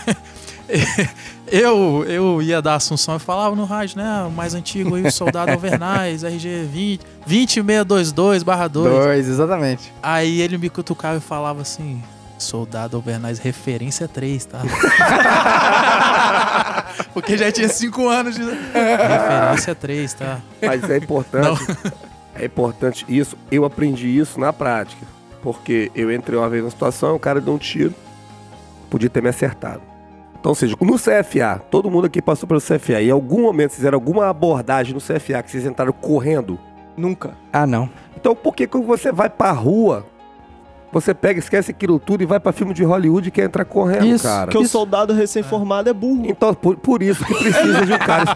eu ia dar assunção e falava no rádio, né? O mais antigo aí, o soldado Alvernaz, RG 20622/2. Exatamente. Aí ele me cutucava e falava assim... Soldado Alvernaz, referência 3, tá? Porque já tinha 5 anos de... Referência 3, tá? Mas é importante. É importante isso. Eu aprendi isso na prática. Porque eu entrei uma vez na situação, o cara deu um tiro. Podia ter me acertado. Então, ou seja, no CFA, todo mundo aqui passou pelo CFA. E em algum momento fizeram alguma abordagem no CFA que vocês entraram correndo? Nunca. Não. Então, por que quando você vai pra rua... Você pega, esquece aquilo tudo e vai pra filme de Hollywood e quer entrar correndo, Isso, cara. Porque o soldado recém-formado é burro. Então, por isso que precisa de um cara...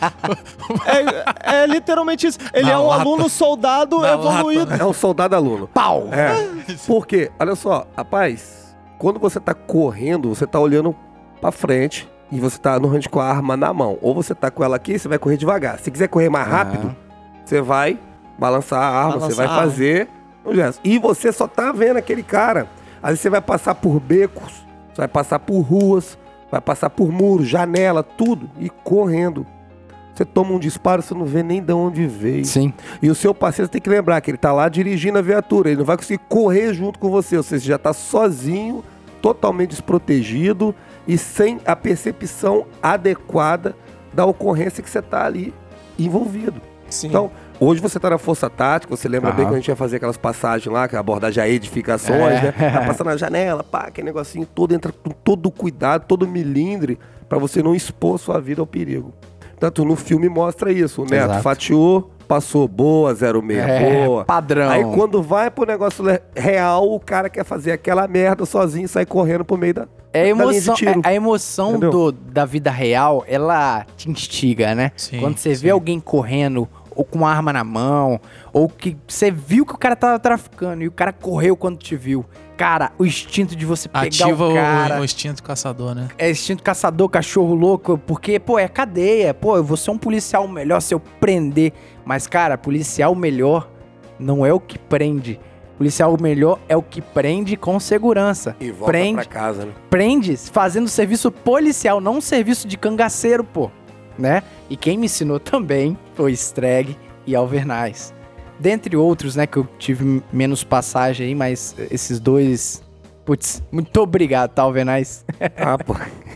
É literalmente isso. Ele Na é um lata. aluno soldado Na evoluído. lata. É um soldado aluno. Pau! É. Por quê? Olha só, rapaz, quando você tá correndo, você tá olhando pra frente e você tá normalmente com a arma na mão. Ou você tá com ela aqui, você vai correr devagar. Se quiser correr mais rápido, você vai balançar a arma, você vai fazer... E você só tá vendo aquele cara. Às vezes você vai passar por becos, você vai passar por ruas, vai passar por muros, janela, tudo, e correndo. Você toma um disparo, você não vê nem de onde veio. Sim. E o seu parceiro tem que lembrar que ele tá lá dirigindo a viatura, ele não vai conseguir correr junto com você, ou seja, já tá sozinho, totalmente desprotegido e sem a percepção adequada da ocorrência que você tá ali envolvido. Sim. Então, hoje você tá na Força Tática, você lembra bem que a gente ia fazer aquelas passagens lá, que é a abordagem a edificações, né? Tá passando na janela, pá, aquele negocinho todo, entra com todo cuidado, todo milindre, pra você não expor sua vida ao perigo. Tanto no filme mostra isso, o Neto fatiou, passou boa, 06 boa. Padrão. Aí quando vai pro negócio real, o cara quer fazer aquela merda sozinho e sai correndo pro meio da... É a da linha de emoção, tiro. a emoção da vida real, ela te instiga, né? Sim, Quando você vê alguém correndo, ou com uma arma na mão, ou que você viu que o cara tava traficando e o cara correu quando te viu. Cara, o instinto de você pegar Ativa o cara... o instinto caçador, né? É instinto caçador, cachorro louco, porque, pô, é cadeia. Pô, eu vou ser um policial melhor se eu prender. Mas, cara, policial melhor não é o que prende. Policial melhor é o que prende com segurança. E volta prende, pra casa, né? Prende fazendo serviço policial, não um serviço de cangaceiro, pô. né? E quem me ensinou também foi Streg e Alvernaz. Dentre outros, né, que eu tive menos passagem aí, mas esses dois... Putz, muito obrigado, tá, Alvernaz? Pô.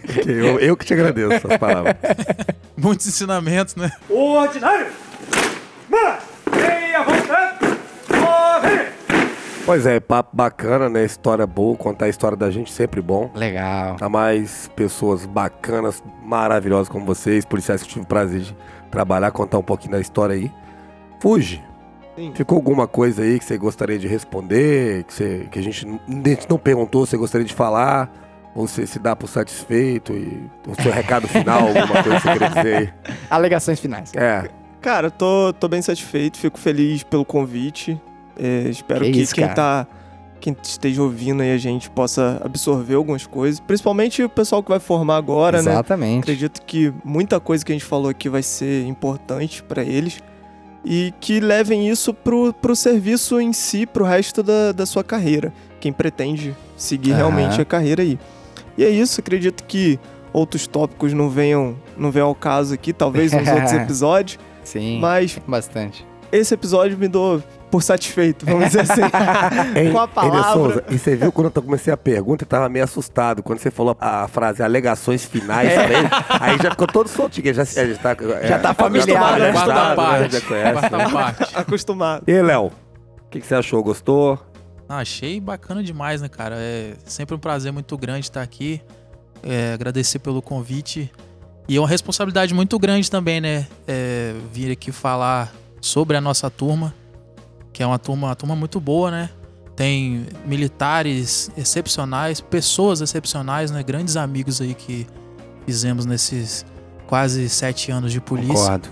Eu que te agradeço essas palavras. Muitos ensinamentos, né? Ordinário! Manda! Meia vontade! Morre! Pois é, papo bacana, né? História boa, contar a história da gente sempre bom. Legal. Há mais pessoas bacanas, maravilhosas como vocês, policiais que eu tive o prazer de trabalhar, contar um pouquinho da história aí. Fuge. Sim. Ficou alguma coisa aí que você gostaria de responder, que a gente não perguntou, você gostaria de falar? Ou você se dá por satisfeito e o seu recado final, alguma coisa que você queria dizer aí? Alegações finais. Cara, tô bem satisfeito, fico feliz pelo convite. Espero que quem esteja ouvindo aí a gente possa absorver algumas coisas. Principalmente o pessoal que vai formar agora, né? Exatamente. Acredito que muita coisa que a gente falou aqui vai ser importante para eles. E que levem isso pro serviço em si, pro resto da sua carreira. Quem pretende seguir realmente a carreira aí. E é isso, acredito que outros tópicos não venham ao caso aqui, talvez nos outros episódios. Sim, mas bastante. Esse episódio me dou por satisfeito, vamos dizer assim. Com a palavra. Souza, e você viu quando eu comecei a pergunta, eu tava meio assustado. Quando você falou a frase alegações finais, aí já ficou todo soltinho. Já tá familiar, né? Já conhece. Acostumado. E aí, Léo, o que você achou? Gostou? Achei bacana demais, né, cara? É sempre um prazer muito grande estar aqui. Agradecer pelo convite. E é uma responsabilidade muito grande também, né? Vir aqui falar sobre a nossa turma, que é uma turma muito boa, né? Tem militares excepcionais, pessoas excepcionais, né? Grandes amigos aí que fizemos nesses quase 7 anos de polícia. Concordo.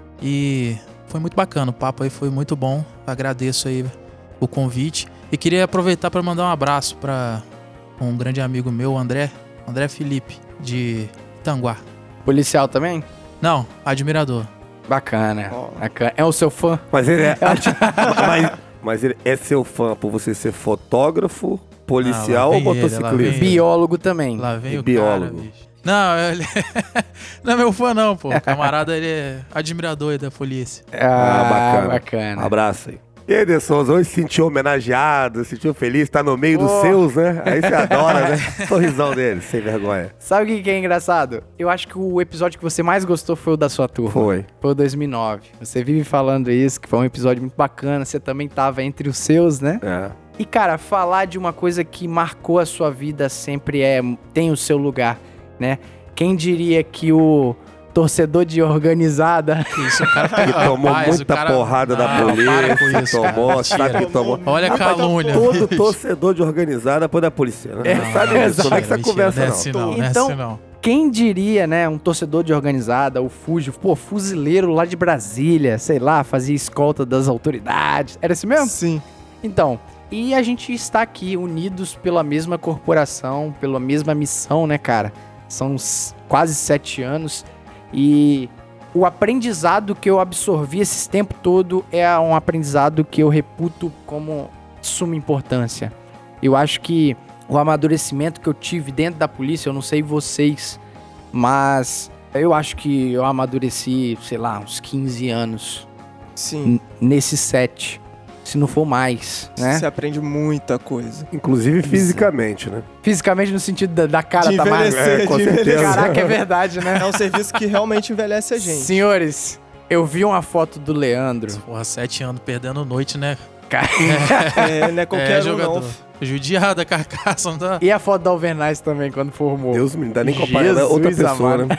E foi muito bacana, o papo aí foi muito bom. Agradeço aí o convite. E queria aproveitar para mandar um abraço para um grande amigo meu, André Felipe, de Itanguá. Policial também? Não, admirador. Bacana. Bacana. É o seu fã? Mas ele mas ele é seu fã por você ser fotógrafo, policial ou motociclista? Biólogo também. Lá vem o biólogo. Cara, bicho. Não, ele não é meu fã não, pô. O camarada, ele é admirador aí da polícia. Bacana. Abraço aí. E aí, De Souza, hoje se sentiu homenageado, se sentiu feliz, tá no meio dos seus, né? Aí você adora, né? Sorrisão dele, sem vergonha. Sabe o que é engraçado? Eu acho que o episódio que você mais gostou foi o da sua turma. Foi o 2009. Você vive falando isso, que foi um episódio muito bacana. Você também tava entre os seus, né? E, cara, falar de uma coisa que marcou a sua vida sempre tem o seu lugar, né? Quem diria que o torcedor de organizada... Isso, o cara que tomou muita porrada da polícia, sabe que tomou... Olha a calúnia. Todo torcedor de organizada pode da polícia, né? Você sabe disso, não é que essa conversa não. Então, quem diria, né, um torcedor de organizada, o Fuji, fuzileiro lá de Brasília, sei lá, fazia escolta das autoridades. Era assim mesmo? Sim. Então, e a gente está aqui unidos pela mesma corporação, pela mesma missão, né, cara? São quase 7 anos e o aprendizado que eu absorvi esse tempo todo é um aprendizado que eu reputo como de suma importância. Eu acho que o amadurecimento que eu tive dentro da polícia, eu não sei vocês, mas eu acho que eu amadureci, sei lá, uns 15 anos. Sim. Nesses 7. Se não for mais, né? Você aprende muita coisa. Inclusive fisicamente, né? Fisicamente no sentido da cara de tá mais... com certeza. Caraca, é verdade, né? É um serviço que realmente envelhece a gente. Senhores, eu vi uma foto do Leandro. Porra, 7 anos perdendo noite, né? Não é qualquer jogador. não. Judiado a carcaça, não tá? E a foto da Alvernaz também, quando formou. Deus me dá nem comparar outra pessoa, né?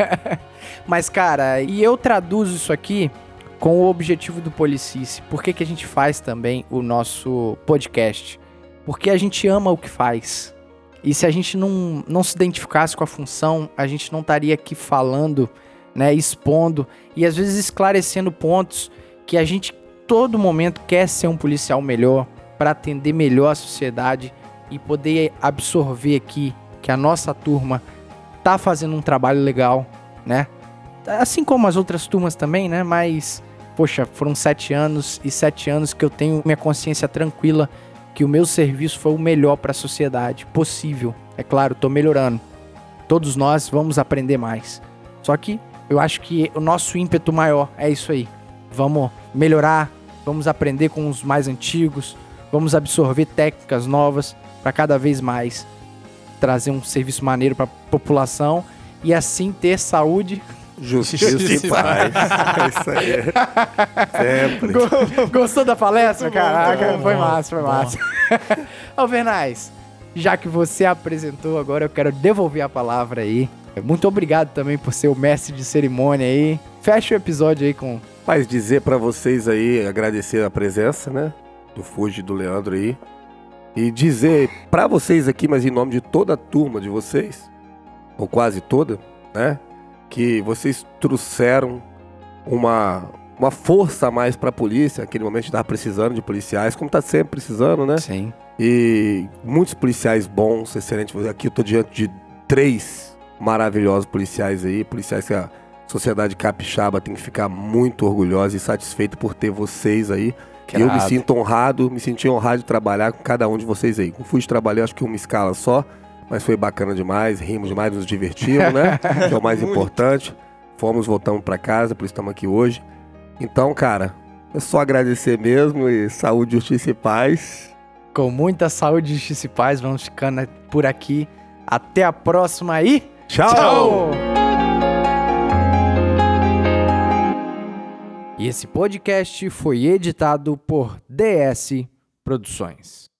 Mas, cara, e eu traduzo isso aqui com o objetivo do Policice. Por que a gente faz também o nosso podcast? Porque a gente ama o que faz. E se a gente não se identificasse com a função, a gente não estaria aqui falando, né, expondo e às vezes esclarecendo pontos que a gente todo momento quer ser um policial melhor para atender melhor a sociedade e poder absorver aqui que a nossa turma tá fazendo um trabalho legal, né? Assim como as outras turmas também, né? Mas, poxa, foram 7 anos e 7 anos que eu tenho minha consciência tranquila que o meu serviço foi o melhor para a sociedade possível. É claro, tô melhorando. Todos nós vamos aprender mais. Só que eu acho que o nosso ímpeto maior é isso aí. Vamos melhorar, vamos aprender com os mais antigos, vamos absorver técnicas novas para cada vez mais trazer um serviço maneiro para a população e assim ter saúde. Justiça e paz. Isso aí. Sempre. Gostou da palestra? Caraca, bom, foi bom, massa, foi bom. massa. Ô, Vernais, já que você apresentou agora, eu quero devolver a palavra aí. Muito obrigado também por ser o mestre de cerimônia aí. Fecha o episódio aí com... Mas dizer pra vocês aí, agradecer a presença, né? Do Fuji e do Leandro aí. E dizer pra vocês aqui, mas em nome de toda a turma de vocês, ou quase toda, né? Que vocês trouxeram uma força a mais pra polícia, naquele momento de estar precisando de policiais, como tá sempre precisando, né? Sim. E muitos policiais bons, excelentes. Aqui eu tô diante de 3 maravilhosos policiais aí, policiais que a sociedade capixaba tem que ficar muito orgulhosa e satisfeita por ter vocês aí. Que E eu me irado. sinto honrado, me senti honrado de trabalhar com cada um de vocês aí. Com o Fuji trabalhei acho que uma escala só, mas foi bacana demais, rimos demais, nos divertimos, né? Que é o mais importante. Fomos, voltamos pra casa, por isso estamos aqui hoje. Então, cara, é só agradecer mesmo e saúde, justiça e paz. Com muita saúde, justiça e paz, vamos ficando por aqui. Até a próxima aí. Tchau! E esse podcast foi editado por DS Produções.